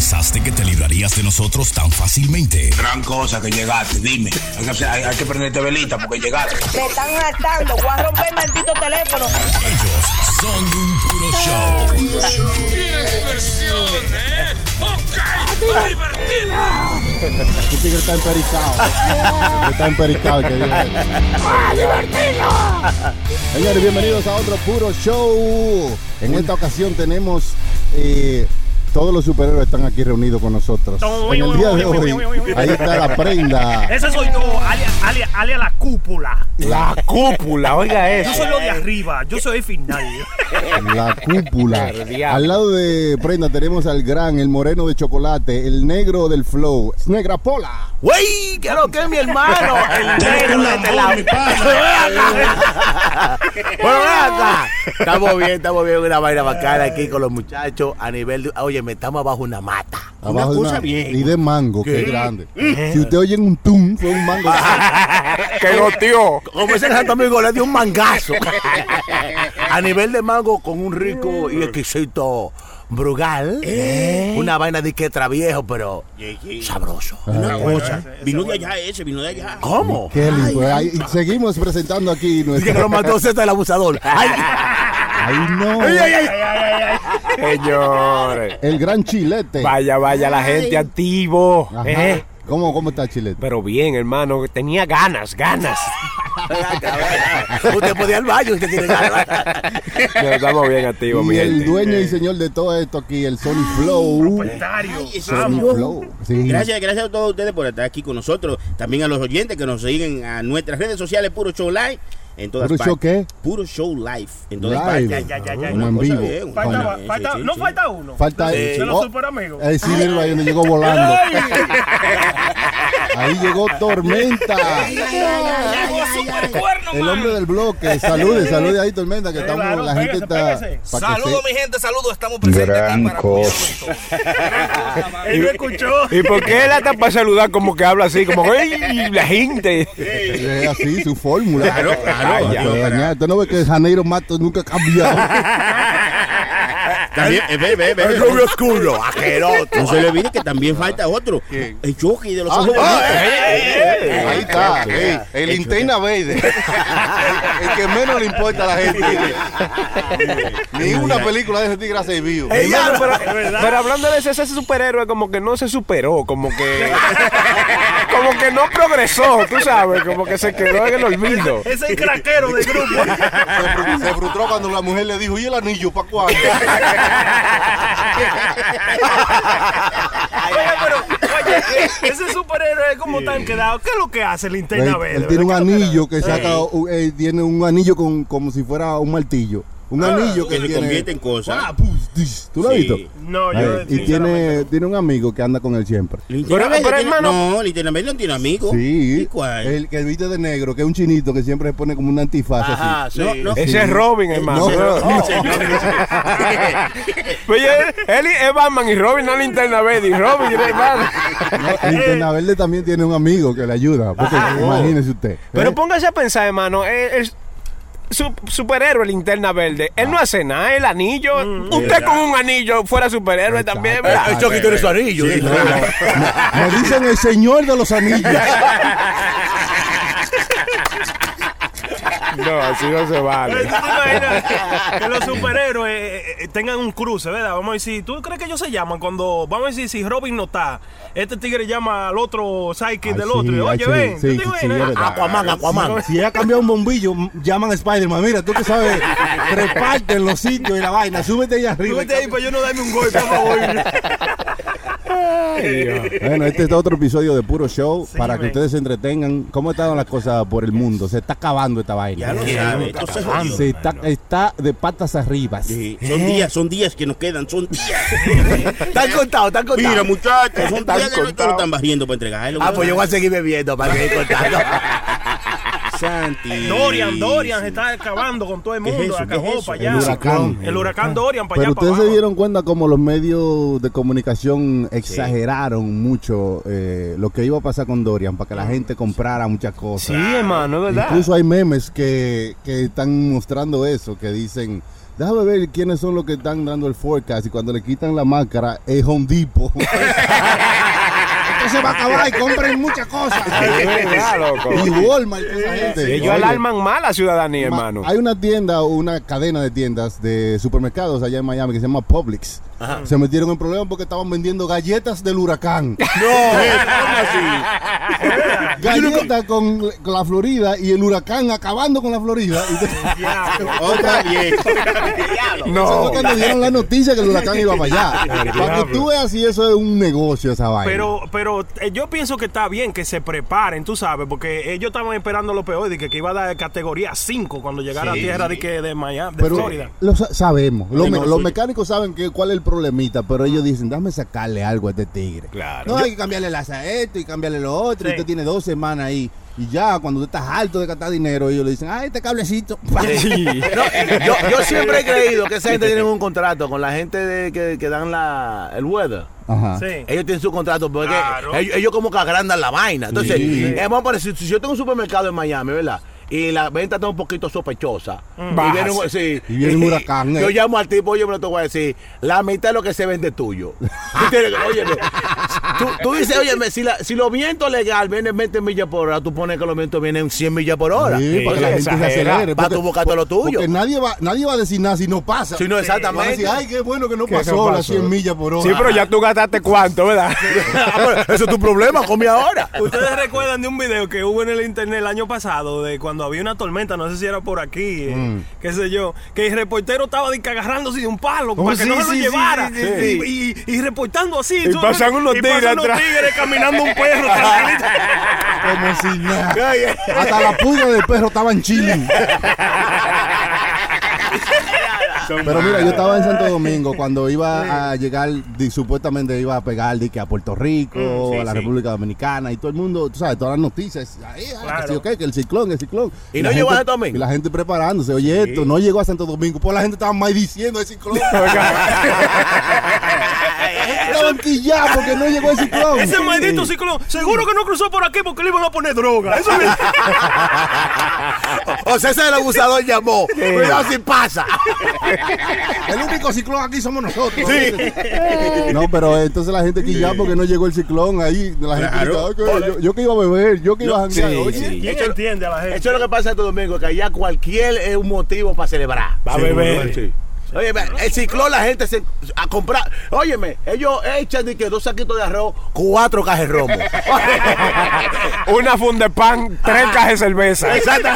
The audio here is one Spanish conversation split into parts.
pensaste que te librarías de nosotros tan fácilmente? Gran cosa que llegaste, dime. Hay que prenderte velita porque llegaste. Me están hartando, voy a romper el maldito teléfono. Ellos son un puro show. ¡Qué diversión, ¡Ok! ¡Divertido! Este tigre está empericado. Está empericado. ¡Divertido! Señores, bienvenidos a otro puro show. En esta ocasión tenemos... todos los superhéroes están aquí reunidos con nosotros. En el día de hoy, ahí está la prenda. Ese soy yo, alia la cúpula. La cúpula, oiga eso. Yo soy lo de arriba, yo soy el final. La cúpula. Al lado de prenda tenemos al gran, el moreno de chocolate, el negro del flow, Negra Pola. ¡Wey! ¿Qué es lo que es mi hermano? El negro de este lado. Bueno, acá. Estamos bien, una vaina bacana aquí con los muchachos a nivel de... Oye, estamos abajo una mata. Abajo una cosa bien. Y de mango, que es grande. Si usted oye un tum, fue un mango. Que goteó. Como ese santo amigo le dio un mangazo. A nivel de mango con un rico y exquisito Brugal. Una vaina de que traviejo, pero sabroso. Una cosa. Vino de allá. ¿Cómo? Qué lindo. Y seguimos presentando aquí nuestro... Que lo mató Z el abusador. ¡Ay! ¡Ay, no! Señores. El gran Chilete. Vaya, la gente activo. ¿Cómo está Chilete? Pero bien, hermano, tenía ganas. Usted podía al baño, usted tiene ganas. No, estamos bien activos, y mi el gente. dueño y señor de todo esto aquí, el Sony Flow. Sony Flow. Sí. Gracias a todos ustedes por estar aquí con nosotros. También a los oyentes que nos siguen a nuestras redes sociales, Puro Show Live. En todas ¿Puro show qué? Puro Show Live. En todas Live. partes. Como en vivo. Falta uno. Falta de los super amigos. Sí, míralo ahí donde llegó volando. Ahí llegó Tormenta. El hombre del bloque. Salude ahí, Tormenta, que estamos, la gente está... Saludos, mi gente, saludos. Estamos presentes aquí para Él me escuchó. ¿Y por qué él hasta para saludar como que habla así? Como ¡ay! La gente. Es así, su fórmula. Claro. Usted no ve que Janeiro Matos nunca ha cambiado. También, El rubio oscuro, asqueroso. No se le olvide que también falta otro. El Chucky de los ojos. Ahí está. El Linterna Verde. El que menos le importa a la gente. Ni una película de ese tigre ha servido. Pero hablando de ese superhéroe, como que no se superó, como que no progresó, tú sabes, como que se quedó en el olvido. Es el craquero del grupo. Se frustró cuando la mujer le dijo, ¿y el anillo para cuándo? Oye, ese superhéroe es como tan quedado. ¿Qué es lo que hace Linterna Verde? Él tiene un anillo que saca, tiene un anillo como si fuera un martillo. Un anillo que se convierte en cosas. ¿Tú lo has visto? No, yo y tiene un amigo que anda con él siempre. Pero hermano. No, Linterna Verde no tiene amigos. Sí. ¿Y cuál? El que viste de negro, que es un chinito que siempre se pone como un antifaz así. Sí. Ese es Robin, hermano. Oye, él es Batman y Robin no es Linterna Verde. Y Robin es Batman. Linterna Verde también tiene un amigo que le ayuda. Porque imagínese usted. Pero póngase a pensar, hermano. Superhéroe Linterna Verde, él no hace nada, el anillo. Usted con un anillo fuera superhéroe también, ¿verdad? El Chucky tiene su anillo. Me dicen el señor de los anillos. No, así no se vale. ¿Tú te imaginas que los superhéroes tengan un cruce, verdad? Vamos a decir, ¿tú crees que ellos se llaman cuando, vamos a decir, si Robin no está, este tigre llama al otro sidekick del otro? Y, oye, ven, ¿tú te imaginas? Aquaman. Si ella cambiado un bombillo, llaman a Spider-Man. Mira, tú que sabes, reparten los sitios y la vaina. Súbete ahí arriba. Súbete ahí para yo no darme un gol, por favor. Bueno, este es otro episodio de Puro Show para que ustedes se entretengan. ¿Cómo están las cosas por el mundo? Se está acabando esta vaina. Ya lo sabes. Se está de patas arriba. Sí. Son días que nos quedan. Son días. Están contados. Mira, muchachos, son días que no están barriendo para entregarlo. Pues yo voy a seguir bebiendo para seguir contando. Santi. Dorian se está acabando con todo el mundo. Acabó para allá. El huracán Dorian para allá. Pero ustedes se dieron cuenta como los medios de comunicación exageraron mucho lo que iba a pasar con Dorian para que la gente comprara muchas cosas. Sí, hermano, es verdad. Incluso hay memes que están mostrando eso, que dicen déjame ver quiénes son los que están dando el forecast y cuando le quitan la máscara es Home Depot. Esto se va a acabar y compren muchas cosas. Y Walmart y toda esa gente. Ellos alarman mal a la ciudadanía, hermano. Hay una tienda, una cadena de tiendas de supermercados allá en Miami que se llama Publix. Ajá. Se metieron en problemas porque estaban vendiendo galletas del huracán. No, ¿cómo así? Galletas con la Florida y el huracán acabando con la Florida. Otra vez. No. Eso fue cuando dieron la noticia que el huracán iba para allá. Para que tú veas si eso es un negocio esa vaina. Pero yo pienso que está bien que se preparen, tú sabes, porque ellos estaban esperando lo peor, de que iba a dar categoría 5 cuando llegara a tierra de Miami, de Florida. Lo sabemos. Los mecánicos saben cuál es el problemita, pero ellos dicen, déjame sacarle algo a este tigre. Claro. No hay que cambiarle el asa a esto y cambiarle lo otro. Y usted tiene 2 semanas ahí. Y ya, cuando usted está harto de gastar dinero, ellos le dicen, este cablecito. Sí. No, yo siempre he creído que esa gente tiene un contrato con la gente que dan el weather. Ajá. Sí. Ellos tienen su contrato porque ellos como que agrandan la vaina. Entonces, vamos a poner, si yo tengo un supermercado en Miami, ¿verdad? Y la venta está un poquito sospechosa. Y viene un huracán. Yo llamo al tipo, oye, me lo te voy a decir, la mitad de lo que se vende es tuyo. Tú dices, oye, si los vientos legales vienen 20 millas por hora, tú pones que los vientos vienen 100 millas por hora. Sí, para que la gente se acelere. Para tú buscarte lo tuyo. Porque nadie va a decir nada si no pasa. Si no, exactamente. Van a decir, ay, qué bueno que no pasó las 100 millas por hora. Sí, pero ya tú gastaste cuánto, ¿verdad? Eso es tu problema, come ahora. ¿Ustedes recuerdan de un video que hubo en el internet el año pasado de cuando había una tormenta, no sé si era por aquí, qué sé yo, que el reportero estaba agarrándose de un palo para que no se lo llevara y reportando así. Y pasan unos tigres caminando un perro tranquilito. Como si nada. Hasta la pulga del perro estaba en Chile. Pero mira, yo estaba en Santo Domingo cuando iba a llegar, supuestamente iba a pegar a Puerto Rico, a la República Dominicana y todo el mundo, tú sabes, todas las noticias, que el ciclón. Y no llegó a Santo Domingo. Y la gente preparándose, oye, esto no llegó a Santo Domingo, pues la gente estaba más diciendo el ciclón. Estaban quillados porque no llegó el ciclón. Ese maldito ciclón, seguro que no cruzó por aquí porque le iban a poner droga. Eso o sea, ese el abusador llamó. Cuidado si pasa. El único ciclón aquí somos nosotros. Sí. No, pero entonces la gente quillada porque no llegó el ciclón ahí. La gente yo que iba a beber, yo que iba a janguear. ¿Quién entiende a la gente? Eso es lo que pasa en Santo Domingo, que allá cualquier es un motivo para celebrar. Va a beber. Sí. Oye, el ciclón, la gente a comprar. Óyeme, ellos echan de que 2 saquitos de arroz, 4 cajas de romo. Una funda de pan, 3 cajas de cerveza. Exacto.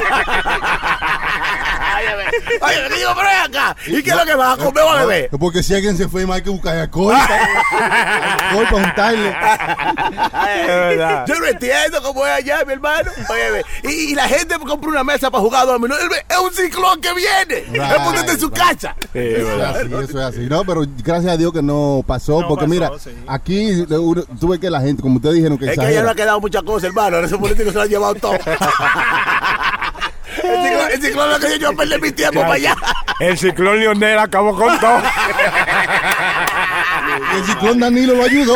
Oye, me digo, pero ven acá. ¿Y qué es lo que vas a comer o a beber? Porque si alguien se enferma hay que buscar alcohol. Alcohol para juntarle. Es verdad. Yo no entiendo cómo es allá, mi hermano. Oye, y la gente compra una mesa para jugar a dominó. Es un ciclón que viene. Es porque en su casa. Eso es así. No, pero gracias a Dios que no pasó. Porque mira, aquí tú ves que la gente, como ustedes dijeron, que es que ya no ha quedado muchas cosas, hermano. Esos políticos se lo han llevado todo. El ciclón es que yo perdí mi tiempo para allá. El ciclón Lionel acabó con todo. El ciclón Danilo lo ayudó.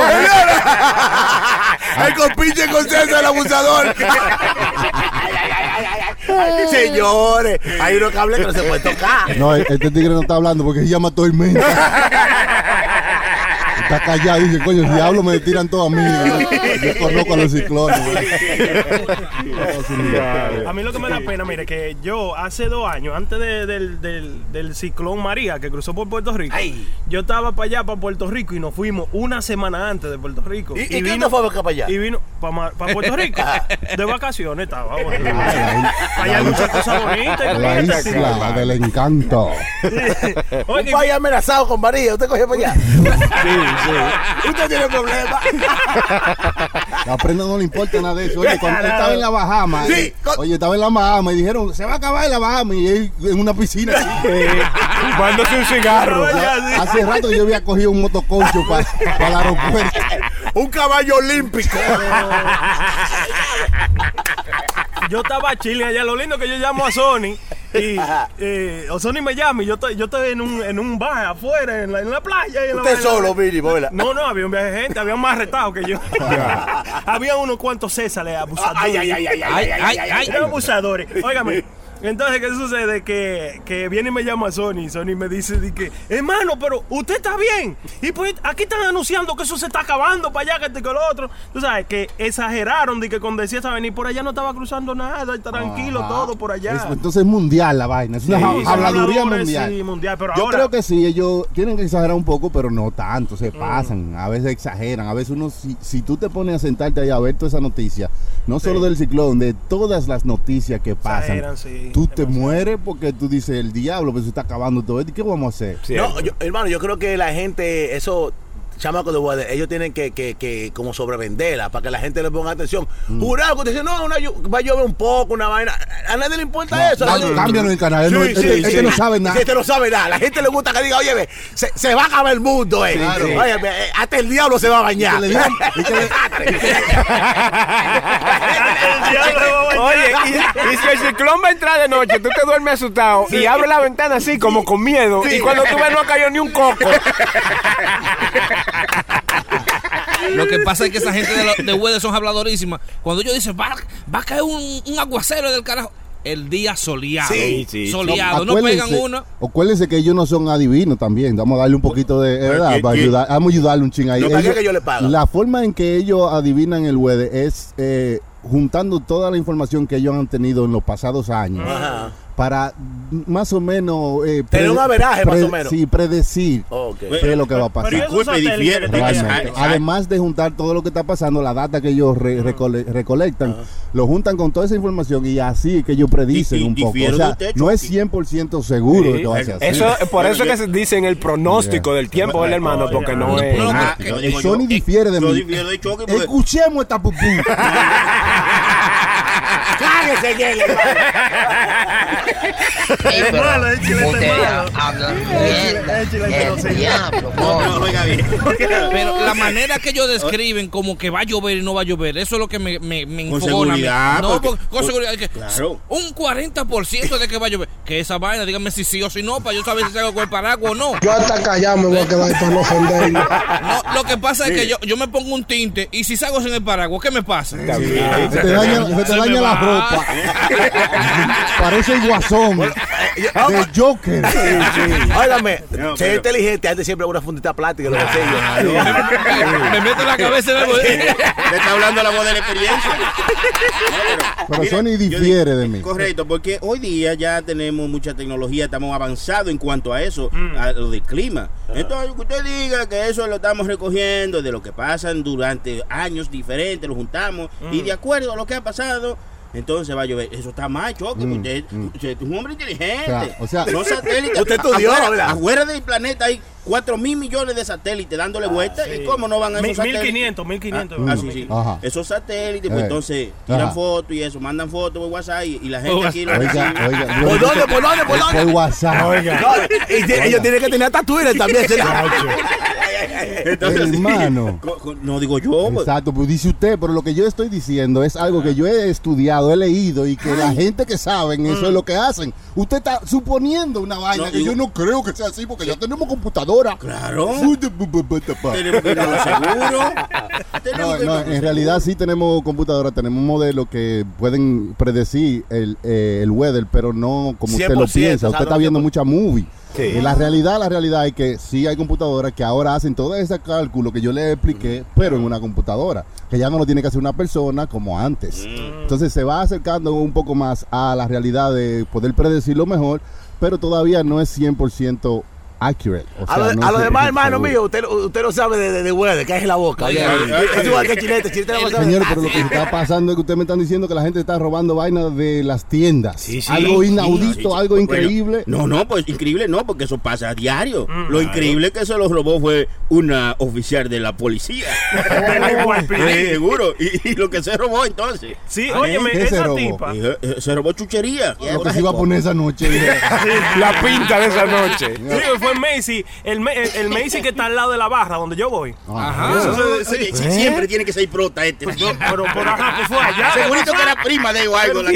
El compinche con César, el abusador. Señores, hay unos cables que no se puede tocar. No, este tigre no está hablando porque se llama Tormenta. Está callado y dice, coño, el diablo me tiran todo a mí. Yo conozco a los ciclones. A mí lo que me da pena, mire, que yo hace 2 años, antes del ciclón María, que cruzó por Puerto Rico, yo estaba para allá, para Puerto Rico, y nos fuimos una semana antes de Puerto Rico. ¿Y quién no fue para allá? Y vino para Puerto Rico. De vacaciones estaba. Allá hay muchas cosas bonitas. La isla del encanto. Un país amenazado con María, ¿usted cogió para allá? Sí. Usted tiene problemas. A Prenda no le importa nada de eso. Oye, cuando él estaba en la Bahama, estaba en la Bahama y dijeron, se va a acabar la Bahama, y él en una piscina. Fumándose un cigarro. Hace rato que yo había cogido un motoconcho para el aeropuerto. Un caballo olímpico. Yo estaba chile allá, lo lindo que yo llamo a Sony y Sony me llama y yo estoy en un bar afuera, en la playa. ¿Usted solo, mínimo, verdad? No, había un viaje de gente, había más arrestados que yo. Había unos cuantos Césares abusadores. Ay. Eran abusadores. Óigame. Entonces, ¿qué sucede? Que viene y me llama Sony. Sony me dice, hermano, pero usted está bien. Y pues aquí están anunciando que eso se está acabando para allá, que lo otro. Tú sabes, que exageraron de que cuando decía esta venir por allá no estaba cruzando nada, tranquilo todo por allá. Entonces es mundial la vaina. Es una habladuría mundial. Sí, mundial, pero yo creo que sí, ellos tienen que exagerar un poco, pero no tanto. Se pasan, a veces exageran. A veces uno, si tú te pones a sentarte ahí a ver toda esa noticia, no solo del ciclón, de todas las noticias que pasan, tú te mueres porque tú dices, el diablo, pues se está acabando todo esto. ¿Y qué vamos a hacer? No, hermano, yo creo que la gente, eso... Chamacos de Weather, ellos tienen que como sobrevenderla para que la gente le ponga atención. Jurado, que te dicen, no, va a llover un poco, una vaina. A nadie le importa eso. Cámbianos el canal. Este no sabe nada. Este no sabe nada. La gente le gusta que diga, oye, se va a acabar el mundo, Claro. Oye, hasta el diablo se va a bañar. Oye, y si el ciclón va a entrar de noche, tú te duermes asustado y abres la ventana así, como con miedo. Y cuando tú ves, no ha caído ni un coco. Lo que pasa es que esa gente de Weather son habladorísimas. Cuando ellos dicen, va a caer un aguacero del carajo. El día soleado. Sí. Soleado, no pegan una. Acuérdense que ellos no son adivinos también. Vamos a darle un poquito de verdad. Vamos a ayudarle un ching ahí. Que yo le pago. La forma en que ellos adivinan el weather es juntando toda la información que ellos han tenido en los pasados años. Ajá. Para más o menos tener un averaje más o menos. Sí, predecir qué es lo que va a pasar. Además de juntar todo lo que está pasando, la data que ellos recolectan, lo juntan con toda esa información y así que ellos predicen un poco. O sea, no es 100% seguro de que va a ser así. Eso, por eso que se dicen el pronóstico del tiempo del hermano, porque no es. Sony difiere de mí. Escuchemos esta pupú. ¡Cállese, Yele! Pero la manera que ellos describen como que va a llover y no va a llover, eso es lo que me con seguridad, no, con seguridad que claro. Un 40% de que va a llover. Que esa vaina, díganme si sí o si no, para yo saber si salgo con el paraguas o no. Yo hasta callado me voy a quedar para no ofenderlo. No, lo que pasa es que yo me pongo un tinte y si salgo sin el paraguas, ¿qué me pasa? Se te daña la ropa. Parece el Guasón de Joker. Óigame, ser inteligente, antes siempre una fundita plástica en los bolsillos. Me meto en la cabeza y me está hablando la voz de la experiencia. Pero Sony difiere de mí. Correcto, porque hoy día ya tenemos mucha tecnología, estamos avanzados en cuanto a eso, a lo del clima. Entonces, que usted diga que eso lo estamos recogiendo de lo que pasan durante años diferentes, lo juntamos y de acuerdo a lo que ha pasado, entonces va a llover. Eso está mal, Choque. Usted es un hombre inteligente. O sea, los satélites. Usted estudió, ¿verdad? Afuera del planeta hay 4.000 millones de satélites dándole vueltas. ¿Y cómo no van a esos satélites? 1.500. Sí. Esos satélites, pues entonces tiran fotos y eso, mandan fotos por WhatsApp y la gente aquí lo recibe. ¿Por dónde? Por WhatsApp. Ellos tienen que tener hasta Twitter también. Entonces, hermano. No digo yo. Exacto, pues dice usted, pero lo que yo estoy diciendo es algo que yo he estudiado, he leído y que la gente que saben eso es lo que hacen. Usted está suponiendo una vaina que yo no creo que sea así porque ya tenemos computadora. Claro. Tenemos que estar seguros. No, en realidad sí tenemos computadora, tenemos modelos que pueden predecir el weather, pero no como usted lo piensa. Usted está viendo mucha movie. Sí. Y la realidad es que sí hay computadoras que ahora hacen todo ese cálculo que yo le expliqué, pero en una computadora, que ya no lo tiene que hacer una persona como antes. Entonces se va acercando un poco más a la realidad de poder predecirlo mejor, pero todavía no es 100% accurate. O sea, a lo demás, hermano mío, usted no sabe de weather, que es en la boca. Es igual que Chilete. Señor, pero lo que está pasando es que ustedes me están diciendo que la gente está robando vainas de las tiendas. Algo inaudito, algo increíble. No, pues increíble no, porque eso pasa a diario. Lo increíble que se lo robó fue una oficial de la policía. Seguro. Y lo que se robó entonces. Sí, óyeme, esa tipa. Se robó chuchería. Lo que se iba a poner esa noche. La pinta de esa noche. Sí, fue Macy, el Macy que está al lado de la barra donde yo voy. Ajá. Siempre tiene que ser prota este. Pero ajá, pues fue allá. Segurito que era prima de o algo.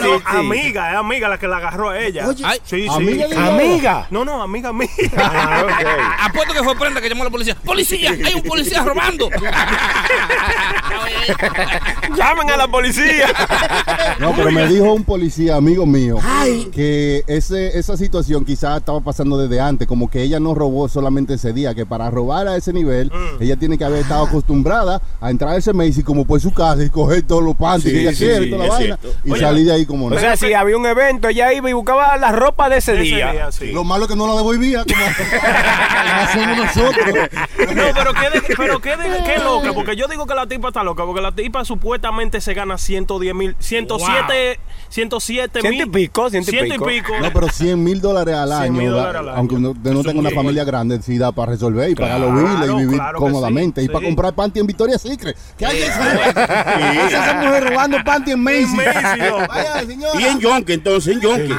Amiga la que la agarró a ella. Oye, sí. ¿Amiga? No, amiga mía. Apuesto que fue Prenda que llamó a la policía. ¡Policía! ¡Hay un policía robando! Llamen a la policía. No, pero me dijo un policía, amigo mío, que esa situación quizás estaba pasando desde antes, como que ella no robó solamente ese día, que para robar a ese nivel, ella tiene que haber estado acostumbrada a entrar a ese Macy's como por su casa y coger todos los panties que ella quiere y toda la vaina, y salir de ahí como no. O sea, si había un evento, ella iba y buscaba la ropa de ese día. Lo malo es que no la devolvía, como hacemos nosotros. Pero qué loca, porque yo digo que la tipa está loca, porque la tipa supuestamente se gana 110,000, 107 ciento y pico. No, pero $100,000 al año, aunque no tenga una familia grande, sí da para resolver y pagar los biles y vivir cómodamente. Y para comprar panty en Victoria's Secret. ¿Qué hay esa mujer robando panty en Macy's? Y en Yonke, entonces, en Yonke.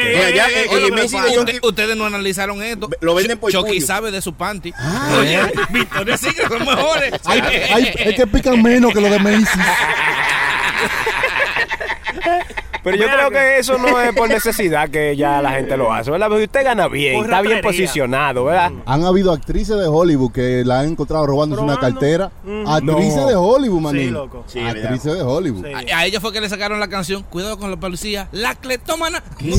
Ustedes no analizaron esto. Lo venden por Chucky sabe de su panty. Oye, Victoria's Secret son mejores. Es que pican menos que los de Macy's. Pero yo creo que eso no es por necesidad que ya la gente lo hace, ¿verdad? Porque usted gana bien, está bien posicionado, ¿verdad? Han habido actrices de Hollywood que la han encontrado robándose una cartera. Actrices de Hollywood, manín. Sí, loco. Sí, actrices de Hollywood. Sí. A ella fue que le sacaron la canción Cuidado con la policía, la cleptómana. Sí,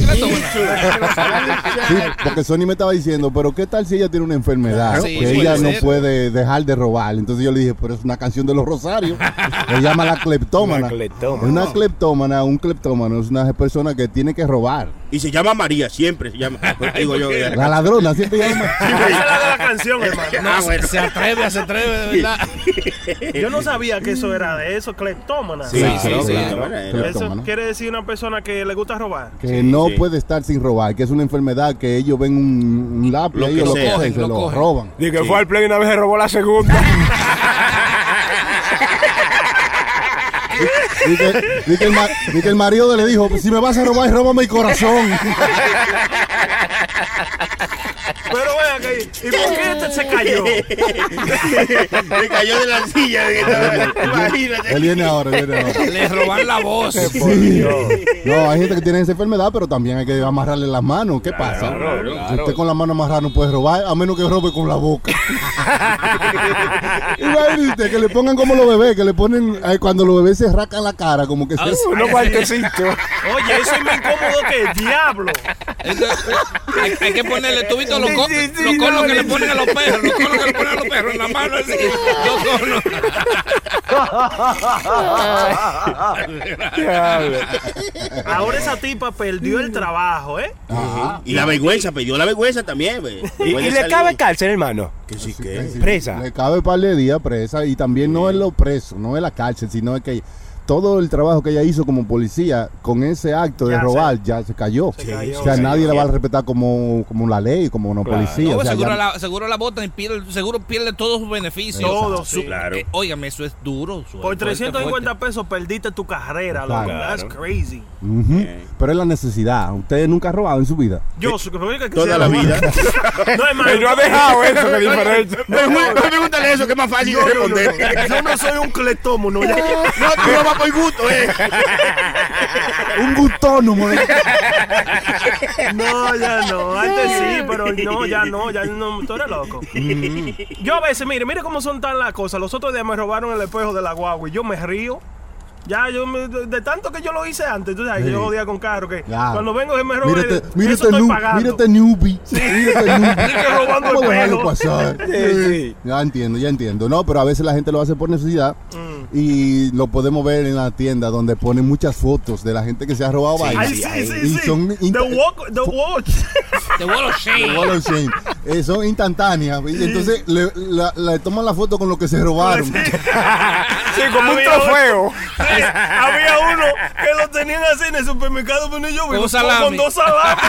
porque Sony me estaba diciendo, pero ¿qué tal si ella tiene una enfermedad? Sí, que ella no puede dejar de robar. Entonces yo le dije, pero es una canción de los Rosarios. Se llama La Cleptómana. Una cleptómana, un cleptómano es una persona que tiene que robar. Y se llama María, siempre se llama. Digo yo, la ladrona siempre llama. Esa es la canción, hermano. Se atreve, de verdad. Yo no sabía que eso era de eso, cleptómana. Sí. Eso quiere decir una persona que le gusta robar. Que no puede estar sin robar, que es una enfermedad que ellos ven un lápiz y ellos lo cogen, se lo roban. Dice que fue al play y una vez se robó la segunda. Dice el marido le dijo, si me vas a robar, róbame el corazón. Pero vean, ¿y por qué este se cayó? Se cayó de la silla. Él viene ahora. Le roban la voz. Sí. No, hay gente que tiene esa enfermedad, pero también hay que amarrarle las manos. ¿Qué pasa? Si usted con la mano amarrada no puede robar, a menos que robe con la boca. Imagínate que le pongan como los bebés, que le ponen cuando los bebés se rascan la cara, como que se unos guantecitos. Oye, eso es más incómodo que el diablo. Hay que ponerle tubito los conos que le ponen a los perros. Los conos que le ponen a los perros en la mano. Así, los conos. Ahora esa tipa perdió el trabajo, ¿eh? Ajá. Y la vergüenza, perdió la vergüenza también. ¿Y le cabe cárcel, hermano? Que sí, que presa. Le cabe un par de días presa y también no es lo preso, no es la cárcel, sino es que todo el trabajo que ella hizo como policía con ese acto de robar ya se cayó. O sea, nadie la va a respetar como la ley, como una policía. No, o sea, seguro la botan y seguro pierde todos sus beneficios. Todo, sí. Claro. Óigame, eso es duro. Por 350 pesos perdiste tu carrera, loco. That's crazy. Pero es la necesidad. ¿Ustedes nunca han robado en su vida? Yo, toda la vida. No, hermano. Él no ha dejado eso, que diferente. Pregúntale eso, que es más fácil de responder. Yo no soy un cleptómano. No, tú no vas por gusto, Un gutónomo. No, ya no. Antes sí, pero no, ya no. Tú eres loco. Yo a veces, mire cómo son tan las cosas. Los otros días me robaron el espejo de la guagua y yo me río. Ya, de tanto que yo lo hice antes, tú sabes, que yo jodía con carro, que cuando vengo se me roba, eso estoy pagando. Mírate newbie. Robando el dejarlo pasar. Sí. Ya entiendo. No, pero a veces la gente lo hace por necesidad y lo podemos ver en la tienda donde ponen muchas fotos de la gente que se ha robado vainas. Sí. Son The Wall of Shame. Son instantáneas. Y entonces le toman la foto con lo que se robaron. Sí, como un trofeo. Había uno que lo tenían así en el supermercado, pero yo vi con 2 salamis. Yo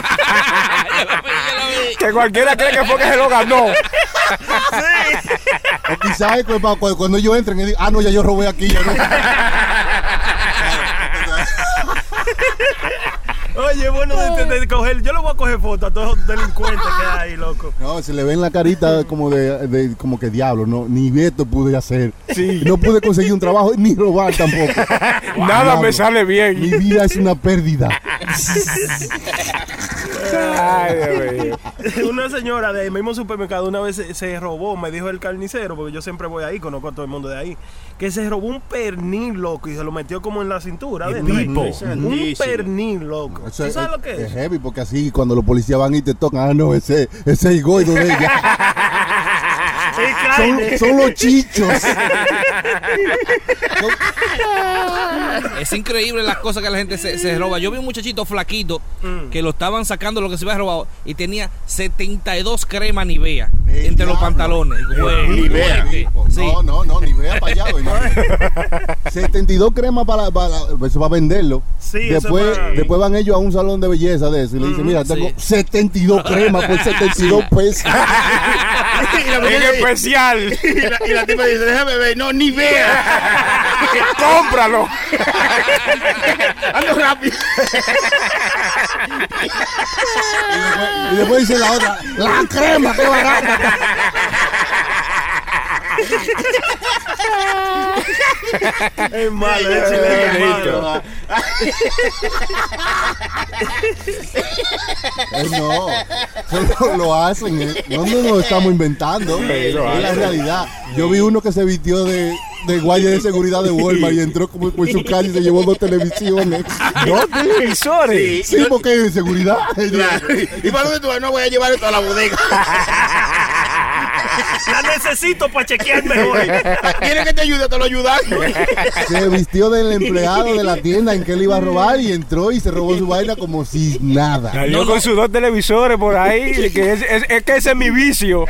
lo vi. Que cualquiera cree que fue que se lo ganó. Sí. O quizás cuando ellos entren y digan, no, ya yo robé aquí. Ya no. Oye, bueno, de coger, yo le voy a coger fotos a todos los delincuentes que hay ahí, loco. No, se le ve en la carita como como que diablo, no, ni esto pude hacer. Sí. No pude conseguir un trabajo ni robar tampoco. Nada me sale bien. Mi vida es una pérdida. Ay, Dios mío. Una señora del mismo supermercado una vez se robó, me dijo el carnicero, porque yo siempre voy ahí, conozco a todo el mundo de ahí, que se robó un pernil, loco, y se lo metió como en la cintura. Un pernil, loco. ¿Tú sabes lo que es? Es heavy, porque así cuando los policías van y te tocan, no, ese es el goido de ella. Son los chichos. Es increíble las cosas que la gente se roba. Yo vi un muchachito flaquito que lo estaban sacando lo que se había robado y tenía 72 cremas Nivea entre los pantalones. Nivea. Sí. No, Nivea para allá. 72 cremas para eso va a venderlo. Sí, después van ellos a un salón de belleza de eso y le dicen, mira, tengo 72 cremas por 72 pesos. En especial. Y la tipa dice, déjame ver, no, Nivea. Cómpralo. Ando rápido. Y después dice la otra, la crema, qué barata. Es malo, es chileno. No, solo lo hacen. No lo estamos inventando. Es la realidad. Yo vi uno que se vistió de guardia de seguridad de Walmart y entró como por su calle y se llevó 2 televisiones. ¿2 televisores? Sí, porque de seguridad. Claro. ¿Y para dónde tú vas? No voy a llevar esto a la bodega. La necesito para chequearme hoy. ¿Quieres que te ayude? Te lo ayudan. Se vistió del empleado de la tienda en que él iba a robar y entró y se robó su vaina como si nada. Salió con sus 2 televisores por ahí, que es que ese es mi vicio.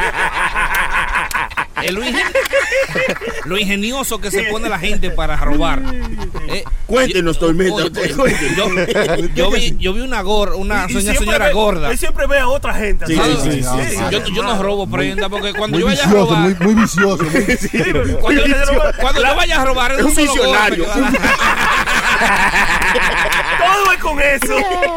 Lo ingenioso que se pone la gente para robar. Cuéntenos, Tormenta. Yo vi una señora gorda. Él siempre ve a otra gente. Sí. Yo no robo prenda porque cuando yo vaya a robar. Muy vicioso. Cuando yo vaya a robar es un visionario. Todo es con eso.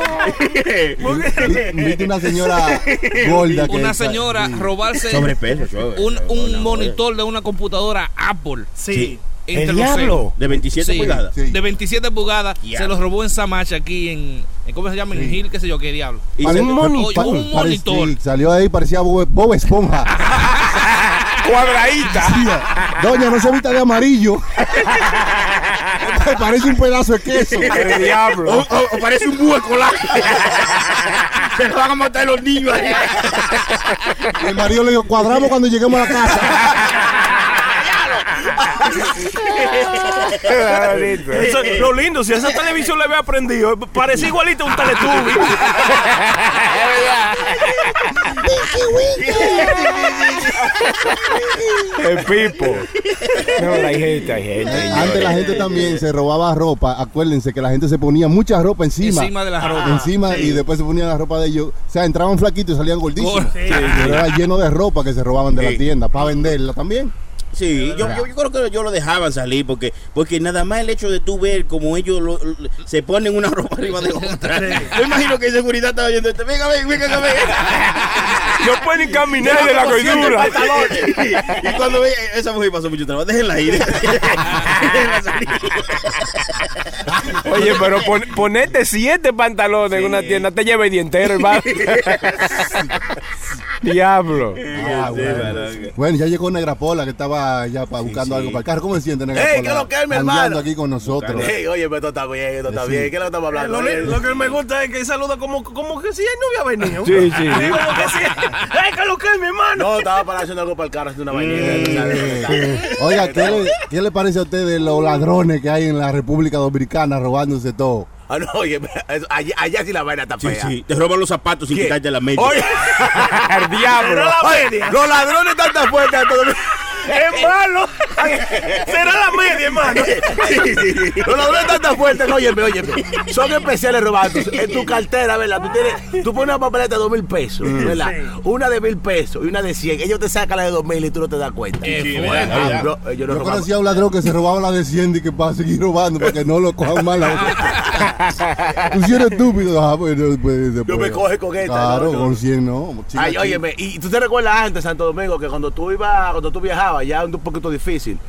Viste una señora gorda. Una señora robarse un monitor de una computadora Apple. Sí. ¿El diablo? De 27 pulgadas. De 27 pulgadas. Se los robó en Samacha aquí en ¿cómo se llama? En Gil, qué sé yo, qué diablo. Un monitor. Salió ahí, parecía Bob Esponja. Cuadradita. Sí, doña, no se vista de amarillo. Parece un pedazo de queso. El diablo. O parece un búho escolar. Se lo van a matar los niños ahí. El marido le dijo, cuadramos cuando lleguemos a la casa. Eso, lo lindo, si esa televisión le había aprendido, parecía igualito a un Teletubby. El Pipo. No, hay gente. Antes la gente también se robaba ropa. Acuérdense que la gente se ponía mucha ropa encima de la ropa. Encima, y después se ponían la ropa de ellos. O sea, entraban flaquitos y salían gordísimos. Pero era lleno de ropa que se robaban de la tienda para venderla también. Sí, yo creo que yo lo dejaban salir porque nada más el hecho de tú ver como ellos se ponen una ropa arriba de otra. Yo imagino que seguridad estaba oyendo esto. Venga. No pueden caminar de la gordura. Y cuando ve, esa mujer pasó mucho trabajo, déjenla ir. Déjenla salir. Oye, pero ponerte 7 pantalones en una tienda te lleva el día entero, hermano. Diablo. Bueno, ya llegó Negra Pola, que estaba ya buscando algo para el carro. ¿Cómo se siente, Negra Pola? ¿Qué es lo que es, mi hermano? Andando aquí con nosotros. Oye, pero esto está bien, ¿Qué es lo que estamos hablando? Lo que me gusta es que saluda como que si él no había venido. Sí. Como que si, ¿qué es lo que es, mi hermano? No, estaba para haciendo algo para el carro, haciendo una vainita. Oiga, ¿qué le parece a usted de los ladrones que hay en la República Dominicana robándose todo? No, oye, allá sí la vaina está fea. Sí, te roban los zapatos sin quitarte la media. Oye, el diablo. Los ladrones están tan fuertes. Es malo. Será la media, hermano. Sí. Los ladrones están tan fuertes. Óyeme. Son especiales robando. En tu cartera, ¿verdad? Tú pones una papeleta de 2,000 pesos, ¿verdad? Sí. Una de 1,000 pesos y una de 100. Ellos te sacan la de 2,000 y tú no te das cuenta. Yo conocía a un ladrón que se robaba la de 100 y que para seguir robando para que no lo cojan mal. Tú sí eres estúpido. Después, yo me coge con esta. Claro, con 100 no. Ay, óyeme, y tú te recuerdas antes, Santo Domingo, que cuando tú viajabas, ya un poquito difícil.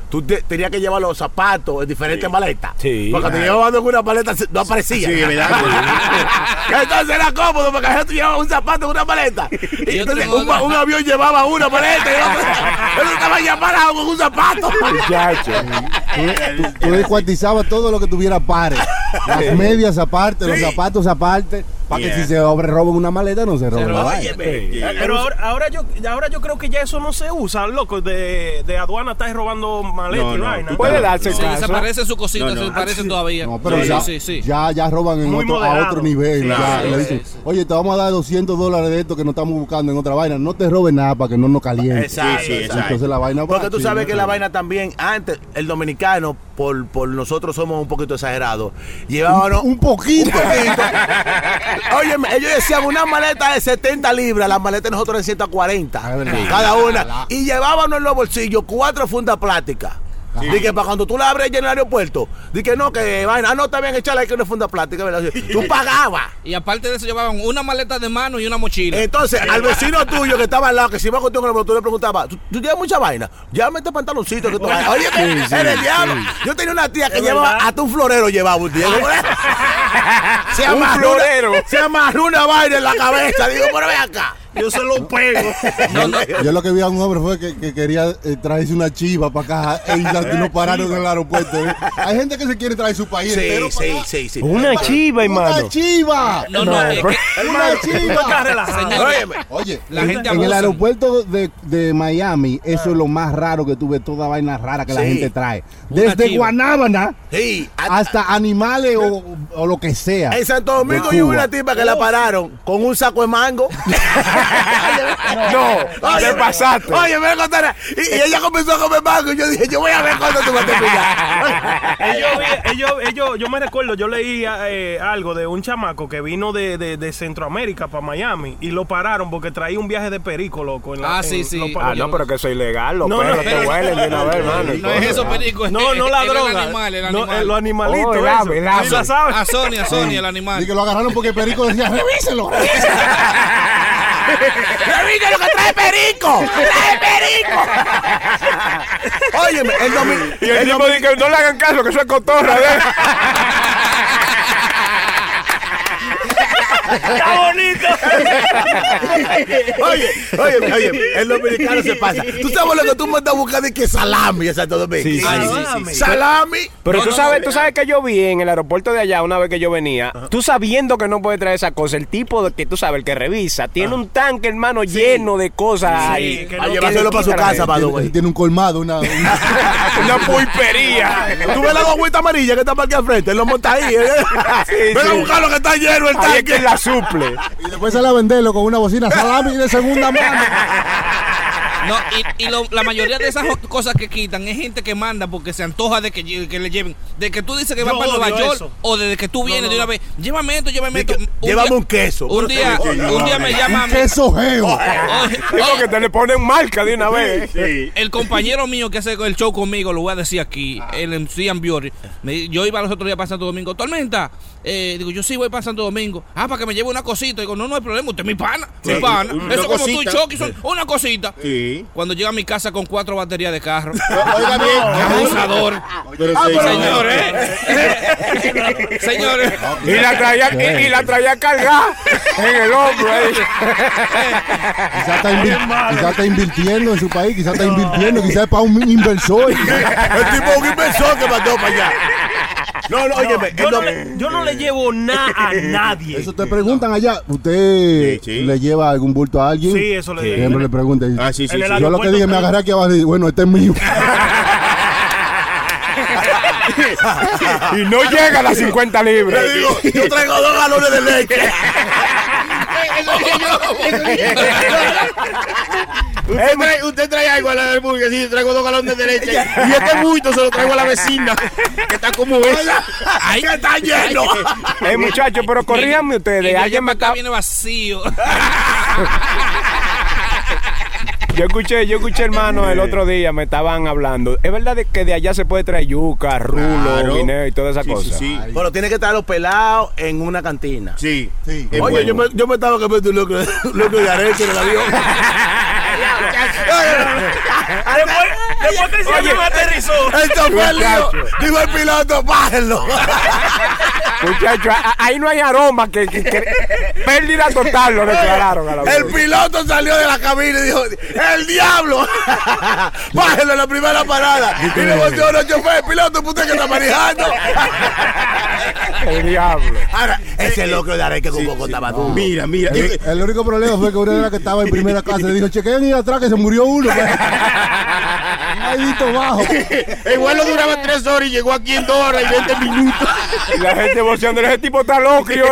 tú tenías que llevar los zapatos en diferentes maletas. Sí. Porque te llevaban en una maleta no aparecía. Sí, ¿verdad? Entonces era cómodo porque tú llevabas un zapato en una maleta. Y entonces un avión llevaba una maleta y otro estaba ya parado con un zapato. Muchacho. Tú descuartizabas todo lo que tuviera pares. Las medias aparte, los zapatos aparte. Para que si se roban una maleta no se roben la vaina. Pero ahora yo creo que ya eso no se usa, loco. De aduana estáis robando maletas y vaina. Puede darse Sí, caso. se parecen sus cositas, No, no. se parecen todavía. No, pero Sí. ya roban en Muy a moderado. otro nivel. Claro, Ya, sí, le dicen, sí. oye, te vamos a dar $200 de esto que no estamos buscando en otra vaina. No te robes nada para que no nos caliente. Exacto, Sí, exacto. Entonces la vaina Porque tú sí, sabes que ¿no? la vaina también, antes, el dominicano, por nosotros somos un poquito exagerados, llevábamos Un poquito. Oye, ellos decían una maleta de 70 libras, las maletas de nosotros de 140, Ah, es verdad. cada una, y llevábamos en los bolsillos 4 fundas plásticas. Dije, para cuando tú la abres en el aeropuerto, dije, no, que vaina, no, también echarle aquí una funda plástica, ¿verdad? Tú pagabas. Y aparte de eso llevaban una maleta de mano y una mochila. Entonces, al vecino tuyo que estaba al lado, que si iba contigo en el motor, tú le preguntabas, ¿tú tienes mucha vaina? Llámame este pantaloncito que tú vas. Oye, eres diablo. Yo tenía una tía que llevaba, hasta un florero llevaba un día. Se amarró una vaina en la cabeza. Digo, pero ven acá. Yo se lo pego. Yo lo que vi a un hombre fue que quería traerse una chiva para acá y lo pararon en el aeropuerto. Hay gente que se quiere traer su país entero para acá. Sí. Una chiva, hermano. ¡Una chiva! No, es que ¡Una chiva! relajado. Oye, la gente En el abusa. aeropuerto de Miami, eso es lo más raro que tuve, toda vaina rara que la Sí. gente trae. Una Desde chiva. Guanábana sí. hasta animales o lo que sea. En Santo Domingo De yo vi Cuba. una tipa que la pararon con un saco de mango. No, te pasaste. Oye, me voy a contar. Y ella comenzó a comer mango y yo dije, yo voy a ver cuándo tú vas a terminar. Yo me recuerdo, yo leí algo de un chamaco que vino de Centroamérica para Miami y lo pararon porque traía un viaje de perico, loco. Sí. No, pero que eso es ilegal. Los No, perros no. te huelen de una vez, hermano. No es eso, perico. No la es droga. El animal, el No, animal. los animalitos. Oh, el ave, el eso. ave. ¿Sí la sabes? A Sony, el animal. Y que lo agarraron porque el perico decía, revíselo. ¡Revisa lo que trae perico! ¡Trae perico! Óyeme, el domingo. Y el tipo dice que no le hagan caso, que eso es cotorra. ¡Está bonito! Oye, el dominicano se pasa. ¿Tú sabes lo que tú mandas a buscar de que salami en Santo Domingo? Sí, sí. Salami. Pero No, tú no, sabes no. que yo vi en el aeropuerto de allá una vez que yo venía, tú sabiendo que no puedes traer esa cosa, el tipo de que tú sabes, el que revisa, tiene un tanque, hermano, lleno de cosas ahí. que A no- llevárselo para su casa, para Tiene un colmado, una Una pulpería. Tú ves la guaguita amarilla que está parqueada al frente, él lo monta ahí. Ven a buscar lo que está lleno el Ahí es tanque. que la suple. y después sale a venderlo con una bocina salami de segunda mano. No, la mayoría de esas cosas que quitan es gente que manda porque se antoja de que le lleven. De que tú dices que vas Yo para Nueva odio York eso. o desde que tú vienes de una vez. Llévame esto. Llévame un queso. Un día me llama a Un mí. queso geo. Oye, Digo que te le ponen marca de una vez. el compañero mío que hace el show conmigo, lo voy a decir aquí, el MC Ambiori, yo iba los otros días para Santo Domingo. Tormenta, digo, yo sí voy para Santo Domingo. Para que me lleve una cosita. Digo, no hay problema, usted es mi pana. Mi pana. una Eso como tú y cosita. Chucky son una cosita. Sí. Cuando llega a mi casa con 4 baterías de carro. Oiga bien. Abusador. Pero Señores. Señores. Y la traía cargada en el hombro. Quizás está invirtiendo en su país, quizás está invirtiendo, quizás es para un inversor. El tipo es un inversor que mandó para allá. No, óyeme. Yo no le llevo nada a nadie. Eso te preguntan allá. ¿Usted Sí. le lleva algún bulto a alguien? Sí, eso le digo. Siempre le preguntan. Ah, sí. En el Yo lo que dije, me agarré aquí abajo y dije, bueno, este es mío. Y no llega a las 50 libras. Le digo, yo traigo 2 galones de leche. Usted trae algo a la hamburguesa, sí, traigo 2 galones de leche. Y este bulto se lo traigo a la vecina, que está como esa. Ahí está lleno. Muchachos, pero corríjanme ustedes. Alguien me acá está... viene vacío. Yo escuché, hermano, el otro día me estaban hablando. ¿Es verdad que de allá se puede traer yuca, rulo, Claro. guineo y todas esas cosas? Sí. Pero tiene que estar los pelados en una cantina. Sí. Sí. Es Oye, bueno. yo me estaba comiendo un loco de areche en el avión. Después que el avión aterrizó. Esto fue el lío. Dijo el piloto, bájenlo. Muchachos, ahí no hay aroma. Que pérdida total, lo declararon a la vez. El piloto salió de la cabina y dijo, ¡el diablo! Bájenlo en la primera parada. Y le volteó a chofer, piloto, usted que está manejando. El diablo. Ahora, ese locro de Areque con poco estaba duro. Mira. El único problema fue que una de las que estaba en primera clase le dijo, chequen ahí atrás que se murió uno. Ahí bajo. El vuelo duraba 3 horas y llegó aquí en 2 horas y 20 minutos. Y la gente emocionando, ese tipo está loco, yo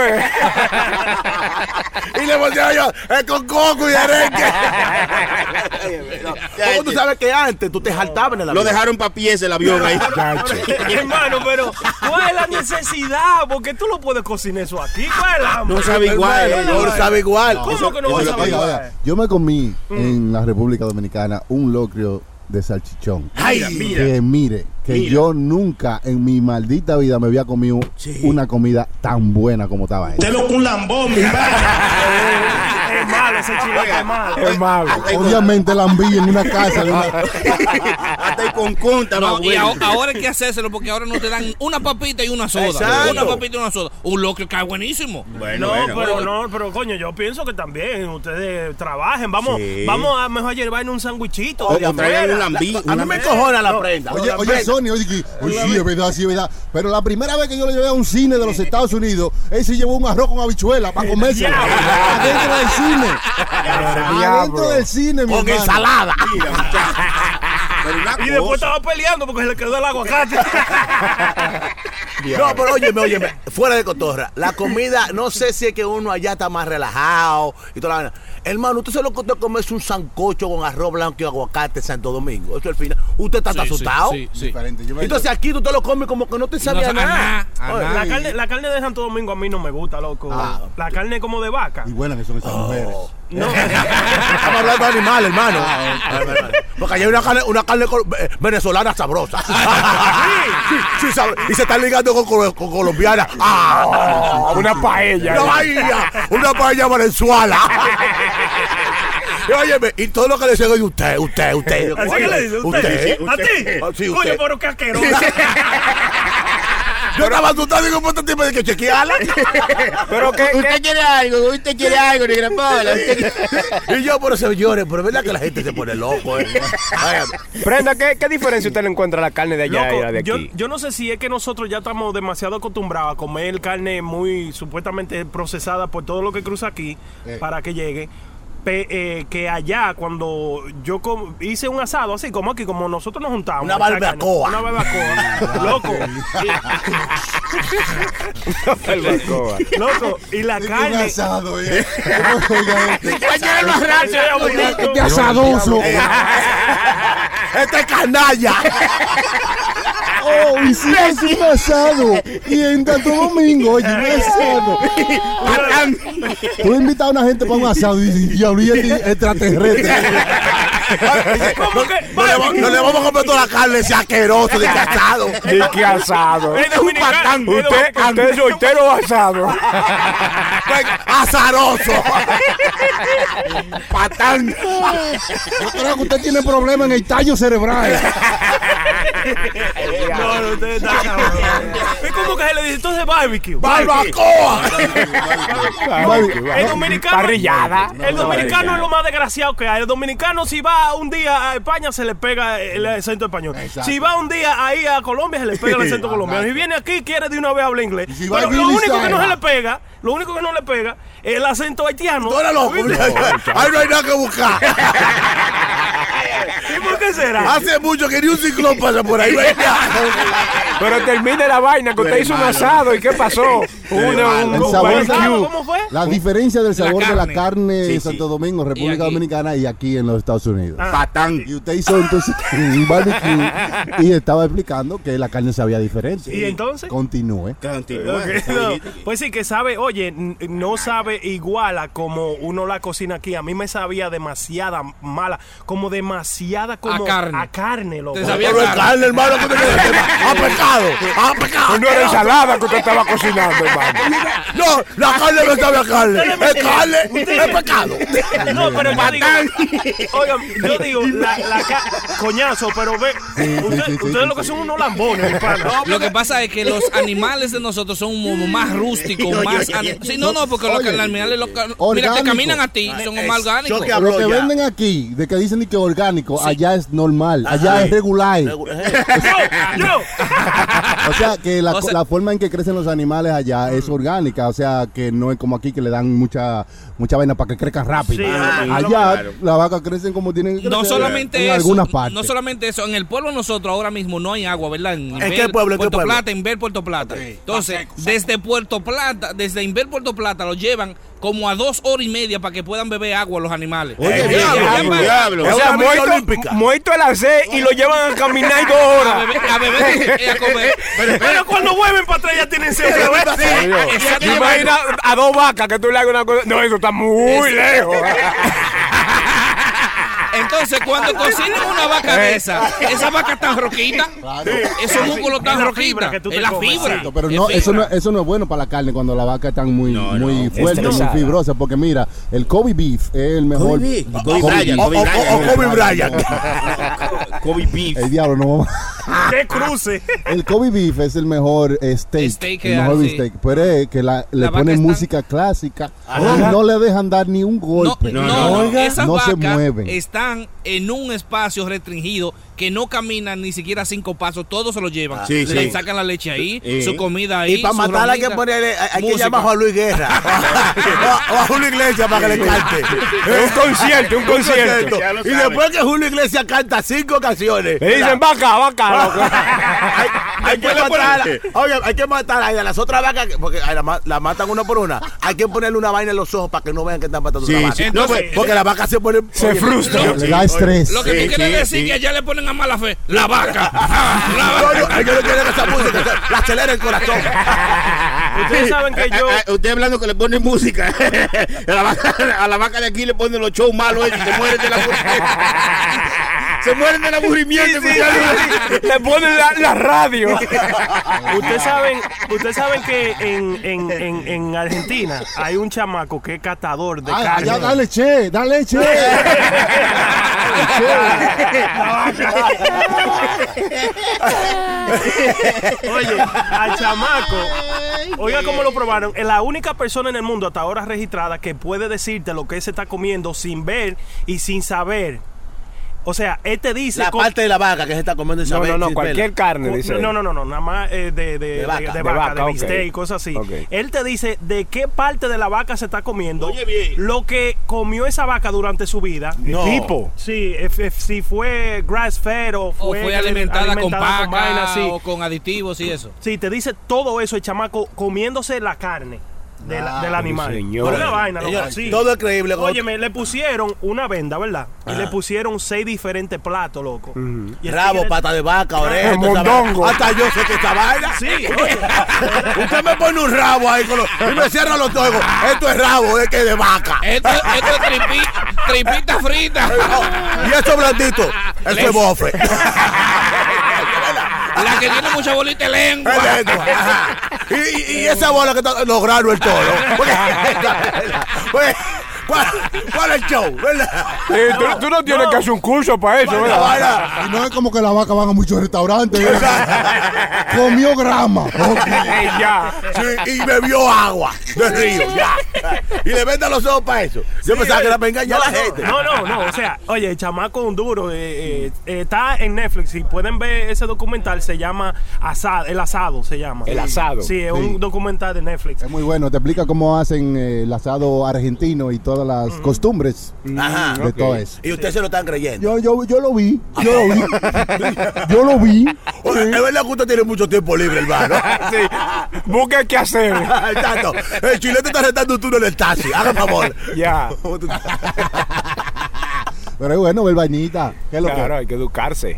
Y le volteaba yo, es con coco y Areque. ¿Cómo tú sabes que antes tú te jaltabas en el avión? Lo dejaron para pies el avión ahí. Hermano, pero ¿cuál es la necesidad? Porque tú no puedes cocinar eso aquí. ¿Cuál es la No sabe igual. No sabe igual. ¿Cómo que no va a saber igual? Yo me comí en la República Dominicana un locrio de salchichón. Que yo nunca en mi maldita vida me había comido una comida tan buena como estaba esta. Te lo con un lambón, mi hermano. Es malo ese chileno, es malo. Es malo. Obviamente la envidia en una casa. Hasta el conconta, no, y ahora hay que hacérselo porque ahora no te dan una papita y una soda. Exacto. Una papita y una soda. Un locrio que es buenísimo. Pero coño, yo pienso que también ustedes trabajen. Vamos a mejor llevarnos un sandwichito. O traigan un lambí. A mí me cojona la prenda. Oye, Sony, sí, es verdad. Pero la primera vez que yo lo llevé a un cine de los Estados Unidos, él se llevó un arroz con habichuela para comerse adentro del cine. Adentro del cine, con ensalada. Y después estaba peleando porque se le quedó el aguacate. No, pero óyeme, fuera de cotorra, la comida, no sé si es que uno allá está más relajado y toda la vaina. Hermano, usted solo que comes un sancocho con arroz blanco y aguacate en Santo Domingo. Eso al final, usted está asustado. Sí. Entonces aquí tú te lo comes como que no te sabía nada. La carne de Santo Domingo a mí no me gusta, loco. La carne como de vaca. Y buenas que son esas mujeres. No. Estamos hablando de animales, hermano. Porque allá hay una carne venezolana sabrosa. Sí, y se está ligando con colombiana. Una paella. Una paella venezuela. Y óyeme, y todo lo que le digo es usted. ¿Así que le dice usted? ¿A ti? Sí, coño, usted. pero qué asqueroso. Yo estaba asustado y digo, ¿por este tipo de que chequearla? Pero usted quiere algo, negra Paula. Y yo por eso llore, pero es verdad que la gente se pone loco. Prenda, ¿qué diferencia usted le encuentra a la carne de allá y la de aquí? Yo no sé si es que nosotros ya estamos demasiado acostumbrados a comer carne muy supuestamente procesada por todo lo que cruza aquí para que llegue. Que allá cuando yo hice un asado así como aquí, como nosotros nos juntamos, una barbacoa, loco. Loco, y la carne. Un asado, Este asadoso. Este es canalla. Y si es un asado. Y en Santo Domingo, oye, un asado. Tú invitas a una gente para un asado y extraterrestre. No le vamos a comer toda la carne ese asqueroso de asado. ¿De qué asado? Es dominicano. Usted es soltero o asado. Azaroso. Patán. Yo creo que usted tiene problemas en el tallo cerebral. No, usted está cabrón. Es como que se le dice entonces barbecue. Barbacoa. El dominicano. Parrillada. El dominicano es lo más desgraciado que hay. El dominicano, si va un día a España, se le pega el acento español. Exacto. Si va un día ahí a Colombia, se le pega el acento colombiano. Si viene aquí, quiere de una vez hablar inglés. Pero lo único que no se le pega, es el acento haitiano. Tú eres loco. Ahí no hay nada que buscar. ¿Y por qué será? Hace mucho que ni un ciclón pasa por ahí. Pero termine la vaina, que usted hizo un asado. ¿Y qué pasó? ¿Cómo fue? La diferencia del sabor de la carne en Santo Domingo, República Dominicana y aquí en los Estados Unidos. Patán. Y usted hizo entonces un barbecue y estaba explicando que la carne sabía diferente. ¿Y entonces? Continúe. Okay, no. Pues sí, que sabe, oye, no sabe igual a como uno la cocina aquí. A mí me sabía demasiada mala, como demasiada como a carne, loco. ¿Te sabía carne, hermano? A pecado. No era ensalada que usted estaba cocinando, hermano. hablando? No, la carne no sabe a carne. Es carne, es pecado. No, pero yo digo, oigan, yo digo, coñazo, pero ve, ustedes lo que son unos lambones, mi pana. Lo que pasa es que los animales de nosotros son más rústicos, más... Sí, no, porque los animales, mira, que caminan a ti, son más orgánicos. Lo que venden aquí, de que dicen que orgánico, allá es normal, allá es regular. O sea, que la forma en que crecen los animales allá es orgánica, o sea, que no es como aquí que le dan mucha vaina para que crezcan rápido. Sí, allá las vacas crecen como tienen que crecer. No solamente en eso, algunas partes. No solamente eso, en el pueblo nosotros ahora mismo no hay agua, ¿verdad? ¿En qué pueblo? Puerto Plata, Inver, Puerto Plata. Entonces, desde Puerto Plata, desde Inver, Puerto Plata, lo llevan como a 2 horas y media para que puedan beber agua los animales. Oye, diablo. O sea, muerto el arce y lo llevan a caminar 2 horas. A beber y a comer. Pero cuando vuelven para atrás ya tienen sed. Imagina a 2 vacas que tú le hagas una cosa. No, eso está muy lejos. Entonces, cuando cocinan una vaca de esa vaca tan roquita, esos músculos tan roquitas, es la fibra. Exacto, pero no, eso no es bueno para la carne cuando la vaca está muy fuerte, muy fibrosa, porque mira, el Kobe beef es el mejor. Kobe Bryant. Kobe beef. El diablo no. ¡Qué cruce! El Kobe beef es el mejor steak, el mejor beefsteak, pero es que le ponen música clásica y no le dejan dar ni un golpe. Esas no se vacas mueven. Están en un espacio restringido que no caminan ni siquiera 5 pasos, todos se lo llevan. Le sacan la leche ahí, su comida ahí. Y para matarla hay que ponerle, hay que llamar a Juan Luis Guerra o a Julio Iglesias para que le cante. Un concierto. Y después que Julio Iglesias canta 5 canciones, le dicen vaca. Hay que matarla. Oye, hay que matar a las otras vacas porque la matan una por una. Hay que ponerle una vaina en los ojos para que no vean que están matando una vaca. Entonces, porque la vaca se frustra. Le da estrés. Lo que tú quieres decir que allá le ponen a mala fe la vaca. Ellos no quieren esa música, la acelera el corazón. Ustedes saben que yo... Usted hablando que le ponen música. A la vaca de aquí le ponen los shows malos y se mueren de la se mueren del aburrimiento. Le ponen la radio. Ustedes saben que en Argentina hay un chamaco que es catador de carne. Allá dale che. Oye, al chamaco, oiga cómo lo probaron. Es la única persona en el mundo hasta ahora registrada que puede decirte lo que se está comiendo sin ver y sin saber. O sea, él te dice... La parte de la vaca que se está comiendo esa No, cualquier carne, dice. No, nada más de vaca, de bistec y cosas así. Okay. Él te dice de qué parte de la vaca se está comiendo. Oye, bien. Lo que comió esa vaca durante su vida. No. Tipo. Sí, si fue grass fed o fue alimentada con paca o con aditivos y eso. Sí, te dice todo eso el chamaco comiéndose la carne. Del animal. Por una vaina, sí. Todo es creíble. Óyeme, le pusieron una venda, ¿verdad? Y le pusieron 6 diferentes platos, loco. Y rabo, pata de vaca, oreja, mondongo. Hasta yo sé que esta vaina. Sí, oye. Usted me pone un rabo ahí y me cierra los ojos. Esto es rabo, es que es de vaca. Esto es tripita frita. Y esto blandito, eso es bofe. La que tiene mucha bolita de lengua. Y esa bola que está logrando el toro. ¿Cuál es el show? ¿Verdad? Tú no tienes que hacer un curso para eso, ¿verdad? Y no es como que la vaca van a muchos restaurantes. Comió grama. Ya. Sí, y bebió agua del río. Ya. Y le venden los ojos para eso. Yo pensaba que era para engañar a la gente. No. O sea, oye, el chamaco un duro. Está en Netflix. Si pueden ver ese documental, se llama El Asado. Se llama. El Asado. Sí, es un documental de Netflix. Es muy bueno. Te explica cómo hacen el asado argentino y todas las costumbres de todo eso. Y ustedes se lo están creyendo. Yo lo vi. Yo lo vi. Oye, es verdad que usted tiene mucho tiempo libre, hermano. Sí. Busca qué hacer. Exacto. El chilete está rentando un turno en el taxi. Haga favor. Ya. Pero es bueno ver vainita. Claro, hay que educarse.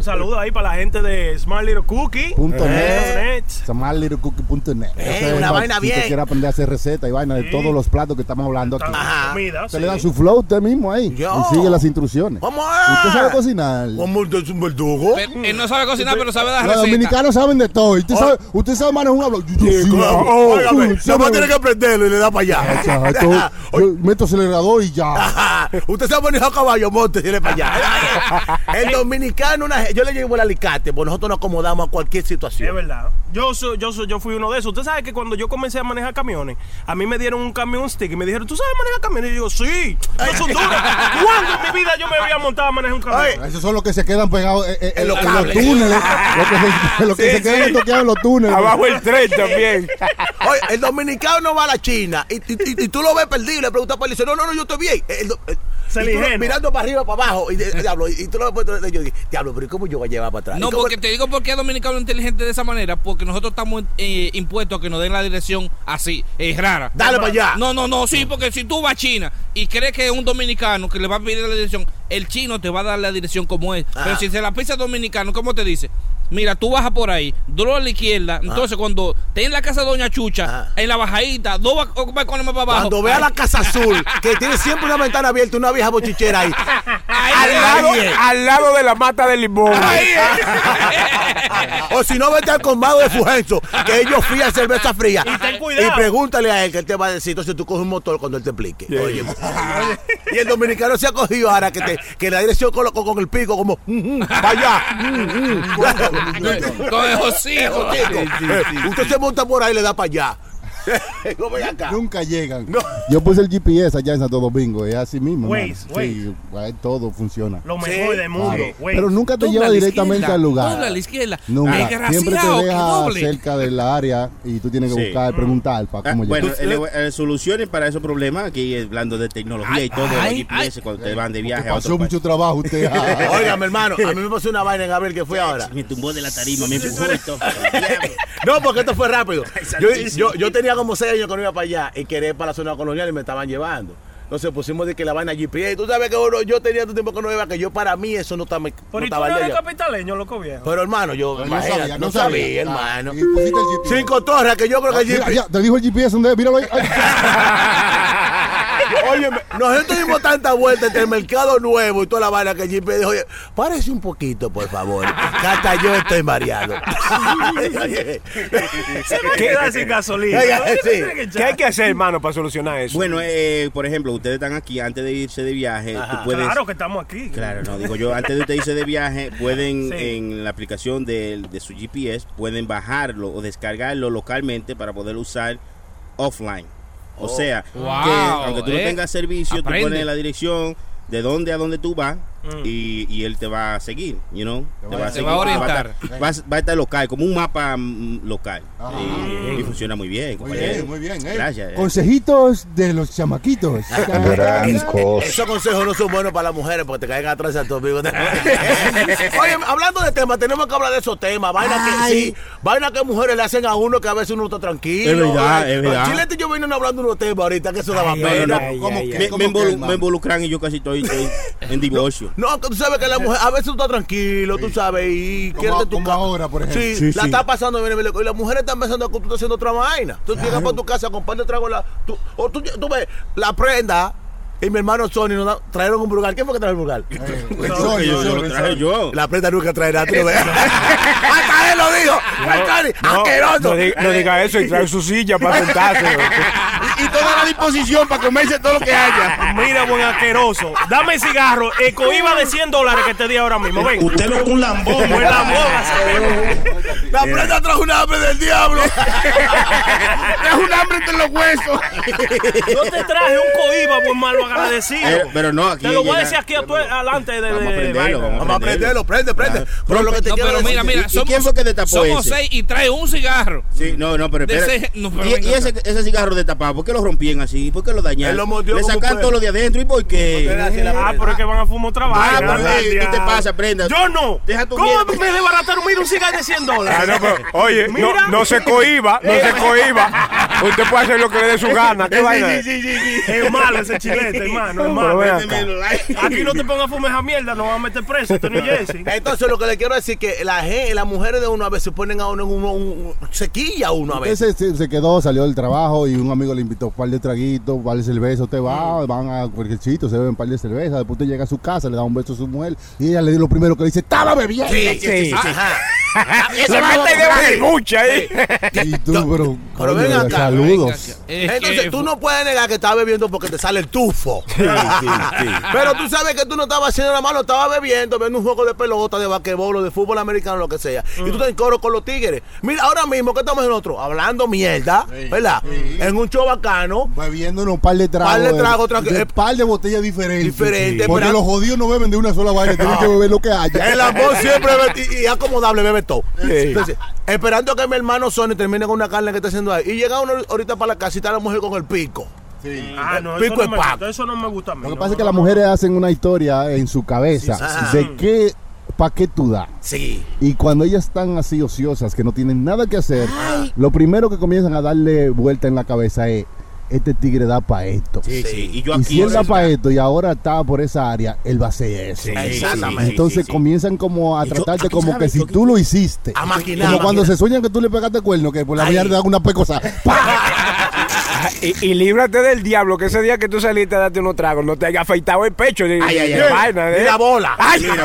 Un saludo ahí para la gente de Smart Little Cookie. .net. SmartLittleCookie.net. Una vaina si bien. usted quiere aprender a hacer recetas y vaina de todos los platos que estamos hablando aquí. Comida, Se le dan su flow usted mismo ahí. Y sigue las instrucciones. Vamos a ¿Usted sabe cocinar? ¿Cómo usted es un verdugo? Él no sabe cocinar, pero sabe dar Los recetas. dominicanos saben de todo. ¿Usted sabe manejar un hablo? Óigame, nomás tiene que aprenderlo y le da para allá. Yo meto acelerador y ya. Usted sabe manejar caballo, monte y le para allá. El dominicano, yo le llevo el alicate, porque nosotros nos acomodamos a cualquier situación. Es verdad. Yo fui uno de esos. Usted sabe que cuando yo comencé a manejar camiones, a mí me dieron un camión stick y me dijeron, ¿tú sabes manejar camiones? Y yo digo, sí, no son duros. ¿Cuándo en mi vida yo me había montado a manejar un camión? Esos son los que se quedan pegados en los cables. túneles. Los que se quedan toqueados en los túneles. Abajo el tren también. Oye, el dominicano no va a la China y tú lo ves perdido y le preguntas para él y dice, no, yo estoy bien. Mirando para arriba, para abajo, y tú lo ves, yo digo, diablo, pero ¿cómo yo voy a llevar para atrás? No, porque te digo por qué es dominicano inteligente de esa manera, porque nosotros estamos impuestos a que nos den la dirección así, es rara. Dale para allá. No, sí, porque si tú vas a China y crees que es un dominicano que le va a pedir la dirección, el chino te va a dar la dirección como es. Pero si se la pisa dominicano, ¿cómo te dice? Mira, tú bajas por ahí, doblas a la izquierda. Entonces, cuando estés en la casa de Doña Chucha, en la bajadita, dos balcones más para abajo. Cuando veas la casa azul, que tiene siempre una ventana abierta, una vieja bochichera ahí. Al lado de la mata de limón. O si no, vete al colmado de Fugenzo, que ellos frían cerveza fría. Y ten cuidado. Y pregúntale a él que él te va a decir, entonces tú coges un motor cuando él te explique. Oye, y el dominicano se ha cogido ahora que la dirección con el pico, como, vaya. Con el hocico. Usted se monta por ahí y le da para allá. Nunca llegan. No. Yo puse el GPS allá en Santo Domingo, es así mismo. Waze. Sí, ahí todo funciona. Lo mejor del mundo. Claro. Waze. Pero nunca te Dobla lleva a la directamente izquierda, al lugar. dobla a la izquierda. Nunca. Siempre Desgraciado, te que deja doble. cerca del área y tú tienes que buscar, preguntar para cómo Bueno, llegar. soluciones para esos problemas, aquí hablando de tecnología y todo, los GPS cuando te van de viaje a Pasó otro país. mucho trabajo usted. Oiga, mi hermano, a mí me pasó una vaina en abril que fue ahora. Me tumbó de la tarima, me empujó y todo. No, porque esto fue rápido. Yo tenía como 6 años que no iba para allá y quería ir para la zona colonial y me estaban llevando. Entonces pusimos de que la vaina GPS. Tú sabes que yo tenía tanto tiempo que no iba, que yo para mí eso no estaba. Pero tú no eres capitaleño, loco viejo. Pero hermano, yo no sabía, hermano. Y pusiste el GPS. 5 torres, que yo creo que el GPS. Ya, te dijo el GPS donde, míralo ahí. Oye, nosotros dimos tanta vuelta entre el mercado nuevo y toda la vaina que el GPS dijo, oye, párese un poquito, por favor. Que hasta yo estoy mareado. Queda sin gasolina. Sí. ¿Qué hay que hacer, hermano, para solucionar eso? Bueno, por ejemplo, ustedes están aquí antes de irse de viaje. Tú puedes, Claro que estamos aquí. Claro, no, digo yo, antes de usted irse de viaje, pueden en la aplicación de su GPS, pueden bajarlo o descargarlo localmente para poder usar offline. O sea, que aunque tú no tengas servicio, Aprende. tú pones la dirección de dónde a dónde tú vas y él te va a seguir, te va a seguir, va a orientar. Va a estar local, como un mapa local. Y funciona muy bien, compañero. Muy bien. Gracias. Consejitos de los chamaquitos. Esos consejos no son buenos para las mujeres porque te caen atrás a tu amigo. Oye, hablando de temas, tenemos que hablar de esos temas. Vaina que mujeres le hacen a uno que a veces uno está tranquilo. Es verdad. Chilete y yo vino hablando de unos temas ahorita que eso daba pena. Me involucran y yo casi estoy en divorcio. No, tú sabes que la mujer, a veces tú estás tranquilo, tú sabes, y quieres tu casa. Ahora, por ejemplo. Sí, la está pasando bien, y las mujeres están pensando que tú estás haciendo otra vaina. Tú llegas para tu casa, compadre, trago tú ves la prenda. Y mi hermano Sony nos trajeron un brugal. ¿Quién fue que trajo el brugal? Yo lo traje yo. La prenda nunca traerá, tú lo ves. Hasta él lo dijo. Asqueroso. No diga eso y trae su silla para sentarse. Y toda la disposición para comerse todo lo que haya. Mira, buen asqueroso. Dame el cigarro. El coiba de $100 que te di ahora mismo. Ven. Usted lo con un lambón. Buen lambón. La prenda trajo un hambre del diablo. Es un hambre entre los huesos. Yo te traje un coiba, buen malo agradecido. Pero no, aquí. Te lo voy a decir aquí adelante de Vamos a aprenderlo. Vamos a prenderlo, prende. Pero lo que te No, quiero pero decir. mira, ¿Y quién fue que destapó somos ese? 6 y trae un cigarro. Sí, no, pero espera. Y ese cigarro destapado, ¿por qué lo rompían así? ¿Por qué lo dañaron? Él lo mordió Le como sacan un todo lo de adentro. ¿Y por qué? Pero es que van a fumar otra vaina. Pero ¿qué te pasa, prenda? Yo no. Deja tu ¿Cómo mierda. me desbarataron? Mira un cigarro de $100. Oye, Mira. no se cohiba, no se cohiba. Usted puede hacer lo que le dé su gana. ¿Qué vaina? Sí. Es malo ese chilete, hermano. Es malo. Aquí no te pongas a fumar esa mierda, no vas a meter preso, tú ni Jesse. Entonces, lo que le quiero decir es que las mujeres de uno a veces ponen a uno en un sequilla a uno a veces. Se quedó, salió del trabajo y un amigo le invitó un par de traguitos, un par de cervezas. Usted va, van a cualquier sitio, se beben un par de cervezas. Después usted llega a su casa, le da un beso a su mujer y ella le dio lo primero que le dice: ¡estaba bebiendo! Sí. Ajá. Se mete de mucha ahí. Y tú, pero ven acá. Saludos. Entonces tú no puedes negar que estabas bebiendo porque te sale el tufo. Pero tú sabes que tú no estabas haciendo nada malo, estabas bebiendo un juego de pelota, de basquetbol o de fútbol americano, lo que sea. Y tú estás en coro con los tigres. Mira, ahora mismo, ¿qué estamos nosotros? Hablando mierda, ¿verdad? En un show bacano. Bebiéndonos un par de tragos. Un par de botellas diferentes. Porque los jodidos no beben de una sola vaina, tienen que beber lo que haya. El amor siempre y acomodable bebe todo. Entonces, esperando que mi hermano Sony termine con una carne que está haciendo ahí. Y llega uno ahorita para la casa y está la mujer con el pico. Sí. No, pico eso no me gusta a mí. Lo que pasa es que las mujeres hacen una historia en su cabeza de qué, ¿para qué tú das? Sí. Y cuando ellas están así ociosas, que no tienen nada que hacer, lo primero que comienzan a darle vuelta en la cabeza es: este tigre da para esto. Sí. Y si él da para esto y ahora está por esa área, él va a hacer eso. Exactamente. Entonces comienzan como a tratarte como que si tú lo hiciste. A maquinar. Como cuando se sueñan que tú le pegaste cuerno, que por la mañana te dan una pecosa. Y líbrate del diablo, que ese día que tú saliste a darte unos tragos, no te haya afeitado el pecho. Vaina, y la bola. Mira,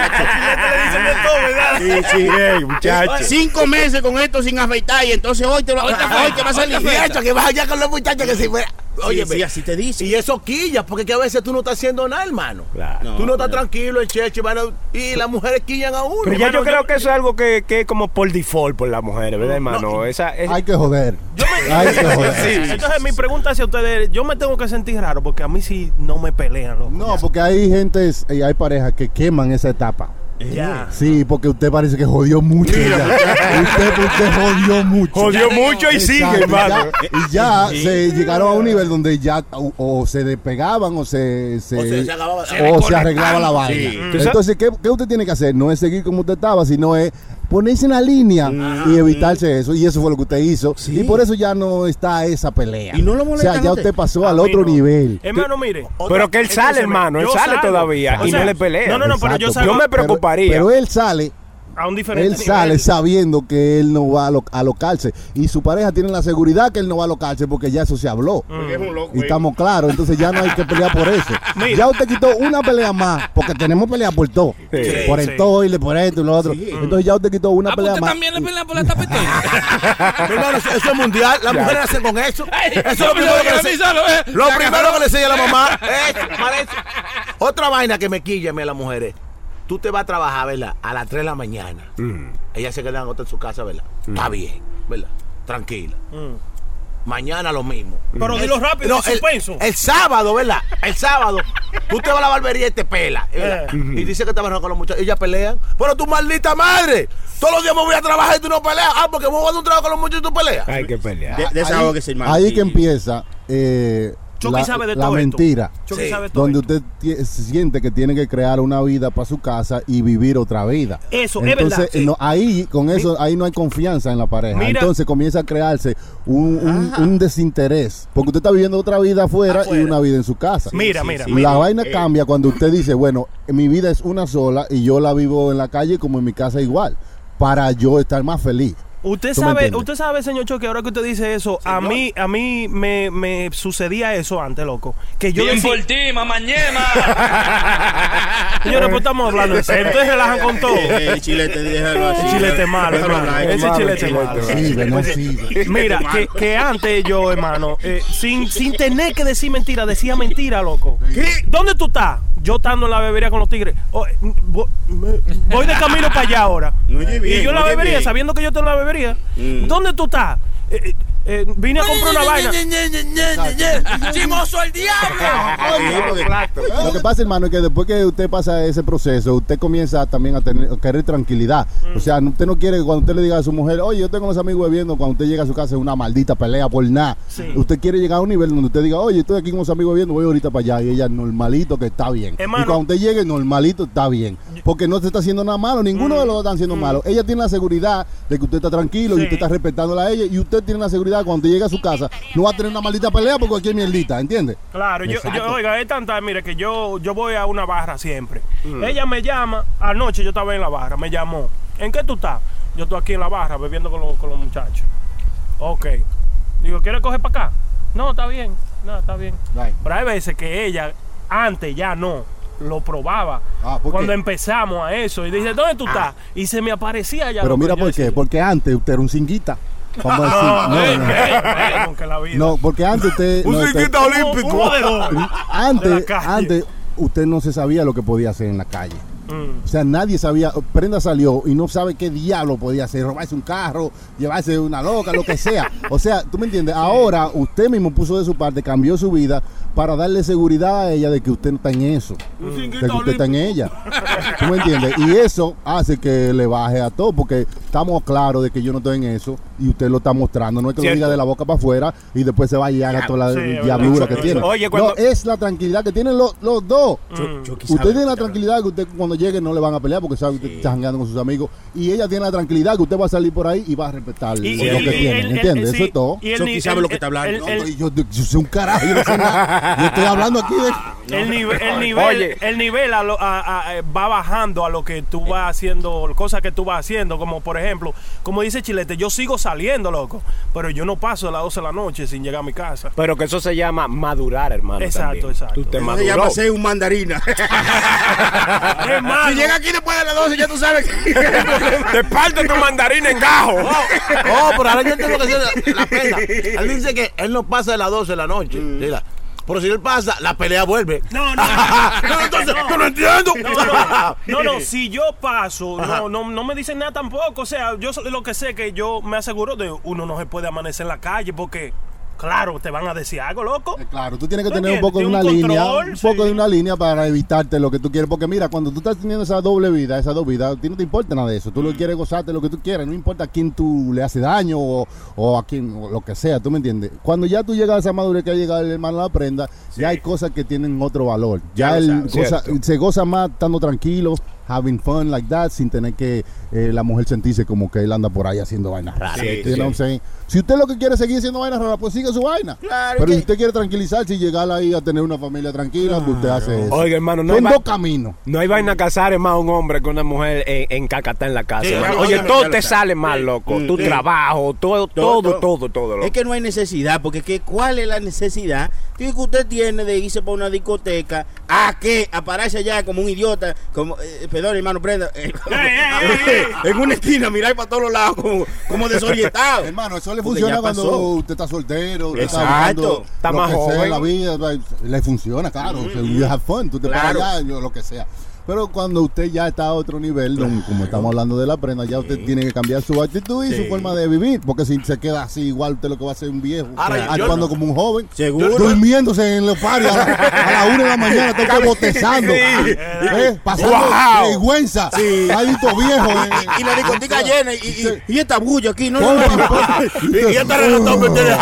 muchacho. Sí, muchacho. 5 meses con esto sin afeitar y entonces hoy que va a salir. Que vas allá con los muchachos que si fuera. Oye, sí, así te dice. Y eso quilla, porque que a veces tú no estás haciendo nada, hermano. Claro. Tú no estás tranquilo, el cheche, y las mujeres quillan a uno. Pero ya yo creo que eso es algo que es como por default por las mujeres, ¿verdad, hermano? Hay que joder. Hay que joder. Entonces mi pregunta hacia ustedes, yo me tengo que sentir raro porque a mí sí no me pelean, loco. No, porque hay gente y hay parejas que queman esa etapa. Ya. Sí, porque usted parece que jodió mucho. Usted jodió mucho. Jodió mucho y sigue, hermano. Y ya se llegaron a un nivel donde ya o se despegaban o se arreglaba la vaina. Sí. Entonces, ¿qué usted tiene que hacer? No es seguir como usted estaba, sino es ponerse en la línea y evitarse eso. Y eso fue lo que usted hizo. Sí. Y por eso ya no está esa pelea. Y no lo molesta. O sea, ya usted pasó al otro nivel. Hermano, mire. Pero que él sale, hermano. Él sale todavía y no le pelea. No, pero yo salgo. Yo me preocuparía. Pero él sale. A un diferente nivel. Sale sabiendo que él no va a alocarse. Y su pareja tiene la seguridad que él no va a alocarse porque ya eso se habló. Y estamos claros. Entonces ya no hay que pelear por eso. Ya usted quitó una pelea más. Porque tenemos pelea por todo. Por el toile, por esto y lo otro. Entonces ya usted quitó una pelea más. ¿También le pelean por la tapetoide? Hermano, eso es mundial. Las mujeres hacen con eso. Eso es lo primero que le enseña a la mamá. Otra vaina que me quilla a las mujeres. Tú te vas a trabajar, ¿verdad? A las 3 de la mañana. Ellas se quedan en su casa, ¿verdad? Está bien, ¿verdad? Tranquila. Mañana lo mismo. Pero dilo rápido, suspenso. El sábado, ¿verdad? El sábado, tú te vas a la barbería y te pela. Y dice que te vas a con los muchachos. Ellas pelean. Pero tu maldita madre. Todos los días me voy a trabajar y tú no peleas. Porque me voy a dar un trabajo con los muchachos y tú peleas. Hay que pelear. Ahí que empieza. Chucky sabe de todo mentira, donde usted siente que tiene que crear una vida para su casa y vivir otra vida. Eso es verdad. No, ahí no hay confianza en la pareja. Entonces comienza a crearse un desinterés, porque usted está viviendo otra vida afuera y una vida en su casa. Mira. La vaina cambia cuando usted dice, bueno, mi vida es una sola y yo la vivo en la calle como en mi casa igual, para yo estar más feliz. Usted sabe, señor Chucky, ahora que usted dice eso, a mí me sucedía eso antes, loco. Que yo bien por ti, mamañema. Señores, pues estamos hablando de serio. Ustedes relajan con todo. Chilete, déjalo así. Chilete malo, hermano. Ese chilete malo. Mira, que antes yo, hermano, sin tener que decir mentira, decía mentira, loco. ¿Qué? ¿Dónde tú estás? Yo estando en la bebería con los tigres. Voy de camino para allá ahora. Y yo en la bebería, sabiendo que yo estoy en la bebería. ¿Dónde tú estás? Vine a comprar una vaina. ¡Chimoso el diablo! Lo que pasa, hermano, es que después que usted pasa ese proceso, usted comienza también a querer tranquilidad. O sea, usted no quiere que cuando usted le diga a su mujer, oye, yo tengo unos amigos bebiendo, cuando usted llega a su casa es una maldita pelea por nada. Usted quiere llegar a un nivel donde usted diga, oye, estoy aquí con unos amigos bebiendo, voy ahorita para allá. Y ella, normalito, que está bien. Hermano, y cuando usted llegue, normalito, está bien. Porque no se está haciendo nada malo, ninguno de los dos están haciendo malo. Ella tiene la seguridad de que usted está tranquilo y usted está respetándola a ella, y usted tiene la seguridad llegar, cuando te llegue a su casa, no va a tener una maldita pelea por cualquier mierdita, ¿entiendes? Claro, yo oiga, es tanta, mire, que yo voy a una barra siempre. Ella me llama, anoche yo estaba en la barra, me llamó. ¿En qué tú estás? Yo estoy aquí en la barra bebiendo con los muchachos. Ok. Digo, ¿quieres coger para acá? No, está bien. No, está bien. Right. Pero hay veces que ella, antes ya no, lo probaba. Cuando empezamos a eso. Y dice, ¿dónde tú estás? Y se me aparecía ya. Pero mira por qué. Porque antes usted era un cinguita. Vamos a decir. No, porque antes usted. Un cinguita olímpico. Antes usted no se sabía lo que podía hacer en la calle. O sea, nadie sabía. Prenda salió y no sabe qué diablo podía hacer. Robarse un carro, llevarse una loca, lo que sea. O sea, tú me entiendes. Ahora usted mismo puso de su parte, cambió su vida para darle seguridad a ella de que usted no está en eso, de que usted está en ella. ¿Tú me entiendes? Y eso hace que le baje a todo, porque estamos claros de que yo no estoy en eso y usted lo está mostrando. No es que lo diga de la boca para afuera y después se vaya y haga toda la diablura que tiene. Oye, no, es la tranquilidad que tienen los dos. Usted tiene la tranquilidad que usted cuando llegue no le van a pelear porque sabe que usted está jangueando con sus amigos, y ella tiene la tranquilidad que usted va a salir por ahí y va a respetar lo que tiene, ¿entiendes? Eso es todo. Chucky sabe lo que está hablando. Yo soy un carajo, yo no sé nada. Yo estoy hablando aquí de... El nivel va bajando a lo que tú vas haciendo, cosas que tú vas haciendo, como por ejemplo, como dice Chilete, yo sigo saliendo, loco, pero yo no paso a las 12 de la noche sin llegar a mi casa. Pero que eso se llama madurar, hermano. Exacto. Tú te se llama ser un mandarina. Si llega aquí después de las 12, ya tú sabes que te parte tu mandarina en gajo. Pero ahora yo entiendo lo que dice la pena. Él dice que él no pasa de las 12 de la noche. Mira. Pero si él pasa, la pelea vuelve. No, entonces, yo no entiendo. No, si yo paso, no me dicen nada tampoco. O sea, yo lo que sé que yo me aseguro de uno no se puede amanecer en la calle porque... Claro, te van a decir algo, loco. Claro, tú tienes que tener un poco de una línea, de una línea para evitarte lo que tú quieres. Porque mira, cuando tú estás teniendo esa doble vida, a ti no te importa nada de eso. Tú lo quieres gozarte lo que tú quieres, no importa a quién tú le haces daño o a quién, o lo que sea, ¿tú me entiendes? Cuando ya tú llegas a esa madurez que ha llegado el hermano a la prenda, ya hay cosas que tienen otro valor. Ya se goza más estando tranquilo, having fun like that, sin tener que la mujer sentirse como que él anda por ahí haciendo vainas raras. Si usted lo que quiere es seguir haciendo vainas raras, pues sigue su vaina. Claro, pero si usted quiere tranquilizarse y llegar ahí a tener una familia tranquila, pues usted hace eso. Oiga, hermano, no hay dos caminos. No hay vaina casar más un hombre que una mujer en cacatá en la casa. Sí, oye, todo te sale mal, loco. Tu trabajo, todo. Loco. Es que no hay necesidad, porque ¿cuál es la necesidad que usted tiene de irse para una discoteca a pararse allá como un idiota, como perdón, hermano, prenda, en una esquina, mirar para todos los lados como desorientado. Hermano, eso le funciona cuando usted está soltero, usted está más joven. La vida le funciona, claro. You have fun, tú te paras allá, lo que sea. Pero cuando usted ya está a otro nivel, como estamos hablando de la prenda, ya usted tiene que cambiar su actitud y su forma de vivir. Porque si se queda así, igual usted lo que va a ser un viejo. Actuando como un joven. Seguro. Durmiéndose en los paris a la 1 de la mañana, está usted botezando. Pasando vergüenza. Maldito viejo. Y la discoteca llena. Y esta bulla aquí, ¿no? Y este reggaetón me tiene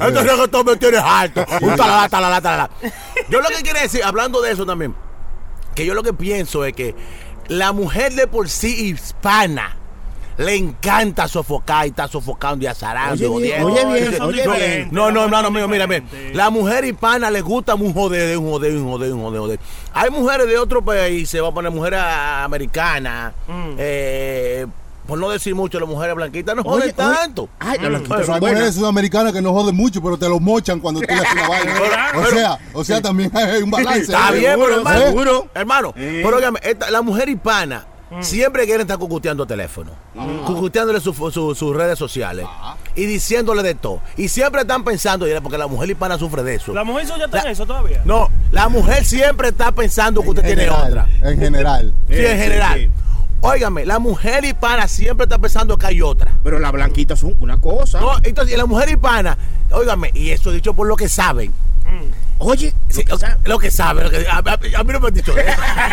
alto. Un talala. Yo lo que quiero decir, hablando de eso también, que yo lo que pienso es que la mujer de por sí hispana le encanta sofocar y está sofocando y azarando. Oye bien. No, hermano mío, mírame. La mujer hispana le gusta un joder. Hay mujeres de otro país, se va a poner mujeres americanas, por no decir mucho, las mujeres blanquitas no joden tanto. Hay mujeres sudamericanas que no joden mucho, pero te lo mochan cuando tú le haces una vaina. O sea, también hay un balance. Está bien, pero hermano, pero óigame, la mujer hispana siempre quieren estar cucuteando teléfono, cucuteándole sus redes sociales y diciéndole de todo. Y siempre están pensando, porque la mujer hispana sufre de eso. ¿La mujer suya está en eso todavía? No, la mujer siempre está pensando que usted tiene otra. En general. Sí, en general. Sí. Óigame, la mujer hispana siempre está pensando que hay otra. Pero las blanquitas son una cosa. No, entonces, la mujer hispana, óigame, y eso dicho por lo que saben. Oye, sí, lo que saben. A mí no me han dicho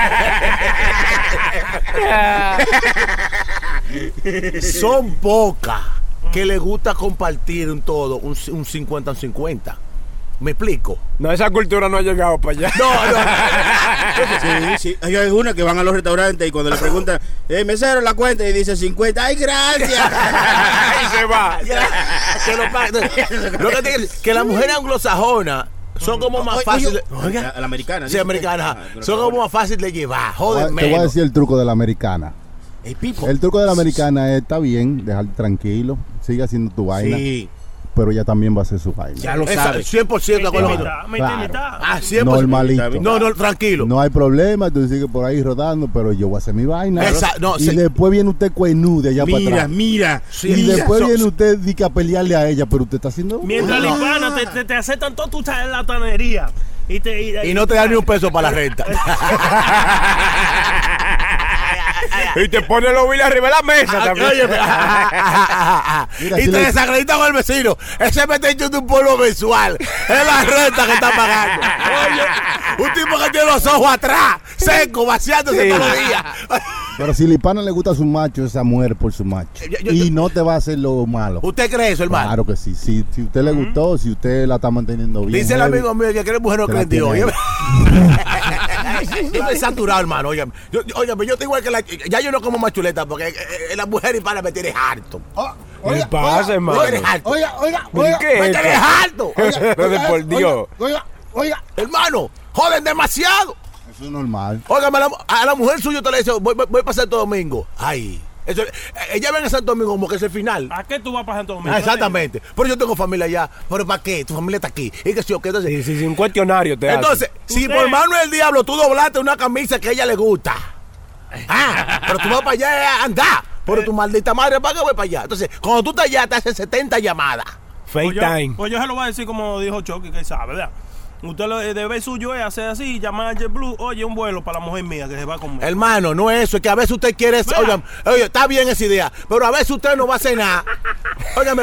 eso. Son pocas que les gusta compartir un todo, un 50-50. ¿Me explico? No, esa cultura no ha llegado para allá. No. Sí. Hay algunas que van a los restaurantes y cuando le preguntan, mesero, la cuenta, y dice 50, ¡ay, gracias! Y se va. Que la mujer anglosajona son como más fáciles. La americana. Sí, americana. Son como más fáciles de llevar. Joder, te voy a decir el truco de la americana. El truco de la americana está bien, dejarte tranquilo, sigue haciendo tu vaina. Sí. Pero ella también va a hacer su vaina. Ya lo sabes. 100% de acuerdo. Ah, 100%. Normalito. No, tranquilo. No hay problema, tú sigues por ahí rodando, pero yo voy a hacer mi vaina. No, y después viene usted cuenú de allá para atrás. Mira. Y después viene usted a pelearle a ella, pero usted está haciendo... Mientras la hispana te aceptan toda tu charlatanería. Y no te dan ni un peso para la renta. Y te pone los biles arriba de la mesa también. Y te desacreditan con el vecino. Ese mete echando un polvo mensual. Es la renta que está pagando. Oye, un tipo que tiene los ojos atrás, seco, vaciándose todos los días. Pero si la hispana le gusta a su macho, esa mujer por su macho. Y no te va a hacer lo malo. ¿Usted cree eso, hermano? Claro que sí. Si usted le gustó, si usted la está manteniendo bien. Dice el amigo mío que quiere mujer no creyó. Yo estoy saturado, hermano. Óyame, yo estoy igual que ya yo no como más chuleta porque la mujer hispana me tiene harto. ¿Qué pasa, hermano? Oiga. ¿Qué? Me tiene harto. Por Dios. Oiga. Hermano, joden demasiado. Eso es normal. Óigame, a la mujer suya te le dice, voy para Santo Domingo. Ay. Eso, ella viene a Santo Domingo como que es el final. ¿A qué tú vas para Santo Domingo? Exactamente. Pero yo tengo familia allá. ¿Pero para qué? Tu familia está aquí. Y que sí, entonces, sí, un cuestionario te entonces, hace. Si por mano del diablo tú doblaste una camisa que a ella le gusta. Pero tú vas para allá a andar. Pero tu maldita madre, ¿para qué voy para allá? Entonces, cuando tú estás allá, te haces 70 llamadas. FaceTime. Pues yo se lo voy a decir como dijo Chucky, que sabe, ¿verdad? Usted lo debe suyo es hacer así, llamar a JetBlue, oye, un vuelo para la mujer mía que se va conmigo. Hermano, no es eso, es que a veces usted quiere, oye, está bien esa idea, pero a veces usted no va a hacer nada. Óigame,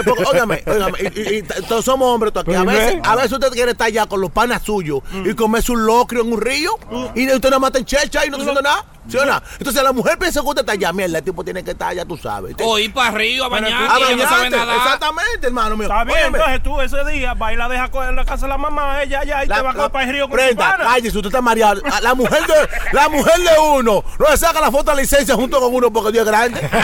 y todos somos hombres, a veces usted quiere estar allá con los panas suyos y comerse un locrio en un río y usted no mata en checha y no está haciendo nada. ¿Sí o no? Entonces la mujer piensa que usted está allá, mierda, el tipo tiene que estar allá, tú sabes. O ir para arriba a bañar, y no sabe nada. Exactamente, hermano mío. Está bien, entonces tú ese día vas y la dejas en la casa de la mamá, ella allá y te vas para el río con su pana. Cállese, usted está mareado. La mujer de uno no le saca la foto de licencia junto con uno porque Dios es grande. Usted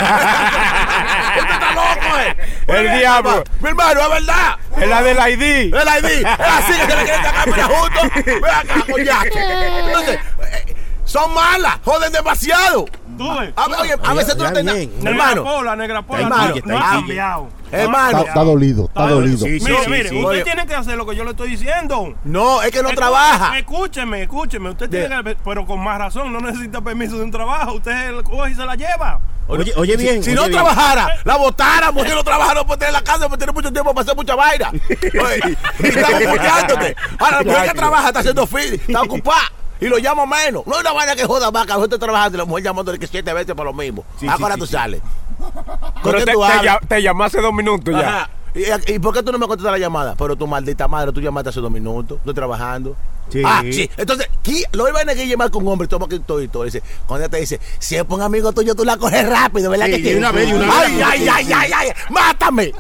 está loco, El diablo. Mi hermano, es verdad. Es la del ID. Es así que se le quieren sacar para juntos. Ve acá, coñaque. Entonces, son malas, joden demasiado. A veces tú no tengas. Hermano. Negra Pola. Hermano, no ha cambiado. Hermano. Está dolido. Mire, usted tiene que hacer lo que yo le estoy diciendo. No, es que no trabaja. Escúcheme. Usted tiene que, pero con más razón, no necesita permiso de un trabajo. Usted coge y se la lleva. Oye bien. Si no trabajara, la botáramos. Si no trabajara, no puede tener la casa, puede tener mucho tiempo para hacer mucha vaina. Y estamos escuchándote. Ahora, la mujer que trabaja está haciendo feed, está ocupada. Y lo llamo menos. No es una vaina que joda más, que usted trabajando y la mujer llamándole que 7 veces por lo mismo. Ahora tú sales. Pero te llamé hace 2 minutos ya. Ajá. ¿Y por qué tú no me contestas la llamada? Pero tu maldita madre, tú llamaste hace 2 minutos. Estoy trabajando. Sí. Sí. Entonces, lo iban a llamar con un hombre, toma que todo y todo. Dice, cuando ella te dice, si es un amigo tuyo, tú la coges rápido, ¿verdad? Sí, que una vez. ¡Ay! ¡Mátame!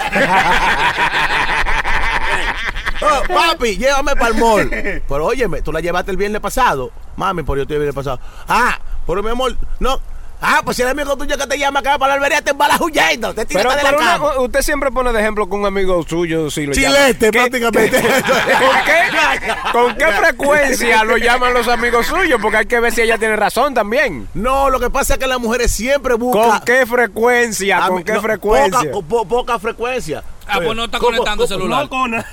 Papi, llévame para el mall. Pero óyeme, tú la llevaste el viernes pasado. Mami, pero yo estoy el viernes pasado. Pero mi amor, no. Pues si el amigo tuyo que te llama que va para la albería te embalas huyendo, te tiras de la cama. Usted siempre pone de ejemplo con un amigo suyo si lo Chilete, prácticamente. ¿Con qué frecuencia lo llaman los amigos suyos? Porque hay que ver si ella tiene razón también. No, lo que pasa es que las mujeres siempre buscan. ¿Con qué frecuencia? Poca frecuencia. Pues no está conectando el celular.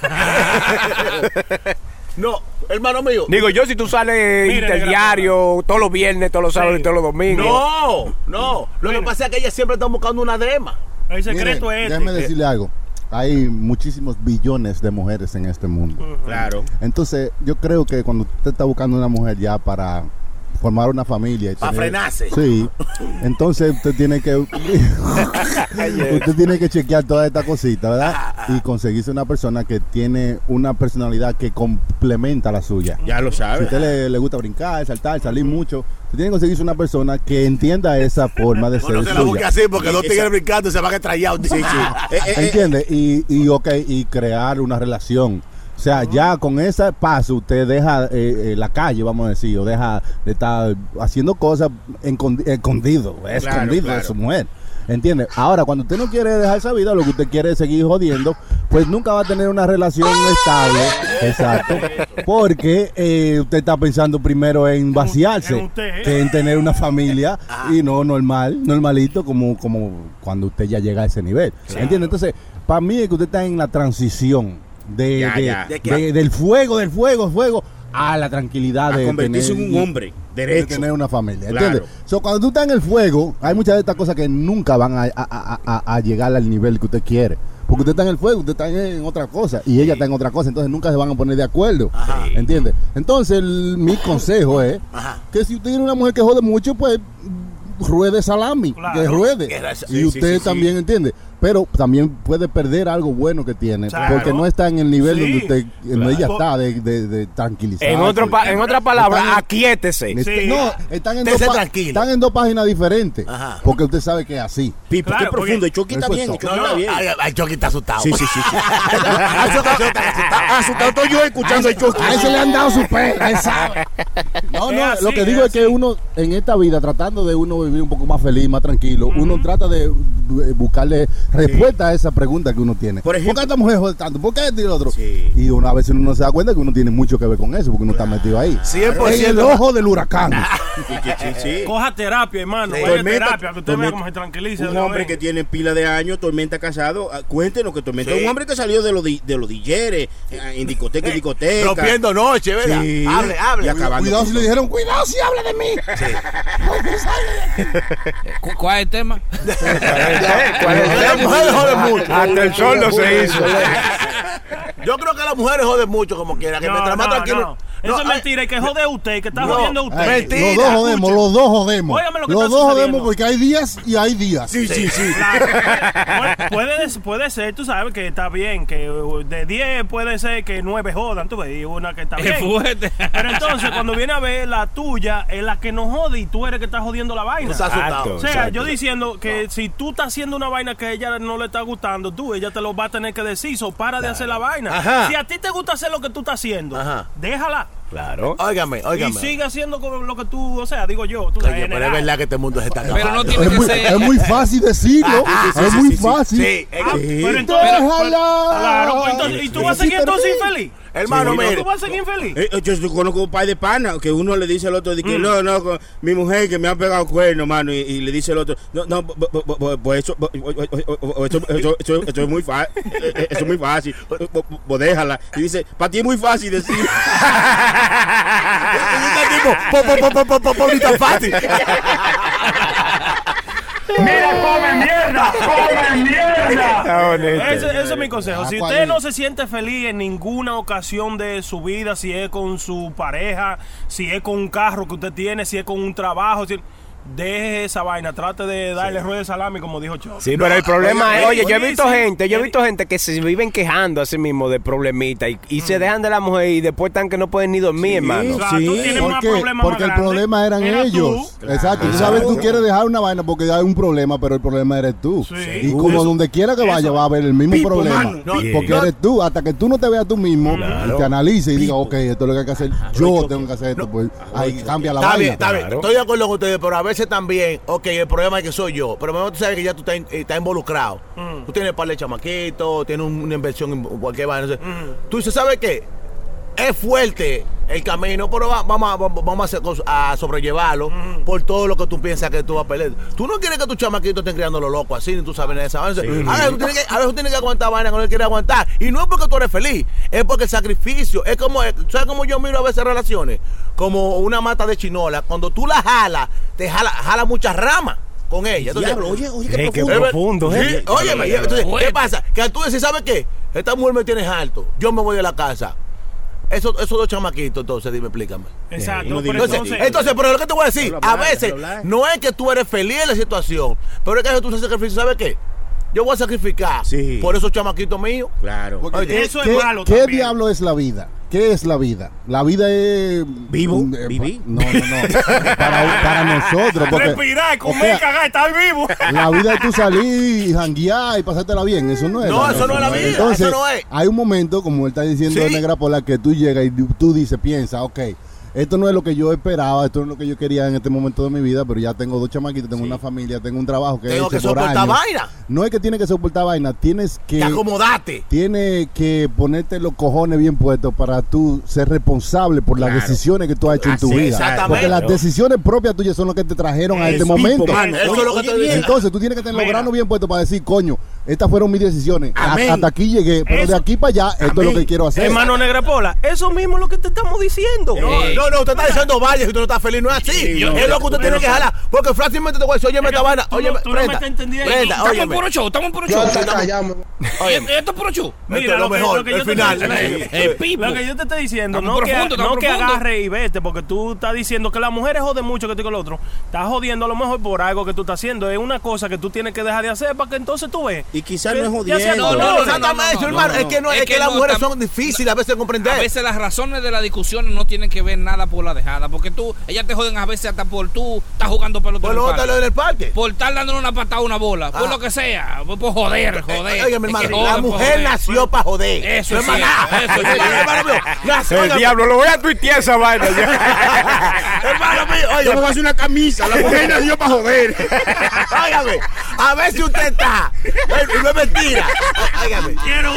No, hermano mío. Digo yo, si tú sales interdiario todos los viernes, todos los sábados y todos los domingos. No. Lo que pasa es que ellas siempre están buscando una dema. El secreto es déjeme decirle algo. Hay muchísimos billones de mujeres en este mundo. Claro. Entonces, yo creo que cuando usted está buscando una mujer ya para formar una familia. Para frenarse. Sí. Entonces usted tiene que chequear toda esta cosita, ¿verdad? Y conseguirse una persona que tiene una personalidad que complementa la suya. Ya lo sabe. Si a usted le gusta brincar, saltar, salir mucho, usted tiene que conseguirse una persona que entienda esa forma de ser. No se la busque así porque dos tigres brincando se van a extrañar. ¿Entiende? Y crear una relación. O sea, ya con ese paso usted deja la calle, vamos a decir, o deja de estar haciendo cosas escondido de su mujer. ¿Entiendes? Ahora, cuando usted no quiere dejar esa vida, lo que usted quiere es seguir jodiendo, pues nunca va a tener una relación estable. Exacto. Porque usted está pensando primero en vaciarse que en tener una familia y no normalito, como cuando usted ya llega a ese nivel. Claro. ¿Entiende? Entonces, para mí es que usted está en la transición del fuego a la tranquilidad de convertirse en un hombre derecho, de tener una familia, ¿entiendes? Claro. Cuando tú estás en el fuego, hay muchas de estas cosas que nunca van a llegar al nivel que usted quiere. Porque usted está en el fuego, usted está en otra cosa y ella está en otra cosa, entonces nunca se van a poner de acuerdo. ¿Entiendes? Entonces, mi consejo es que si usted tiene una mujer que jode mucho, pues ruede salami, que ruede. Y usted también, ¿entiende? Pero también puede perder algo bueno que tiene, porque no está en el nivel donde usted, donde ella está, de tranquilizar. En otra palabra, aquíétese. No, están en dos páginas diferentes, porque usted sabe que es así. Pipo, qué profundo. El Chucky está bien. El Chucky está asustado. Sí. Asustado estoy yo escuchando el Chucky. A ese le han dado su pelo, él sabe. Lo que digo es que uno, en esta vida, tratando de uno vivir un poco más feliz, más tranquilo, uno trata de buscarle respuesta a esa pregunta que uno tiene. Por ejemplo, ¿por qué esta mujer jode tanto? ¿Por qué este y el otro? Sí. Y una vez uno no se da cuenta que uno tiene mucho que ver con eso, porque uno está metido ahí. 100%. En el ojo del huracán. Sí. Coja terapia, hermano. Vaya terapia, que usted vea cómo se tranquiliza. Un hombre que tiene pila de años, Tormenta casado. Cuéntenos que Tormenta es un hombre que salió de los DJs, en discoteca y discoteca. Rompiendo noche, ¿verdad? Sí. Hable. Y acabando. Cuidado si le dijeron, cuidado si habla de mí. ¿Cuál es el tema? Las mujeres joden mucho. Hasta el sol no se hizo. Yo creo que las mujeres joden mucho como quiera. Que mientras más tranquilo. Eso es mentira, y que jode usted, que está jodiendo usted. Mentira. Los dos jodemos. Óigame lo que los está dos sucediendo. jodemos porque hay días y hay días. Sí. Claro. Puede ser, tú sabes que está bien, que de 10 puede ser que 9 jodan, tú ves, y una que está bien. Fuerte. Pero entonces, cuando viene a ver, la tuya es la que no jode y tú eres que estás jodiendo la vaina. Exacto. O sea, yo diciendo que si tú estás haciendo una vaina que a ella no le está gustando, ella te lo va a tener que decir, para de hacer la vaina. Si a ti te gusta hacer lo que tú estás haciendo, déjala. Claro. Óigame. Y sigue haciendo lo que tú, o sea, digo yo. Pero es verdad que este mundo se está acabando. Pero no tiene que ser. Es muy fácil decirlo. Es muy fácil. Sí. Pero entonces, claro, ¿y tú vas a seguir entonces infeliz? Hermano, mire. ¿Tú vas a seguir infeliz? Yo conozco un par de panas que uno le dice al otro de que no, mi mujer que me ha pegado cuerno, mano, y le dice al otro, pues eso es muy fácil, eso es muy fácil, pues déjala. Y dice, para ti es muy fácil decir. Ni tan fácil. Mira, come mierda. Ese es mi consejo. Si usted no se siente feliz en ninguna ocasión de su vida, si es con su pareja, si es con un carro que usted tiene, si es con un trabajo, deje esa vaina, trate de darle ruedo de salami, como dijo Choco. Sí, pero el problema es, oye, yo he visto gente que se viven quejando a sí mismo de problemitas y se dejan de la mujer y después están que no pueden ni dormir, hermano. Porque el problema eran ellos. Exacto. Tú sabes, tú quieres dejar una vaina porque hay un problema, pero el problema eres tú. Y como donde quiera que vaya va a haber el mismo problema. Porque eres tú. Hasta que tú no te veas tú mismo y te analices y digas, ok, esto es lo que hay que hacer. Yo tengo que hacer esto. Pues ahí cambia la vaina. Está bien. Estoy de acuerdo con ustedes, pero a veces también, el problema es que soy yo, pero tú sabes que ya tú estás involucrado. Tú tienes par de chamaquitos, tienes una inversión en cualquier vaina. Tú dices, ¿sabes qué? Es fuerte el camino, pero vamos a sobrellevarlo por todo lo que tú piensas que tú vas a perder. Tú no quieres que tus chamaquitos estén criando lo loco así, ni tú sabes nada de esa vaina. A veces tú tienes que aguantar vaina que no quieres aguantar. Y no es porque tú eres feliz, es porque el sacrificio, es como, ¿sabes cómo yo miro a veces relaciones? Como una mata de chinola. Cuando tú la jalas, te jala muchas ramas con ella. Entonces, oye, qué profundo. Sí, óyeme, entonces, ¿qué pasa? Que tú decís, ¿sabes qué? Esta mujer me tiene harto, yo me voy de la casa. Esos dos chamaquitos, entonces, dime, explícame. Exacto. Entonces, pero lo que te voy a decir, a veces no es que tú eres feliz en la situación, pero es que tú haces sacrificio, ¿sabes qué? Yo voy a sacrificar por esos chamaquitos míos. Claro. Porque eso es malo ¿qué también. diablo es la vida? ¿qué es la vida? La vida es... ¿Vivir? No. Para nosotros. Porque, respirar, comer, cagar, estar vivo. La vida es tú salir y janguear y pasártela bien. Eso no es. No, eso no es la vida. Entonces, eso no es. hay un momento, como él está diciendo, Sí. Negra Pola, que tú llegas y tú dices, piensa, ok, esto no es lo que yo esperaba, esto no es lo que yo quería en este momento de mi vida, pero ya tengo 2 chamaquitos, tengo una familia, tengo un trabajo que he Tengo hecho que por soportar años. vaina. No es que tienes que soportar vaina, tienes que... Te acomodate. Tienes que ponerte los cojones bien puestos para tú ser responsable por las decisiones que tú has hecho en tu Así, vida. exactamente. Porque las decisiones propias tuyas son las que te trajeron a este momento. mano. Eso es lo que te digo. Entonces tú tienes que tener los Mira. granos bien puestos para decir, coño, estas fueron mis decisiones. Amén. Hasta aquí llegué, pero Eso. de aquí para allá, esto es lo que quiero hacer. Hermano Negra Pola, eso mismo es lo que te estamos diciendo. No, usted está diciendo vaya si tú no estás feliz, no es así. Sí, es lo que usted tiene que jalar. Porque fácilmente te voy a decir, óyeme esta vaina, óyeme, tú no me prenda, estás entendiendo. prenda, Estamos en óyeme. puro show, estamos en puro Yo show. hasta callamos. Esto es puro show. Esto es lo mejor, lo que yo el te final. estoy El pipo. Lo que yo te estoy diciendo, Estamos profundo, no que profundo. agarre y vete, porque tú estás diciendo que las mujeres joden mucho que tú con el otro. Estás jodiendo a lo mejor por algo que tú estás haciendo. Es una cosa que tú tienes que dejar de hacer para que entonces tú ves. Y quizás que no es ya se jodiendo. acabó. No, Exactamente, hermano. Es que, no, es que las no mujeres estamos- son difíciles a veces de comprender. A veces las razones de la discusión no tienen que ver nada por la dejada, porque ellas te joden a veces hasta por tú estás jugando pelota Pues en el no parque. está en el parque. Por estar dándole una patada a una bola, por lo que sea, por joder. Oye, mi Es que hermano, joden la por mujer joder. nació para joder. Eso no es sí, más nada. eso sí. Hermano mío, nació, El óigame, diablo, lo voy a tuitear esa vaina. hermano mío, Yo me voy a oye, hacer una camisa, la mujer nació para joder. óigame, a ver si usted está, y no es mentira. Óigame, Quiero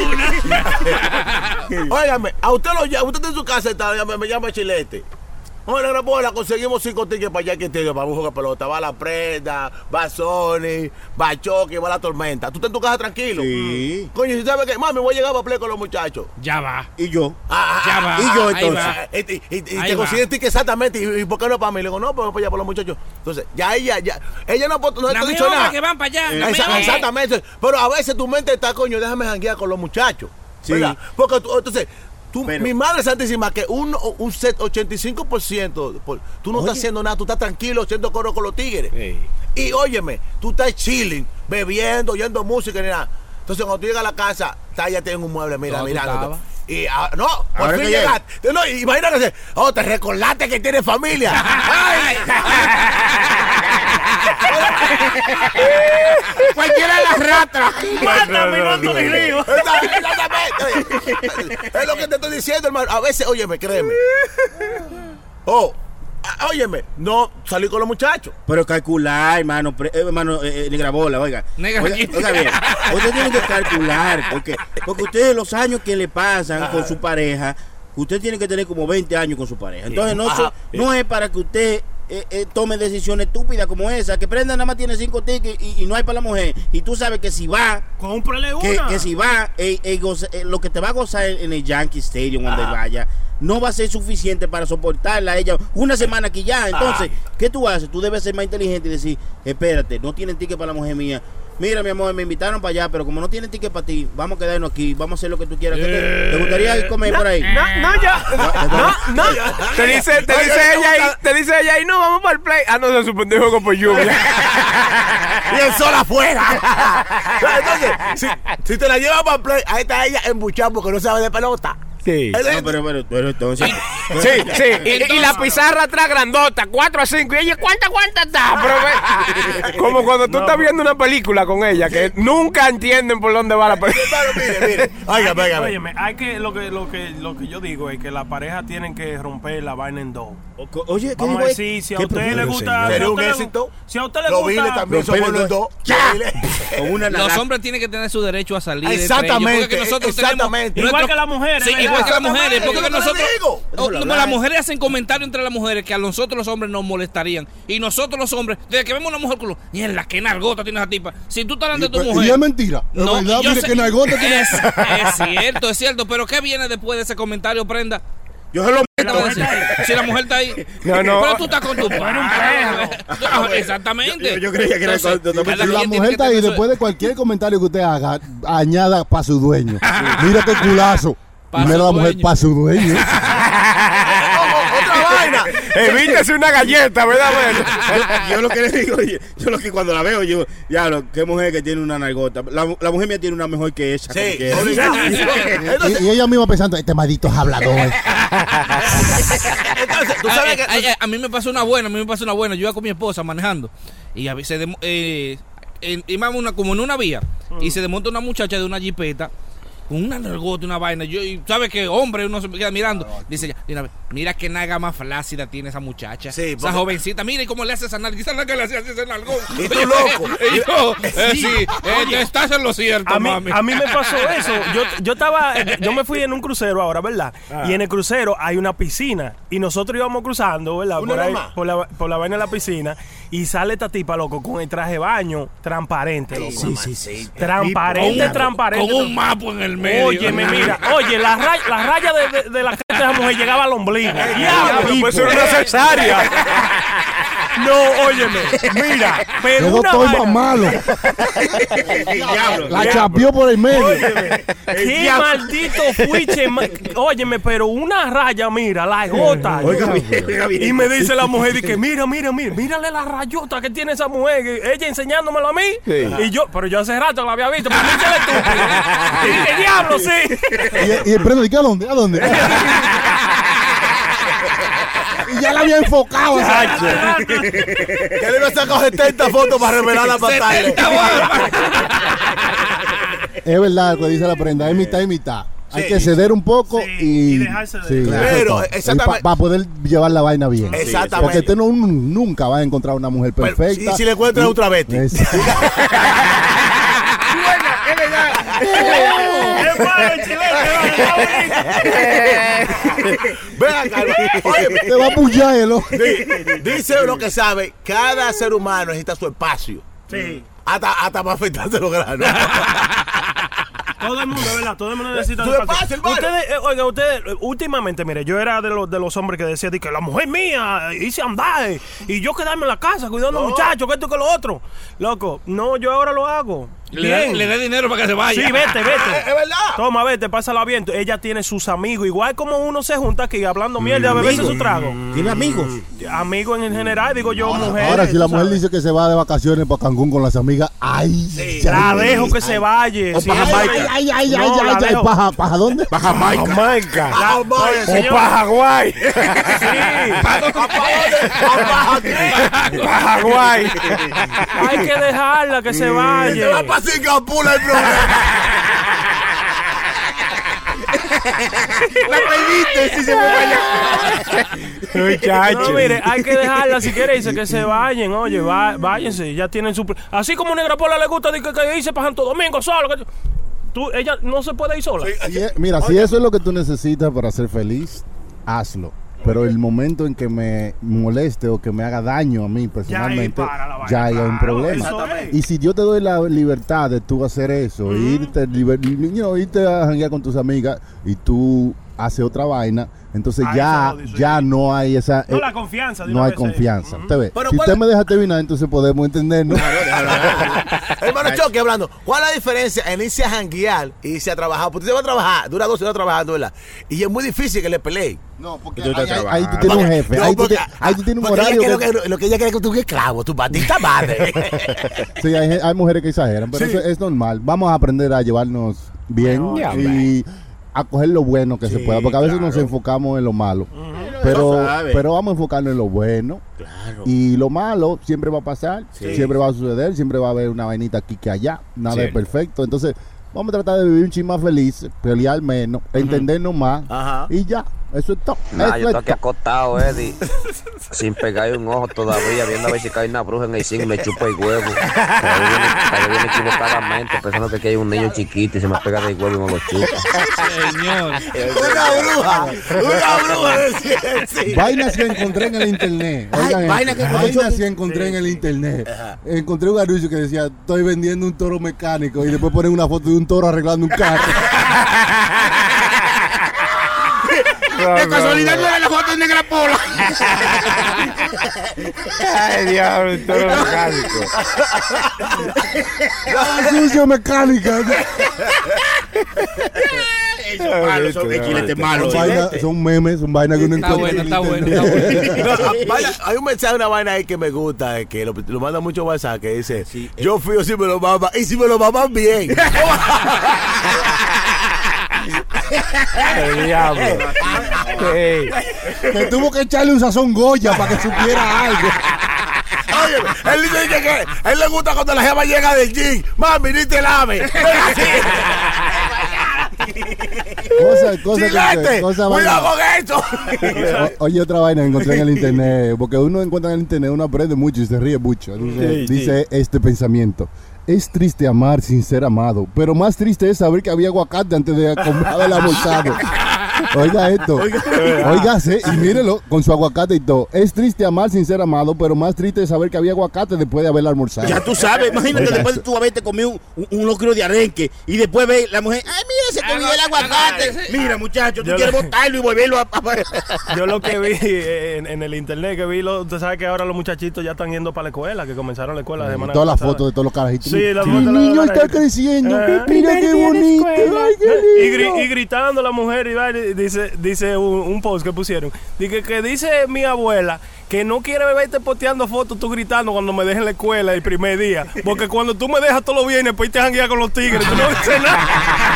una. óigame, a usted lo llama, usted está en su casa, me llama Chilete. Oye, Negra Pola, conseguimos 5 tickets para allá que tiene para un juego de pelota. Va la Prenda, va Sony, va Choque, va la Tormenta. ¿Tú estás en tu casa tranquilo? Sí. Coño, si sabes que, mami, voy a llegar para play con los muchachos. Ya va. Y yo. Ya va. Y yo Ahí entonces. va. Y Ahí te va. consiguen tickets exactamente. ¿Y por qué no para mí? Le digo, no, pues para allá por los muchachos. Entonces, ya ella no La ha dicho mejor nada. que van para allá. la mejor. Exactamente. Pero a veces tu mente está, coño, déjame janguear con los muchachos. Sí. ¿Verdad? Porque entonces, Pero- mi madre santísima, que un 85%, tú no estás haciendo nada, tú estás tranquilo haciendo coro con los tigres. Y óyeme, tú estás chilling, bebiendo, oyendo música ni nada. Entonces, cuando tú llegas a la casa, está ya tiene un mueble, mira, No, tú mirando. estabas. Y no, por Ahora fin que llega. llegaste. No, imagínate, te recordaste que tienes familia. Ay. Cualquiera de las ratas. Mátame, no te río. Exactamente. Es lo que te estoy diciendo, hermano. A veces, óyeme, créeme. Óyeme, no salí con los muchachos. Pero calcular, hermano, Negra Bola, oiga. Negra- Oiga bien, usted tiene que calcular, porque ustedes los años que le pasan con su pareja, usted tiene que tener como 20 años con su pareja. Entonces no es para que usted tome decisiones estúpidas como esa, que Prenda nada más tiene 5 tickets y no hay para la mujer. Y tú sabes que si va, Cómprale una. que si va, lo que te va a gozar en el Yankee Stadium, donde vaya, no va a ser suficiente para soportarla a ella una semana aquí ya. Entonces, ¿qué tú haces? Tú debes ser más inteligente y decir, espérate, no tienen ticket para la mujer mía. Mira, mi amor, me invitaron para allá, pero como no tienen ticket para ti, vamos a quedarnos aquí, vamos a hacer lo que tú quieras. ¿Te gustaría ir a comer por ahí? No, ya. No. Te dice ella ahí, no, vamos para el play. Ah, no, se suspendió el juego por lluvia. Y el sol afuera. Entonces, si te la llevas para el play, ahí está ella embuchada porque no sabe de pelota. Sí. No, pero entonces... Sí. Y la pizarra atrás grandota, 4-5. Y ella, ¿cuánta está? Pero como cuando tú estás viendo una película con ella, que nunca entienden por dónde va la película. Mire. Óigame. Óyeme, hay que lo que yo digo es que la pareja tienen que romper la vaina en dos. Oye, ¿qué Vamos digo? a decir, si a ¿Qué usted le profundo, gusta, señor? Sería un si a usted le- éxito. Si a usted le Los viles gusta, también son buenos dos. Con una Los naranja. hombres tienen que tener su derecho a salir. Exactamente, Porque nosotros exactamente. tenemos igual que las mujeres. Sí, ¿verdad? igual que las mujeres. Porque Exactamente, nosotros. yo te lo digo. Como las mujeres hacen comentarios entre las mujeres que a nosotros los hombres nos molestarían. Y nosotros los hombres, desde que vemos a una mujer culo, mierda, qué nargota tiene esa tipa. Si tú estás hablando de tu mujer. Y es mentira. No, Es verdad, yo mire sé- que nalgota tiene. es cierto. Pero ¿qué viene después de ese comentario, Prenda? Yo se lo ¿Qué te va a decir? Si la mujer está ahí. No. Pero tú estás con tu padre. Exactamente. Yo creía que era Entonces, cuando- cada Si la quien tiene mujer que está ahí, tener su- después de cualquier comentario que usted haga, añada para su dueño. Mira qué culazo. Pa' Primero su la mujer dueño. para su dueño. Otra vaina. Evítese una galleta, ¿verdad? Yo lo que le digo, yo lo que cuando la veo, yo, ya, qué mujer que tiene una nalgota. La mujer mía tiene una mejor que esa. Sí. Y ella misma pensando, este maldito es hablador. Entonces, tú sabes que... A mí me pasó una buena, Yo iba con mi esposa manejando y a veces íbamos como en una vía y se desmonta una muchacha de una jipeta con una nalgota, una vaina. Y ¿sabes qué? Hombre, uno se queda mirando. Dice ella, mira qué naga más flácida tiene esa muchacha. Sí, esa jovencita, mira cómo le hace esa nalga. Esa nalga le hace ese nalgón. Y tú loco. Estás en lo cierto, mami. A mí me pasó eso. Yo me fui en un crucero ahora, ¿verdad? Y en el crucero hay una piscina. Y nosotros íbamos cruzando, ¿verdad? Por la vaina de la piscina. Y sale esta tipa, loco, con el traje de baño transparente, loco. Sí. Transparente. Con un mapa en el medio. Óyeme, mira. Oye, la raya de la gente de esa mujer llegaba al ombligo. Diablo, pues era una cesárea. No, óyeme, mira, pero quedó todo más malo. La chapió por el medio. Óyeme, qué maldito fuiche. Óyeme, pero una raya, mira, la jota. Y me dice la mujer, dice, mírale la rayota que tiene esa mujer. Ella enseñándomelo a mí. Sí. Y yo, pero yo hace rato la había visto, pero me eché estúpido. Y dije, diablo, sí. Y el prendo, ¿a dónde? ¿A dónde? Y ya la había enfocado. Que le iba a sacar 70 fotos para revelar la pantalla. Es verdad lo que dice la prenda, es mitad y mitad. Hay que ceder un poco y dejarse de... Sí, pero exactamente para poder llevar la vaina bien. Exactamente. Porque usted nunca va a encontrar una mujer perfecta. Y si le encuentras otra vez. Ven acá, te va a pullar el ojo. Dice uno que sabe, cada ser humano necesita su espacio. Sí. Hasta para afeitarse los granos. Todo el mundo, ¿verdad? Todo el mundo necesita un espacio. Ustedes, últimamente, mire, yo era de los hombres que decía que la mujer mía hice andar y yo quedarme en la casa cuidando a los muchachos, que esto que lo otro. Loco, no, yo ahora lo hago. Le dé dinero para que se vaya. Sí, vete. Es verdad. Toma, vete, pásala bien. Ella tiene sus amigos. Igual como uno se junta aquí hablando mierda a beberse su trago. ¿Tiene amigos? Amigos en general, digo yo, mujeres. Ahora, si la mujer dice que se va de vacaciones para Cancún con las amigas, ¡ay! La dejo que se vaya. O para Jamaica. ¡Ay! ¿Para dónde? Para Jamaica. O para Hawái. Sí. Para Hawái. Hay que dejarla que se vaya. Se va para Singapur el programa. La perdiste si se fue allá. Muchacho. No, mire, hay que dejarla si quiere dice que se vayan. Oye, váyanse, ya tienen su... Así como Negra Pola le gusta que irse para Santo Domingo solo. Ella no se puede ir sola. Mira, si eso es lo que tú necesitas para ser feliz, hazlo. Pero el momento en que me moleste o que me haga daño a mí personalmente, ya hay un problema. Y si yo te doy la libertad de tú hacer eso, irte a janguear con tus amigas y tú haces otra vaina, entonces ya no hay esa... No, la confianza. No hay confianza. Usted ve, si usted me deja terminar, entonces podemos entendernos. Hermano Choque, hablando, ¿cuál es la diferencia en irse a janguear y irse a trabajar? Porque usted va a trabajar, dura 12 horas trabajando, ¿verdad? Y es muy difícil que le pelee. No, porque ahí tú tienes un jefe, ahí tú tienes un horario. Lo que ella quiere que tú esclavo, tu patita madre. Sí, hay mujeres que exageran, pero eso es normal. Vamos a aprender a llevarnos bien y a coger lo bueno que se pueda, porque a veces nos enfocamos en lo malo. Pero vamos a enfocarnos en lo bueno. Claro. Y lo malo siempre va a pasar, siempre va a suceder, siempre va a haber una vainita aquí que allá. Nada es perfecto. Entonces, vamos a tratar de vivir un chin más feliz, pelear menos, entendernos más. Y ya. Eso es todo. Nah, yo estoy aquí acostado, Eddie, sin pegar un ojo todavía, viendo a ver si cae una bruja en el zinc y me chupa el huevo. Pero viene equivocadamente, pensando que aquí hay un niño chiquito y se me pega del huevo y me lo chupa. Señor. Una bruja. Sí. Vainas que encontré en el internet. Oigan, vainas que encontré en el internet. Encontré un anuncio que decía, estoy vendiendo un toro mecánico, y después ponen una foto de un toro arreglando un carro. De casualidad no era la foto de Negra Pola. Ay, diablo, un toro mecánico. Sucio mecánica. Son malos, son chiletes malos. Son memes, son vainas que uno encuentra. Está bueno. Hay un mensaje, una vaina ahí que me gusta, que lo manda mucho WhatsApp, que dice, yo fío si me lo maman, y si me lo maman bien. El diablo. Que tuvo que echarle un sazón Goya para que supiera algo. Oye, él dice que a él le gusta cuando la jeva llega del gym. Mami, ni te lave. Cosa cuidado con esto. Oye, otra vaina que encontré en el internet, porque uno encuentra en el internet, uno aprende mucho y se ríe mucho. Dice este pensamiento: es triste amar sin ser amado, pero más triste es saber que había aguacate antes de haber almorzado. Oiga esto, óigase y mírelo con su aguacate y todo. Es triste amar sin ser amado, pero más triste es saber que había aguacate después de haber almorzado. Ya tú sabes, imagínate después de tú haberte comido un locro de arenque y después ve la mujer, ay, mira, se te olvidó el aguacate. Mira, muchacho, tú quieres botarlo y volverlo a... Yo lo que vi en el internet, usted sabe que ahora los muchachitos ya están yendo para la escuela, que comenzaron la escuela de semana todas las pasada. fotos de todos los carajitos. Sí, la foto. Mi niño está creciendo, mira qué bonito. Ay, qué lindo. Y gritando la mujer y dice un post que pusieron. Que dice mi abuela que no quiere verte posteando fotos tú gritando cuando me dejes en la escuela el primer día. Porque cuando tú me dejas todos los viernes, pues te jangueas con los tigres. Tú no dices nada.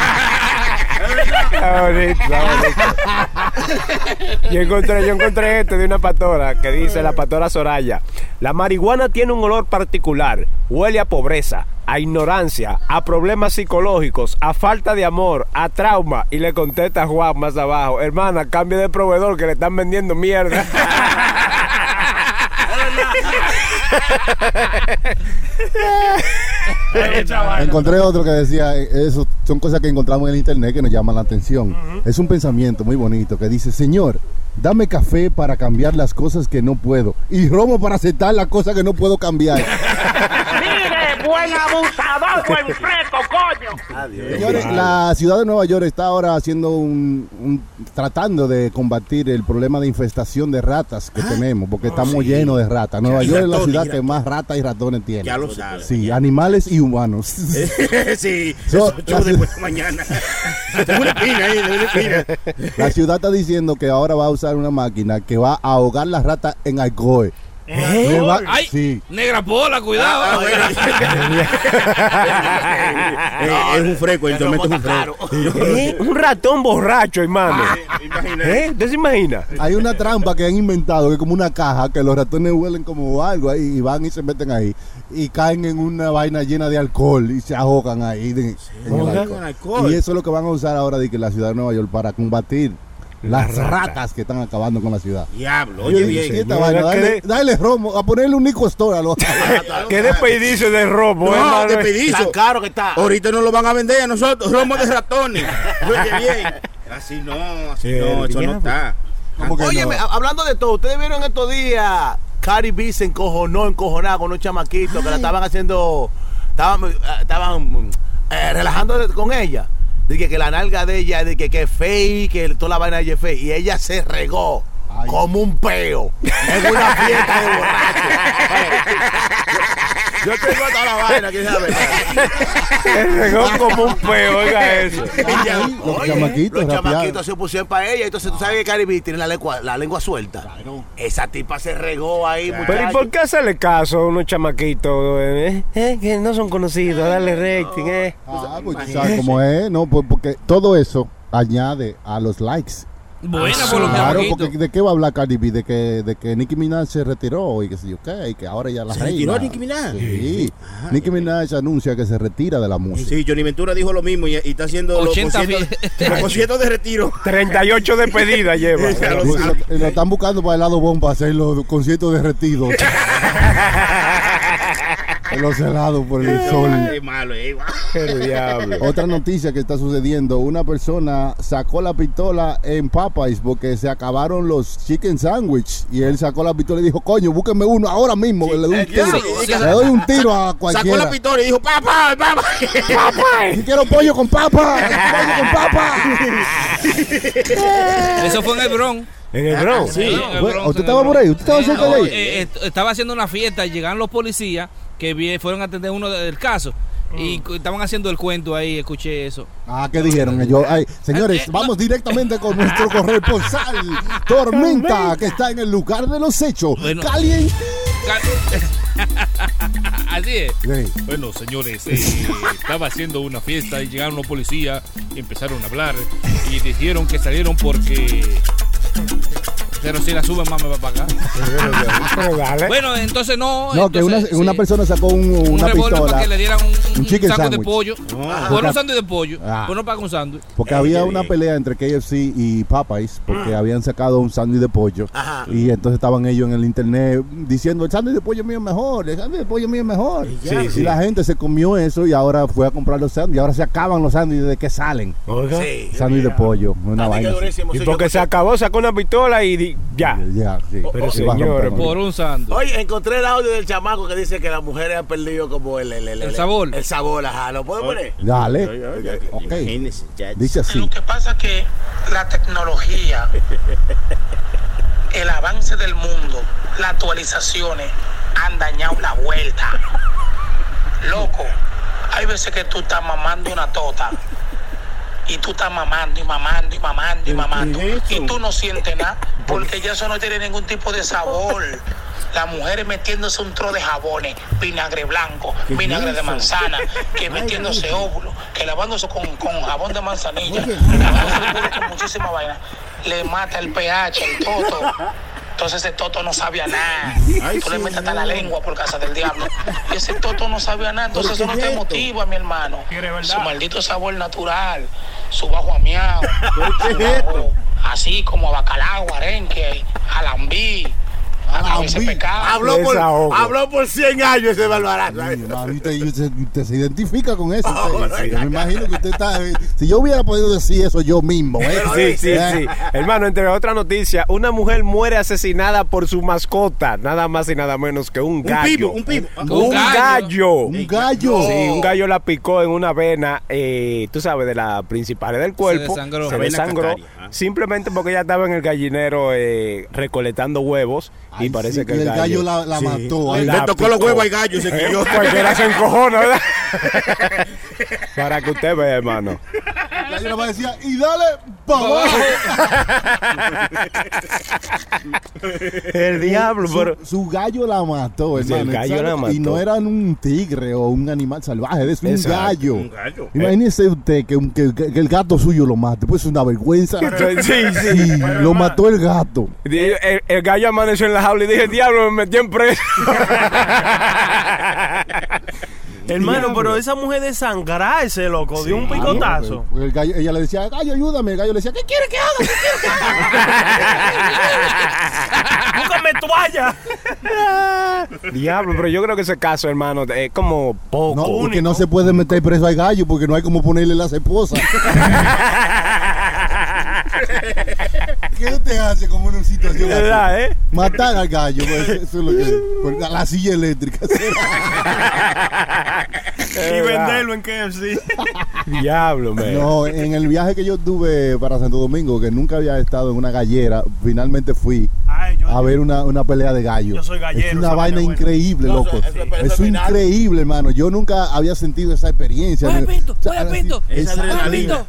Yo encontré de una pastora que dice, la pastora Soraya: la marihuana tiene un olor particular, huele a pobreza, a ignorancia, a problemas psicológicos, a falta de amor, a trauma. Y le contesta a Juan más abajo: hermana, cambie de proveedor que le están vendiendo mierda. Encontré otro que decía, eso son cosas que encontramos en el internet que nos llaman la atención. Es un pensamiento muy bonito que dice: Señor, dame café para cambiar las cosas que no puedo y romo para aceptar las cosas que no puedo cambiar. Buen abusador, buen freco, coño. Señores, la ciudad de Nueva York está ahora haciendo tratando de combatir el problema de infestación de ratas que tenemos, porque estamos llenos de ratas. Nueva York es la ciudad que más ratas y ratones tiene. Ya lo sabes. Sí, animales y humanos. Sí, eso después de mañana. Tengo una espina ahí, una espina. La ciudad está diciendo que ahora va a usar una máquina que va a ahogar las ratas en alcohol. Ay, sí. Negra Pola, cuidado. Es un freco, el tormento es un freco. Un ratón borracho, hermano. ¿Usted se imagina? Hay una trampa que han inventado que es como una caja que los ratones huelen como algo ahí y van y se meten ahí y caen en una vaina llena de alcohol y se ahogan ahí en el alcohol. Y eso es lo que van a usar ahora de que la ciudad de Nueva York para combatir las ratas que están acabando con la ciudad. Diablo, oye bien. Dale romo, a ponerle un Nico Store a los... ¿Qué despedicio de romo? No, despedicio. Tan caro que está. Ahorita no lo van a vender a nosotros, romo de ratones. Oye bien. Así no, eso no está. Oye, hablando de todo, ustedes vieron estos días Cardi B se encojonada con unos chamaquitos que la estaban haciendo, estaban relajando con ella. Dije que la nalga de ella, dije que es fake, que toda la vaina de ella es fake. Y ella se regó como un peo en una fiesta de borracho. Yo tengo toda la vaina, ¿quién sabe? Se regó como un peo, oiga eso. Los chamaquitos se pusieron para ella. Entonces tú sabes que Cardi B tiene la lengua suelta. Claro. Esa tipa se regó ahí, muchacho. Pero ¿y por qué hacerle caso a unos chamaquitos que no son conocidos? Darle rating, pues sabes cómo es, ¿no? Porque todo eso añade a los likes. Buena por los claro, chamaquitos. porque ¿de qué va a hablar Cardi B? De que Nicki Minaj se retiró y que sí, y que ahora ya la reina. ¿Se retiró Nicki Minaj? Sí. Nicki Minaj anuncia que se retira de la música. Sí, Johnny Ventura dijo lo mismo y está haciendo los conciertos de retiro. 38 despedidas lleva. Lo están buscando para el lado bomba hacer los conciertos de retiro. Los helados por el sol. Qué malo, El diablo. Otra noticia que está sucediendo: una persona sacó la pistola en Popeyes porque se acabaron los chicken sandwich y él sacó la pistola y dijo: coño, búsquenme uno ahora mismo, le doy un tiro. Le doy un tiro a cualquiera. Sacó la pistola y dijo: papá. Si quiero pollo con papa. Eso fue en el Bronx. ¿En el Bronx? Sí. ¿Usted estaba por ahí? ¿Usted estaba cerca de ahí? Estaba haciendo una fiesta y llegaron los policías que fueron a atender uno del caso. Y estaban haciendo el cuento ahí, escuché eso. Ah, ¿qué dijeron ellos? Ay, señores, vamos directamente con nuestro corresponsal Tormenta, que está en el lugar de los hechos. Bueno. Caliente. Así es. Sí. Bueno, señores, estaba haciendo una fiesta y llegaron los policías y empezaron a hablar y dijeron que salieron porque... Pero si la suben más me va a pagar. Bueno, entonces no. No, entonces, que una persona sacó una pistola para que le dieran un chicken sándwich de sandwich. pollo. Por un sándwich de pollo. Pues no paga un sándwich. Porque había una pelea entre KFC y Popeyes porque habían sacado un sándwich de pollo. Ajá. Y entonces estaban ellos en el internet diciendo el sándwich de pollo mío es mejor, el sándwich de pollo mío es mejor. Y la gente se comió eso y ahora fue a comprar los sándwiches. Y ahora se acaban los sándwiches de que salen. Sí. Sándwich de pollo, una vaina. Y porque se acabó, sacó una pistola y ya. Sí. Pero señores, por un sándwich. Oye, encontré el audio del chamaco que dice que las mujeres han perdido como el sabor. El sabor, ajá. ¿Lo puedo poner? Dale. Ok. Dice así. Lo que pasa es que la tecnología, el avance del mundo, las actualizaciones han dañado la vuelta. Loco, hay veces que tú estás mamando una tota y tú estás mamando y tú no sientes nada porque ya eso no tiene ningún tipo de sabor. Las mujeres metiéndose un tro de jabones, vinagre blanco, vinagre de manzana, que metiéndose óvulos, que lavándose con jabón de manzanilla, lavándose con muchísima vaina, le mata el pH, el toto. Entonces ese toto no sabía nada. Tú le metes hasta la lengua por casa del diablo. Y ese toto no sabía nada. Entonces eso no te motiva, mi hermano. Su maldito sabor natural, su bajo a miau, su bajo, así como a bacalao, arenque, alambí. Habló por 100 años ese Barbarazo. Usted se identifica con eso. Yo me imagino que usted está. Si yo hubiera podido decir eso yo mismo. Sí. Hermano, entre otras noticias, una mujer muere asesinada por su mascota, nada más y nada menos que un gallo. Un gallo. Un gallo. Sí, un gallo la picó en una vena, tú sabes, de las principales del cuerpo. Se desangró. Simplemente porque ella estaba en el gallinero recolectando huevos. Y parece que el gallo la mató. Le tocó los huevos al gallo y se cayó. Cualquiera se encojona, ¿verdad? Para que usted vea, hermano. El gallo le decía, y dale para abajo. El diablo. Su gallo la mató, hermano. El gallo la mató. Y no era un tigre o un animal salvaje, es un gallo. Un gallo. Imagínese usted que el gato suyo lo mate. Pues es una vergüenza. Sí. Lo mató el gato. El gallo amaneció en la jaula y dije, diablo, me metió en preso. Hermano, pero esa mujer desangrarse, loco, dio un picotazo. El gallo, ella le decía, gallo, ayúdame. El gallo le decía, ¿qué quiere que haga? ¡Búscame toalla! Diablo, pero yo creo que ese caso, hermano, es como poco. No, porque no se puede meter preso al gallo porque no hay como ponerle las esposas. ¿Qué usted hace como en una situación así? Matar al gallo, pues, eso es lo que por la silla eléctrica. Y venderlo en KFC. Diablo, man. No, en el viaje que yo tuve para Santo Domingo, que nunca había estado en una gallera, finalmente fui a ver una pelea de gallos. Yo soy gallero. Es una vaina increíble, loco. Es increíble, hermano. Yo nunca había sentido esa experiencia. Voy a pinto. Esa adrenalina.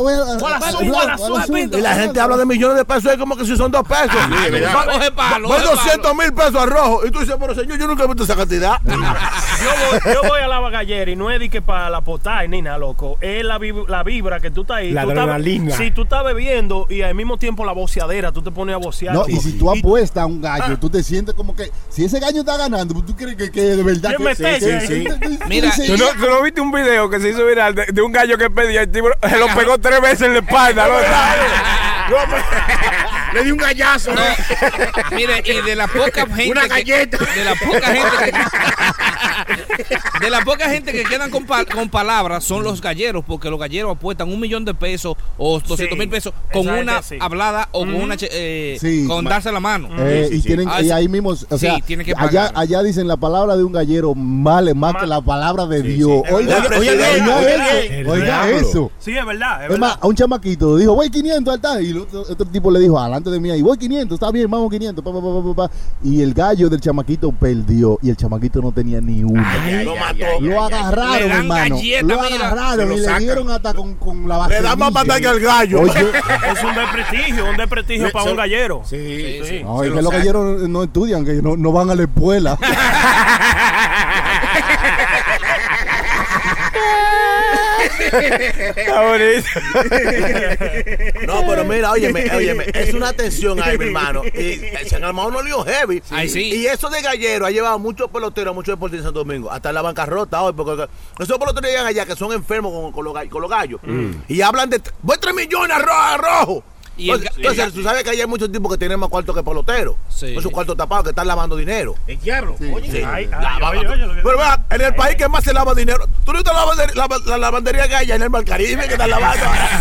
Y la gente habla de millones de pesos, es como que si son 2 pesos. Coge palo. Voy 200,000 pesos al rojo. Y tú dices, pero señor, yo nunca he visto esa cantidad. Yo voy a la gallera y no es de que para la potar ni nada, loco. Es la vibra que tú estás ahí. La adrenalina. Si tú estás bebiendo y al mismo tiempo la voceadera, tú te pones a vocear. No, y si tú apuestas a un gallo, tú te sientes como que si ese gallo está ganando, tú crees que de verdad Sí. Mira, ¿Tú no viste un video que se hizo viral de un gallo que pedía el tipo se lo pegó 3 veces en la espalda? Le di un gallazo. No, mire, y de la poca gente una galleta. De la poca gente que quedan con palabras son los galleros, porque los galleros apuestan $1,000,000 o 200,000 pesos con una hablada o con una con darse la mano. Y ahí mismo, o sea, tienen que pagar. allá dicen la palabra de un gallero vale más que la palabra de Dios. Oiga eso. Sí, es verdad. Es más, a un chamaquito dijo, voy 500 al tal, y el otro tipo le dijo, adelante de mí ahí, voy 500, está bien, vamos 500. Y el gallo del chamaquito perdió, y el chamaquito no tenía ni ni uno. Lo mató. Lo agarraron, Le dan hermano. galleta, Lo mira. agarraron y le dieron hasta con la Le damos mandaca al gallo. Oye, Es un desprestigio para un gallero. Sí. no, es que los galleros no estudian, que no van a la escuela. Está bonito. No, pero mira, óyeme, es una tensión ahí, mi hermano. Y se han armado unos líos heavy. Ay, sí. Y eso de gallero ha llevado a muchos peloteros, a muchos deportistas en Santo Domingo, hasta en la bancarrota hoy, porque esos peloteros llegan allá que son enfermos con los gallos. Y hablan de, voy 3 millones a rojo. Y Entonces, tú sabes que hay muchos tipos que tienen más cuarto que peloteros. Sí. Con sus cuartos tapados, que están lavando dinero. ¿El diablo? Oye, Sí. Oye, Pero vea, en el país que más se lava dinero, tú no estás la lavandería que hay allá en el Mar Caribe que están lavando.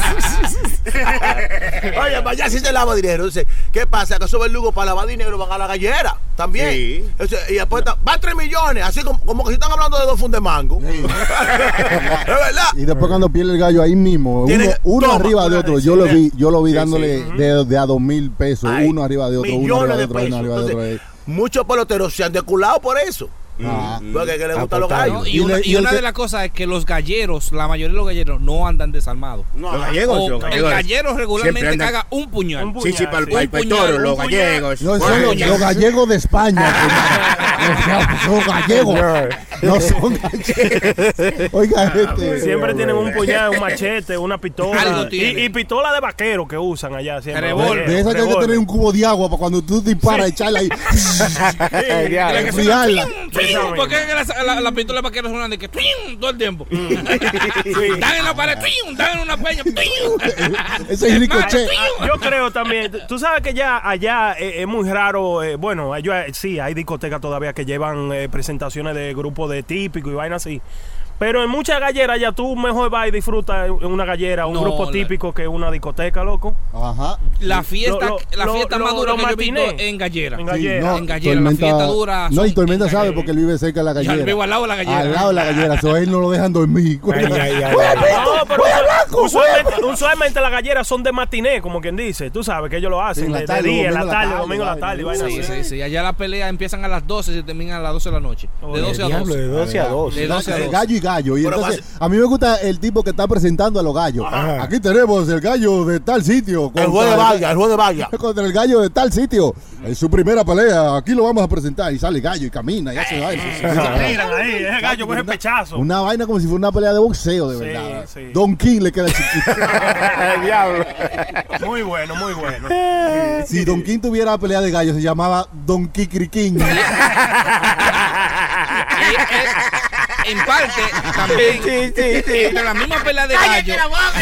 Oye, para allá sí se lava dinero. Entonces, ¿qué pasa? Que esos verdugos para lavar dinero van a la gallera también. Sí. Entonces, y después van 3 millones, así como que si están hablando de 2 fundes de mango. Es verdad. Y después cuando pierde el gallo ahí mismo, uno toma, arriba de otro, yo lo vi dándole de a 2,000 pesos, Ay, uno arriba de otro, uno millones arriba de de otro, uno pesos. arriba de otro. Entonces, muchos peloteros se han deculado por eso. Porque que les gustan los gallos. No, y una de las cosas es que los galleros, la mayoría de los galleros, no andan desarmados. Los gallegos. El gallero regularmente siempre andan- caga un puñal. Sí, para el Un puñal, toro, los un puñal. gallegos. No, son los gallegos de España. Son gallegos. No son gallegos. Oiga, Siempre tienen un puñal, un machete, una Algo pistola. tiene. Y pistola de vaquero que usan allá siempre. Revólver. de esa que hay que tener un cubo de agua para cuando tú disparas, echarla ahí. Enfriarla. ¿Por qué la pistola de vaquero suena de que todo el tiempo? Dan en la pared, dan en una peña. Ese es ricochet. Yo creo también, tú sabes que ya allá es muy raro, bueno, sí, hay discotecas todavía que llevan presentaciones de grupos de típico y vainas así. Pero en muchas galleras ya tú mejor vas y disfrutas en una gallera, un grupo típico que una discoteca, loco. Ajá. La fiesta más dura que yo he visto en gallera. En gallera. Sí, no, En gallera, la fiesta dura. No, y son Tormenta 15 sabe porque él vive cerca de la Yo gallera. vivo al lado de la gallera. Al lado de la gallera, eso él no lo dejan dormir. No, pero usualmente las galleras son de matiné, como quien dice. Tú sabes que ellos lo hacen Sí, en la de tarde, día, en la domingo a la tarde, tarde, domingo a la tarde. vaina. Vaina así. Sí. Allá las peleas empiezan a las 12 y se terminan a las 12 de la noche. De 12 a 12. De 12 a 12. De 12 a 12. Gallo y gallo. Y Pero entonces, a mí me gusta el tipo que está presentando a los gallos. Aquí tenemos el gallo de tal sitio. El juego de valla. Contra el gallo de tal sitio. En su primera pelea, aquí lo vamos a presentar. Y sale gallo y camina y hace vaina. Se miran ahí, ese gallo coge pechazo. Una vaina como si fuera una pelea de boxeo, de verdad. sí. Don King le queda chiquito. El diablo. Muy bueno, muy bueno. Si Don King tuviera pelea de gallo, se llamaba Don Kikriking. En parte, también, entre la misma pelea de gallo.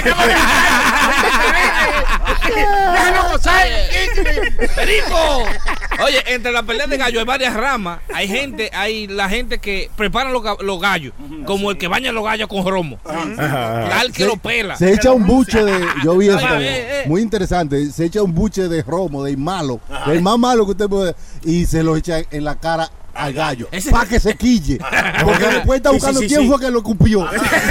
¡Perico! Oye, entre la pelea de gallo hay varias ramas. Hay la gente que prepara los gallos, como el que baña los gallos con romo. Tal que lo pela. Se echa un buche de. Yo vi eso. Ay, Muy interesante. Se echa un buche de romo, del malo. Del más malo que usted puede. Y se lo echa en la cara al gallo. Para que se quille. Porque después está buscando quién fue que lo cupió.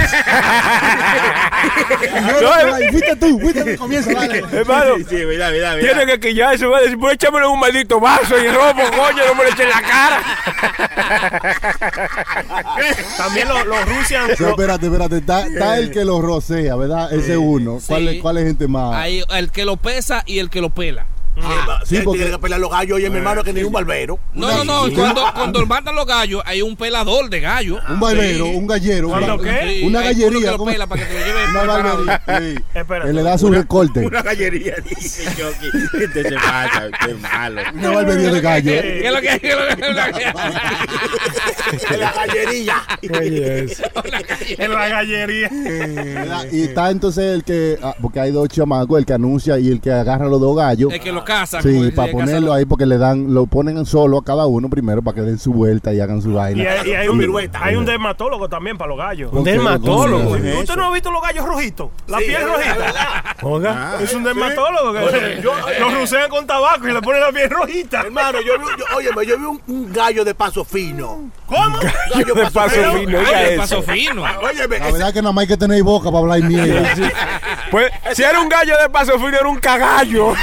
Fuiste tú, comienza, vale. Hermano, Mira. tiene que quillarse, va a decir, pues échamelo en un maldito vaso y robo, coño, no me lo echen en la cara. También los rusian. No, espérate. Está el que lo rocea, ¿verdad? Ese uno. ¿Cuál es gente más? Hay el que lo pesa y el que lo pela. Sí, porque tiene que pelear los gallos. Oye, mi hermano, que ni un barbero. No. Cuando matan los gallos, hay un pelador de gallo. Un barbero, un gallero. ¿Cuándo qué? Una hay gallería. uno que lo ¿cómo? pela para que te lo lleve Una preparado. barbería. Sí. Espérate. Él le da su recorte. Una gallería, dice Chucky. Este se pasa, qué malo. Una barbería de gallo. ¿Qué es lo que En la gallería. En la gallería. Y está entonces el que, porque hay dos chamacos, el que anuncia y el que agarra los dos gallos. El que lo caza. Sí, para ponerlo ahí porque lo ponen solo a cada uno primero para que den su vuelta y hagan su vaina. Y hay un dermatólogo también para los gallos. ¿Un dermatólogo? ¿Usted no ha visto los gallos rojitos? La piel rojita. Es un dermatólogo. Los rucean con tabaco y le ponen la piel rojita. Hermano, yo vi un gallo de paso fino. ¿Cómo? Gallo de paso fino. Gallo de paso fino. Óyeme, La verdad es que nada más hay que tener boca para hablar mierda. Pues, si era un gallo de Paso Fino, era un cagallo.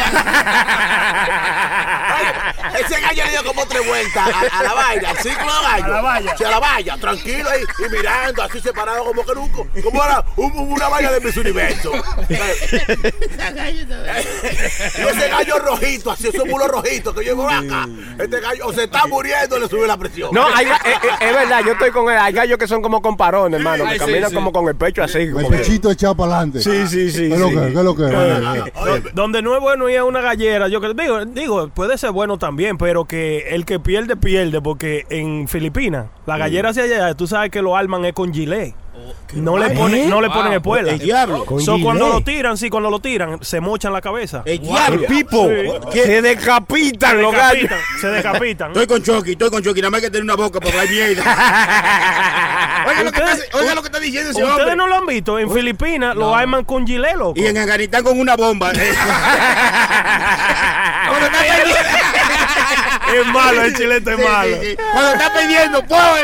Ese gallo le dio como 3 vueltas a la valla, al ciclo de gallo. A la valla. Sí, a la valla, tranquilo ahí, y mirando, así separado como que nunca. Como era una valla de Miss Universo. Y ese gallo rojito, así, esos mulos rojitos, que yo digo acá. Este gallo o se está muriendo o le sube la presión. No, es verdad, yo estoy con él. Hay gallos que son como con parones, hermano, que caminan como con el pecho así. El pechito echado para adelante. Sí. ¿Qué es lo que? Donde no es bueno ir a una gallera, yo digo, puede ser bueno también, pero que el que pierde, porque en Filipinas, la gallera hacia allá, tú sabes que lo arman es con gilet. No le ponen espuela. El diablo. Cuando lo tiran, se mochan la cabeza. El diablo. Pipo, se decapitan los gallos. Se decapitan. Estoy con Chucky, nada más que tener una boca porque hay mierda. Oiga lo que está diciendo ese hombre. Ustedes no lo han visto, en Filipinas lo arman con gilet, loco. Y en Afganistán con una bomba. Es malo, el chilete es malo. Sí. Cuando está perdiendo,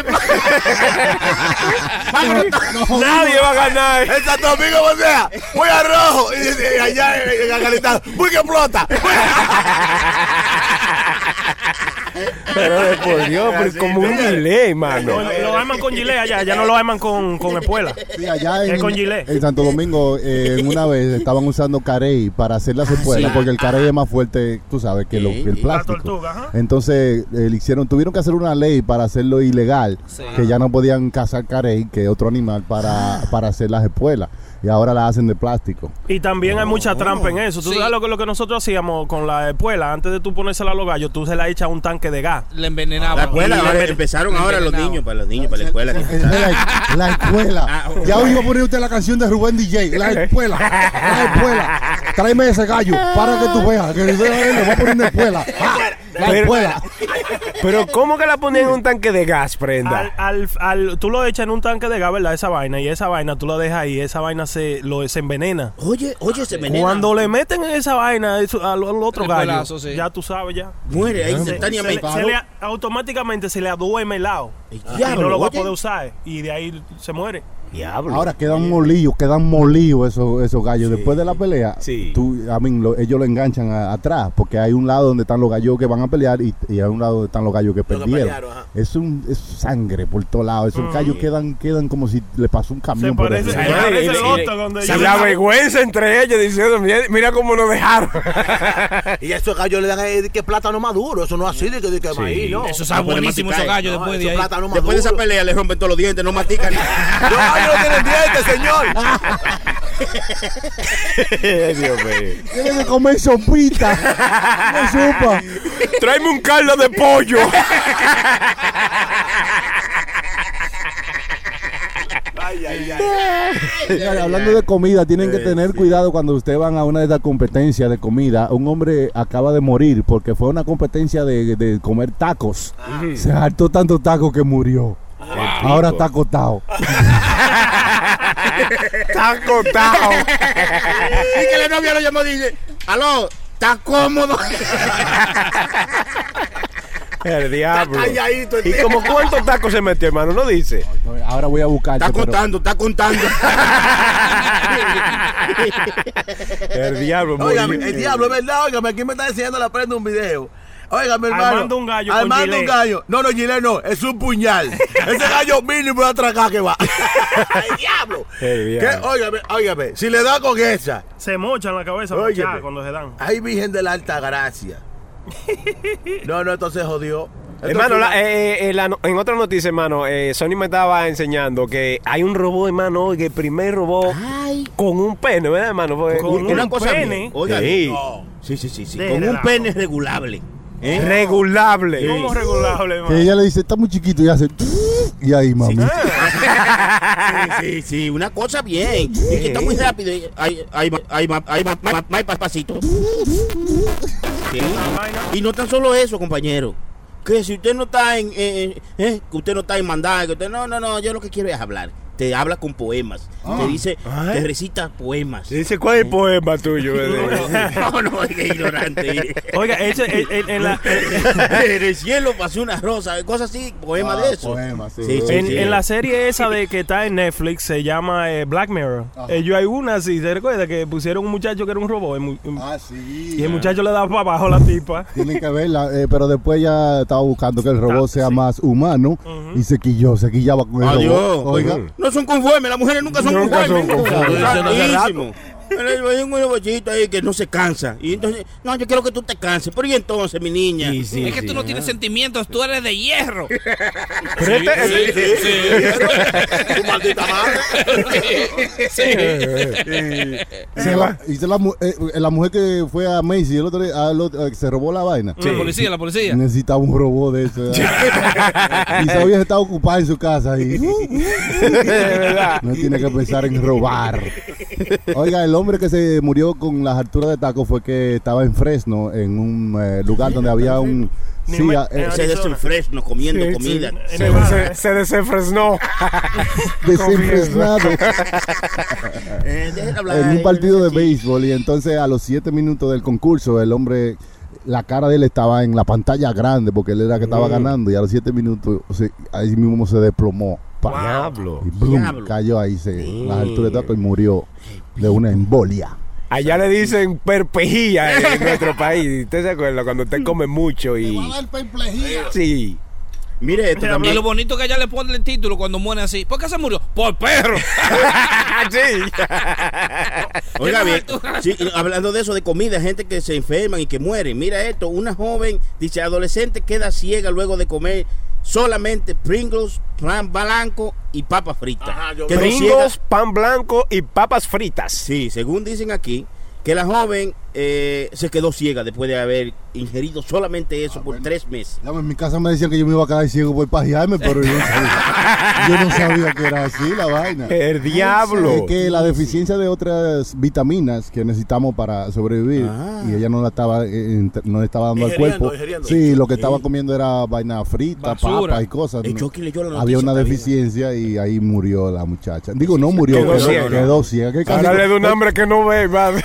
nadie va a ganar. El Santo Domingo, o sea, voy a rojo. Y allá en Afganistán, muy que explota. Pero por Dios, pues como un gilet, mano. Lo arman con gilet allá no lo arman con espuela. Sí, allá con gilet. En Santo Domingo, una vez estaban usando carey para hacer las espuelas, porque el carey es más fuerte, tú sabes, que el plástico. La tortuga, entonces, tuvieron que hacer una ley para hacerlo ilegal, que ya no podían cazar carey, que es otro animal, para hacer las espuelas. Y ahora la hacen de plástico. Y también hay mucha trampa en eso. Tú sabes lo que nosotros hacíamos con la espuela. Antes de tú ponérsela a los gallos, tú se la echas a un tanque de gas. Le envenenaba. La escuela, empezaron ahora los niños, para la escuela. La escuela. Ya hoy iba a poner usted la canción de Rubén DJ. La escuela. Tráeme ese gallo para que tú veas. Que le voy a poner una espuela. La espuela. Pero ¿cómo que la ponían en un tanque de gas, prenda? Tú lo echas en un tanque de gas, ¿verdad? Esa vaina. Y esa vaina tú la dejas ahí. Esa vaina se envenena. Oye, se envenena. Cuando le meten esa vaina al otro gallo, ya tú sabes, ya. Muere ahí instantáneamente. Automáticamente se le aduerme el lado. Y no lo va a poder usar. Y de ahí se muere. Diablo. Ahora quedan molidos esos gallos. Sí. Después de la pelea, ellos lo enganchan atrás, porque hay un lado donde están los gallos que van a pelear y hay un lado donde están los gallos que perdieron. Es sangre por todos lados. Esos gallos quedan como si le pasó un camión por eso. Y la vergüenza entre ellos diciendo, mira cómo nos dejaron. Y a esos gallos le dan que plátano maduro. Eso no es así de que maíz, ¿no? Eso es buenísimo, esos gallos después de ahí. Después de esa pelea le rompen todos los dientes, no mastican. No tienen dientes, señor. Dios mío. Tiene que comer sopita. Una sopa. Tráeme un caldo de pollo. Hablando de comida, tienen que tener cuidado cuando ustedes van a una de estas competencias de comida. Un hombre acaba de morir porque fue una competencia de comer tacos. Se hartó tanto taco que murió. Ahora está acotado. Está acotado. Y que la novia lo llamó y dice, aló, ¿está cómodo? El diablo. ¿Y como cuántos tacos se metió, hermano? ¿No dice? Ahora voy a buscar. Está contando. El diablo. Óigame, el diablo, es verdad. Óigame, aquí me está enseñando la prenda un video. Óigame, hermano. Armando un gallo. Armando un gallo. No, gilet no. Es un puñal. Ese gallo mínimo de atracar que va. ¡El diablo! Óigame. Si le da con esa. Se mochan la cabeza cuando se dan. Ay, Virgen de la Alta Gracia. No, entonces jodió. Hermano, en otra noticia, hermano, Sony me estaba enseñando que hay un robot, hermano, que el primer robot con un pene, ¿verdad, hermano? Con una cosa pene. Oiga, sí. Con un pene regulable. Regulable. ¿Cómo regulable, hermano? Que ella le dice, está muy chiquito y hace y ahí, mami. Sí, una cosa bien. Es que está muy rápido. Hay más pasito. Y no tan solo eso, compañero. Que si usted no está que usted no está en mandar, que usted no, yo lo que quiero es hablar. te habla con poemas. Te dice, te recita poemas. Dice, ¿cuál es el poema tuyo? No, es que ignorante. Oiga, en el cielo pasó una rosa, cosas así, poemas de eso. Poemas, sí. Sí. En la serie esa de que está en Netflix, se llama Black Mirror. Yo hay una, sí, ¿se recuerda? Que pusieron un muchacho que era un robot. Sí. Y el muchacho le daba para abajo a la tipa. Tienen que verla, pero después ya estaba buscando que el robot sea más humano y se quillaba con el robot. Oiga. No son conformes, las mujeres nunca son conformes. Hay un bollito ahí que no se cansa. Y entonces, no, yo quiero que tú te canses. Pero y entonces, mi niña. Es que tú no tienes sentimientos, tú eres de hierro. Tu maldita madre. La mujer que fue a Macy el otro día, se robó la vaina. Sí. La policía. Necesitaba un robot de eso. Y todavía estaba ocupada en su casa. Y, no tiene que pensar en robar. Oiga, el hombre que se murió con las alturas de taco fue que estaba en Fresno, en un lugar donde había un... se desenfresno comiendo comida. Se desenfresnó. Desenfresnado. En un partido de béisbol. Y entonces a los 7 minutos del concurso, el hombre, la cara de él estaba en la pantalla grande porque él era que estaba ganando. Y a los 7 minutos ahí mismo se desplomó. Diablo. Y boom, cayó ahí, las alturas de taco y murió de una embolia. Allá le dicen perpejía en nuestro país. ¿Usted se acuerda? Cuando usted come mucho y... ¿Te va a dar perplejía? Sí. Mire esto también. Y lo bonito que allá le ponen el título cuando muere así. ¿Por qué se murió? Por perro. Sí. Oiga bien, sí, hablando de eso, de comida, gente que se enferman y que mueren. Mira esto, una joven, dice, adolescente queda ciega luego de comer solamente Pringles, pan blanco y papas fritas. Pringles, pan blanco y papas fritas. Sí, según dicen aquí, que la joven se quedó ciega después de haber ingerido solamente eso por 3 meses. En mi casa me decían que yo me iba a quedar ciego por pajearme, pero yo no sabía que era así la vaina. El diablo. Es que la deficiencia de otras vitaminas que necesitamos para sobrevivir y ella no la estaba no le estaba dando al cuerpo. Sí, lo que estaba comiendo era vaina frita, papas y cosas. Había una deficiencia y ahí murió la muchacha. Digo, no murió, quedó ciega. Ahora le da un hambre que no ve, madre.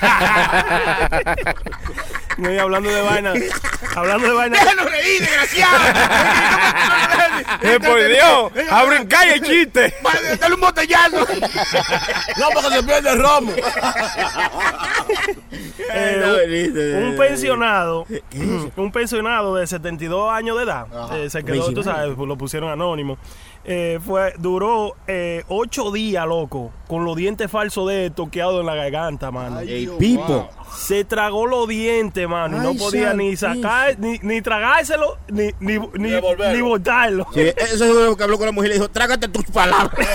No, y hablando de vaina. ¡Déjanos reír, desgraciado! ¡Por Dios! ¡A brincar el chiste! ¡Dale un botellazo! No, porque se pierde el romo. Un pensionado de 72 años de edad se quedó, tú sabes, lo pusieron anónimo. Duró 8 días, loco, con los dientes falsos de toqueados en la garganta, mano. El pipo. Se tragó los dientes, mano. No podía ni sacar, ni tragárselo, ni botarlo. Sí, eso es lo que habló con la mujer y le dijo, trágate tus palabras.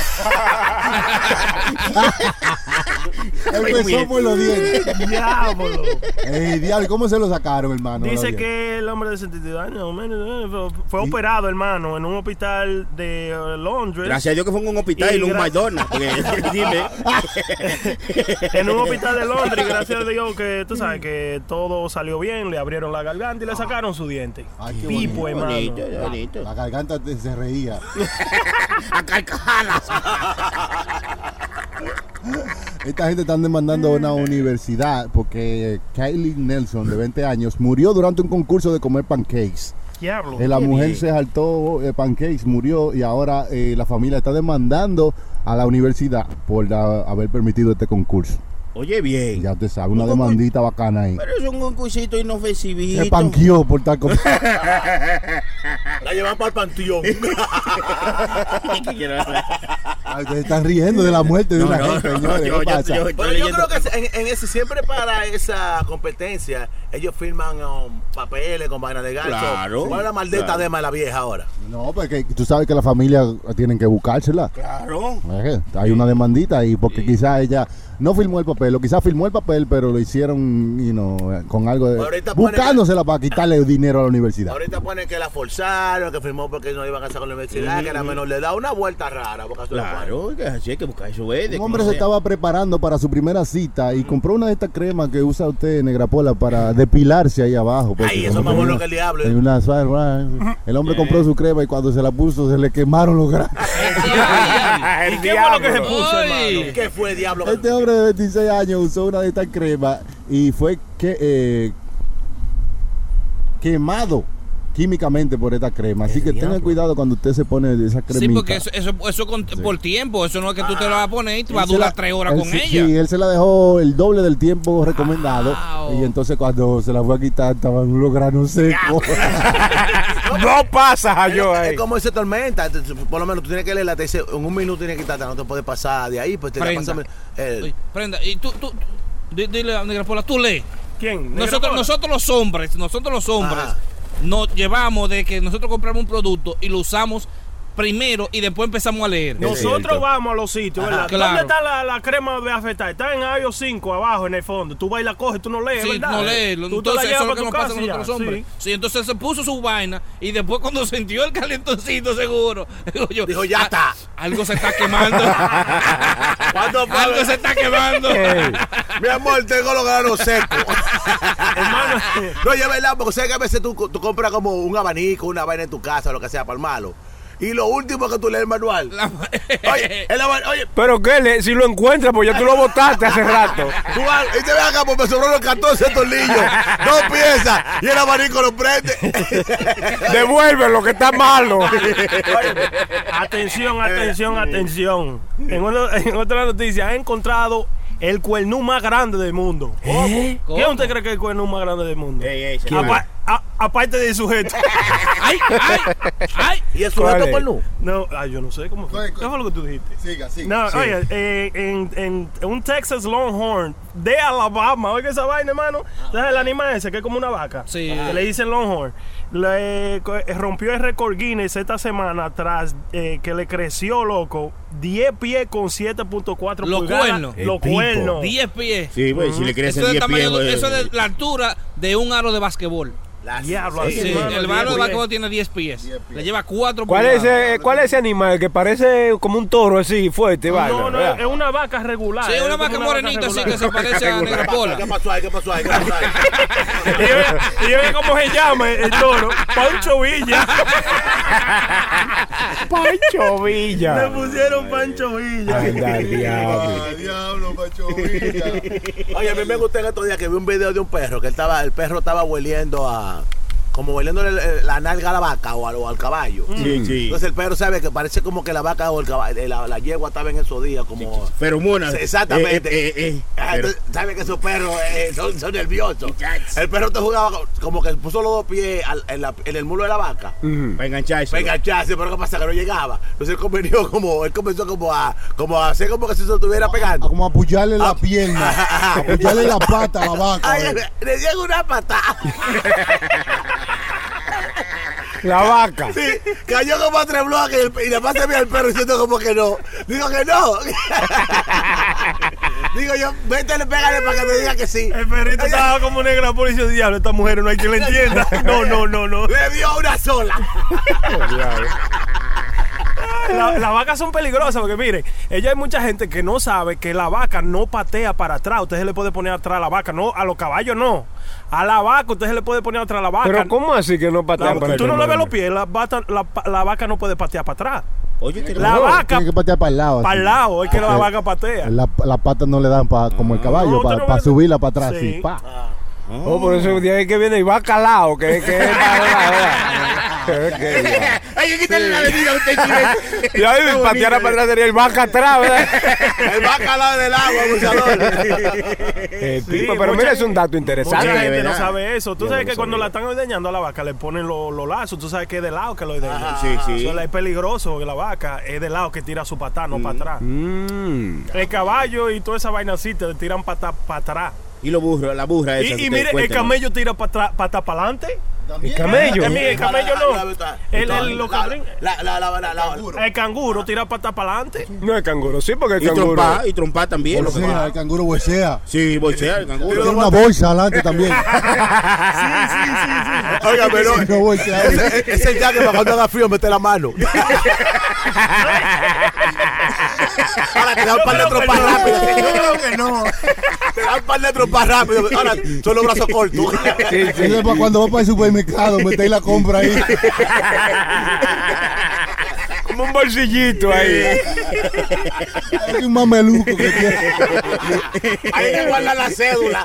Empezó por los dientes. Diablo. Diablo, ¿cómo se lo sacaron, hermano? Dice que el hombre de 72 años fue operado, hermano, en un hospital de Londres. Gracias a Dios que fue en un hospital y no un McDonald's. Dime. En un hospital de Londres, gracias a Dios que tú sabes que todo salió bien, le abrieron la garganta y le sacaron su diente. Pipo, hermano. Bonito. La garganta se reía. A carcajadas. Esta gente están demandando a una universidad porque Kylie Nelson, de 20 años, murió durante un concurso de comer pancakes. Diablo. La mujer se saltó pancakes, murió y ahora la familia está demandando a la universidad por haber permitido este concurso. Oye, bien. Ya usted sabe, una demandita bacana ahí. Pero es un concursito inofensivito. Se panqueó por tal cosa. La llevan para el panteón. Ustedes están riendo de la muerte de una gente, señores. ¿Qué pasa? Bueno, yo creo que en ese, siempre para esa competencia, ellos firman papeles con vaina de gancho. Claro. ¿Cuál es la maldita dema de la vieja ahora? No, porque tú sabes que la familia tienen que buscársela. Claro. Hay una demandita ahí porque quizás ella no firmó el papel, o quizás firmó el papel, pero lo hicieron con algo de... Ahorita buscándosela para quitarle dinero a la universidad. Ahorita pone que la forzaron, que firmó porque no iban a casar con la universidad, que era menor de edad, una vuelta rara. Claro, que así hay que buscar eso. Un hombre se estaba preparando para su primera cita y compró una de estas cremas que usa usted, Negrapola, para depilarse ahí abajo. Ay, eso es más bueno que el diablo. El hombre compró su crema y cuando se la puso se le quemaron los granos. ¿Y qué fue lo que se puso, hermano? ¿Qué fue, diablo? Este hombre de 26 años usó una de estas cremas y fue quemado químicamente por esta crema, así que tenga cuidado cuando usted se pone esa cremita. Sí, porque eso por tiempo, eso no es que tú te la vas a poner y te va a durar 3 horas con ella. Sí, él se la dejó el doble del tiempo recomendado y entonces cuando se la fue a quitar estaban los granos secos. No pasa, yo ahí. Es como esa tormenta, por lo menos tú tienes que leerla, te dice, en un minuto tienes que quitarte, no te puedes pasar de ahí, pues te Prenda. Prenda, y tú dile a Negrapola, tú lee. ¿Quién? Nosotros los hombres, nos llevamos de que nosotros compramos un producto y lo usamos primero y después empezamos a leer. Nosotros vamos a los sitios, ¿verdad? Claro. ¿Dónde está la crema de afeitar? Está en iOS 5 abajo en el fondo. Tú vas y la coges, tú no lees, Sí, ¿verdad? no lees. Tú Entonces te la eso es llevas lo que nos para pasa tu a casa nosotros ya, los hombres. sí. Sí, entonces se puso su vaina y después cuando sintió el calentoncito seguro, dijo, ya está. Algo se está quemando. Algo se está quemando. Mi amor, tengo los granos secos. Hermano. No, ya verdad, porque sabes que a veces tú compras como un abanico, una vaina en tu casa, lo que sea, para el malo. Y lo último que tú lees el manual. Oye, pero qué, si lo encuentras, pues ya tú lo botaste hace rato. Tú vas, y te ves acá, pues me sobraron los 14 tornillos, 2 piezas, y el abanico lo prende. Devuelve lo que está malo. Atención. En otra noticia, ha encontrado el cuernú más grande del mundo. ¿Qué usted cree que es el cuernú más grande del mundo? Aparte del sujeto. ¡Ay! ¿Y el sujeto cuernú? No, yo no sé cómo fue. ¿Qué fue lo que tú dijiste? Siga. No, oye, en un Texas Longhorn de Alabama, oiga esa vaina, hermano. ¿Sabes el animal ese que es como una vaca? Sí. Que le dicen Longhorn. Rompió el récord Guinness esta semana tras que le creció, loco, 10 pies con 7.4 pulgadas. Los cuernos. 10 pies. Sí, pues, si le crecen 10 pies. Eso es de la altura de un aro de basquetbol. Diablo, Sí, el aro de basquetbol tiene 10 pies. Le lleva 4 ¿Cuál es ese animal que parece como un toro así, fuerte? No, es una vaca regular. Sí, una vaca morenita así que se parece a Negrapola. ¿Qué pasó ahí? Y ve cómo se llama el toro. Pancho Villa. Pancho Villa. Le pusieron Pancho Villa. Diablo, Pancho Villa. Oye, a mí me gustó en estos días que vi un video de un perro, que el perro estaba hueliendo como hueliendo la nalga a la vaca o al caballo. Sí. Entonces el perro sabe que parece como que la vaca o el caballo, la yegua estaba en esos días como... Feromonas. Exactamente. Entonces, sabe que esos perros son nerviosos. El perro te jugaba como que puso los 2 pies en el mulo de la vaca. Para engancharse. Pero ¿qué pasa? Que no llegaba. Entonces él comenzó como a hacer como que si se lo estuviera pegando. Como a apoyarle la pierna, a apoyarle la pata a la vaca. Ay, le llega una patada. La vaca. Sí, cayó como a 3 bloques y después se ve al perro diciendo como que no. Digo que no. Digo yo, pégale para que me diga que sí. El perrito estaba como negra por ese diablo. Esta mujer no hay quien la entienda. No. Le dio una sola. Las vacas son peligrosas porque miren, hay mucha gente que no sabe que la vaca no patea para atrás. Usted se le puede poner atrás a la vaca, no, a los caballos no. A la vaca usted se le puede poner atrás a la vaca. Pero ¿cómo así que no patea para atrás? Tú no le ves los pies, la vaca no puede patear para atrás. Oye, que la vaca tiene que patear para el lado. Para el lado, es que la vaca patea. La pata no le dan como el caballo, para subirla para atrás. Sí. Sí, pa. Por eso de ahí que viene y va calado, que es Hay que quitarle la bebida a usted, chile. Y ahí patear para atrás sería el vaca atrás, ¿verdad? El vaca al lado del agua, abusador. Pero mira, es un dato interesante. Mucha gente no sabe eso. Tú sabes que cuando la están ordeñando a la vaca le ponen los lazos. Tú sabes que es de lado que lo ordeñan. Sí. Eso es peligroso, que la vaca es de lado que tira su patada, no para atrás. El caballo y toda esa vaina así te tiran patada para atrás. Y la burra esa. Y mire, el camello tira patada para adelante. El camello. El camello no. El canguro tira pata para adelante. No, el canguro, sí, porque el canguro. Y trompa también. Bolsea, el canguro bolsea. Sí, bolsea, el canguro. Tiene una bolsa adelante también. Sí. Oiga, pero ese ya que para cuando haga frío mete la mano. Ahora te da un par de trompas rápido. Yo creo que no. Te da un par de trompas rápido. Ahora son los brazos cortos. Sí. Cuando vas para el supermercado, metéis la compra ahí. Como un bolsillito ahí. Hay un mameluco que tiene. Hay que guardar la cédula.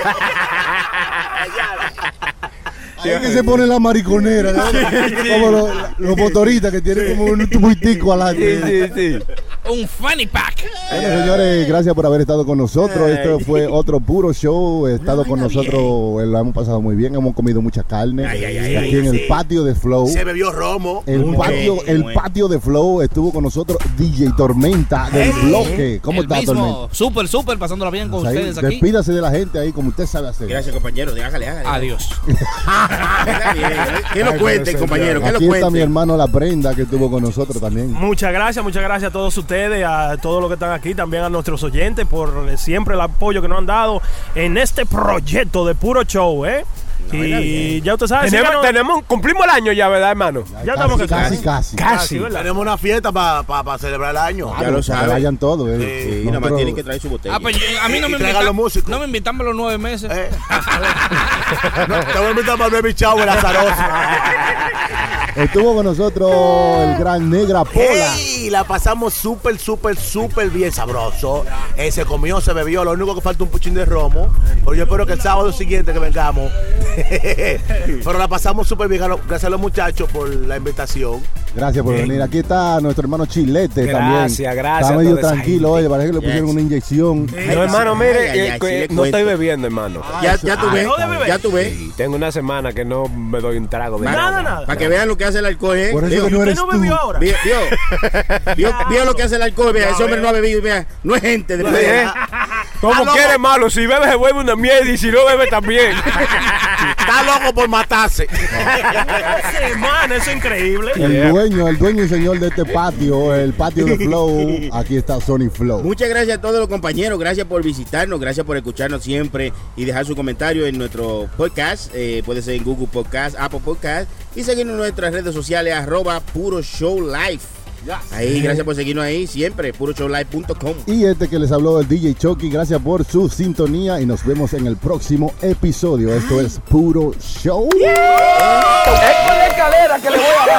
Ahí es que se pone la mariconera, ¿no? Como los motoristas que tienen como un tubuitico adelante. Sí. Un funny pack. Bueno, señores, gracias por haber estado con nosotros. Esto fue otro puro show. He estado con nosotros, lo hemos pasado muy bien. Hemos comido mucha carne. Aquí en el patio de Flow. Se bebió romo. El patio de Flow estuvo con nosotros DJ Tormenta del bloque. ¿Cómo está, Tormenta? Súper, pasándola bien con ustedes aquí. Despídase de la gente ahí como usted sabe hacer. Gracias, compañero. Hágale. Adiós. Que lo cuenten, compañero. Que lo Aquí cuenten. está mi hermano La Prenda que estuvo con nosotros también. Muchas gracias a todos ustedes, a todos los que están aquí, también a nuestros oyentes por siempre el apoyo que nos han dado en este proyecto de puro show, y ya usted sabe, cumplimos el año ya, ¿verdad, hermano? Ya estamos casi. Tenemos una fiesta para celebrar el año. Ya lo saben. Vayan todos. Sí, nada más tienen que traer su botella. Pues a mí no me invitan para los 9 meses. Te voy a invitar para el baby shower azaroso. Estuvo con nosotros el gran Negra Pola. Y la pasamos súper bien sabroso. Se comió, se bebió. Lo único que falta un puchín de romo. Pero yo espero que el sábado siguiente que vengamos. Pero la pasamos súper bien. Gracias a los muchachos por la invitación. Gracias por venir. Aquí está nuestro hermano Chilete también. Gracias. Está medio tranquilo, oye, parece que le pusieron una inyección. No, hermano, mire, no estoy bebiendo, hermano. Ya tú ves. Tengo una semana que no me doy un trago de nada. Para que vean lo que hace el alcohol, Por eso que no eres tú. Bebió ahora. Vio lo que hace el alcohol, vea. Ese hombre no ha bebido, vea. No es gente. ¿Cómo quiere, malo? Si bebe se vuelve una mierda y si no bebe también. Está loco por matarse. Semana, eso es increíble. El dueño y señor de este patio, el patio de Flow, aquí está Sony Flow. Muchas gracias a todos los compañeros, gracias por visitarnos, gracias por escucharnos siempre y dejar su comentario en nuestro podcast, puede ser en Google Podcast, Apple Podcast, y seguirnos en nuestras redes sociales, @PuroShowLive. Ahí, gracias por seguirnos ahí siempre, puroshowlive.com. Y este que les habló el DJ Chucky, gracias por su sintonía y nos vemos en el próximo episodio. Esto es Puro Show. Es con la escalera que le voy a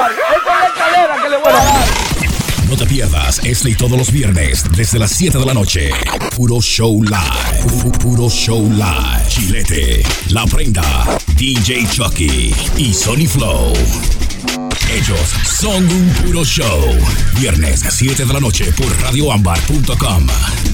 dar. No te pierdas este y todos los viernes desde las 7 de la noche. Puro Show Live. Puro Show Live. Chilete, La Prenda, DJ Chucky y Sony Flow. Ellos son un puro show. Viernes 7 de la noche por radioambar.com.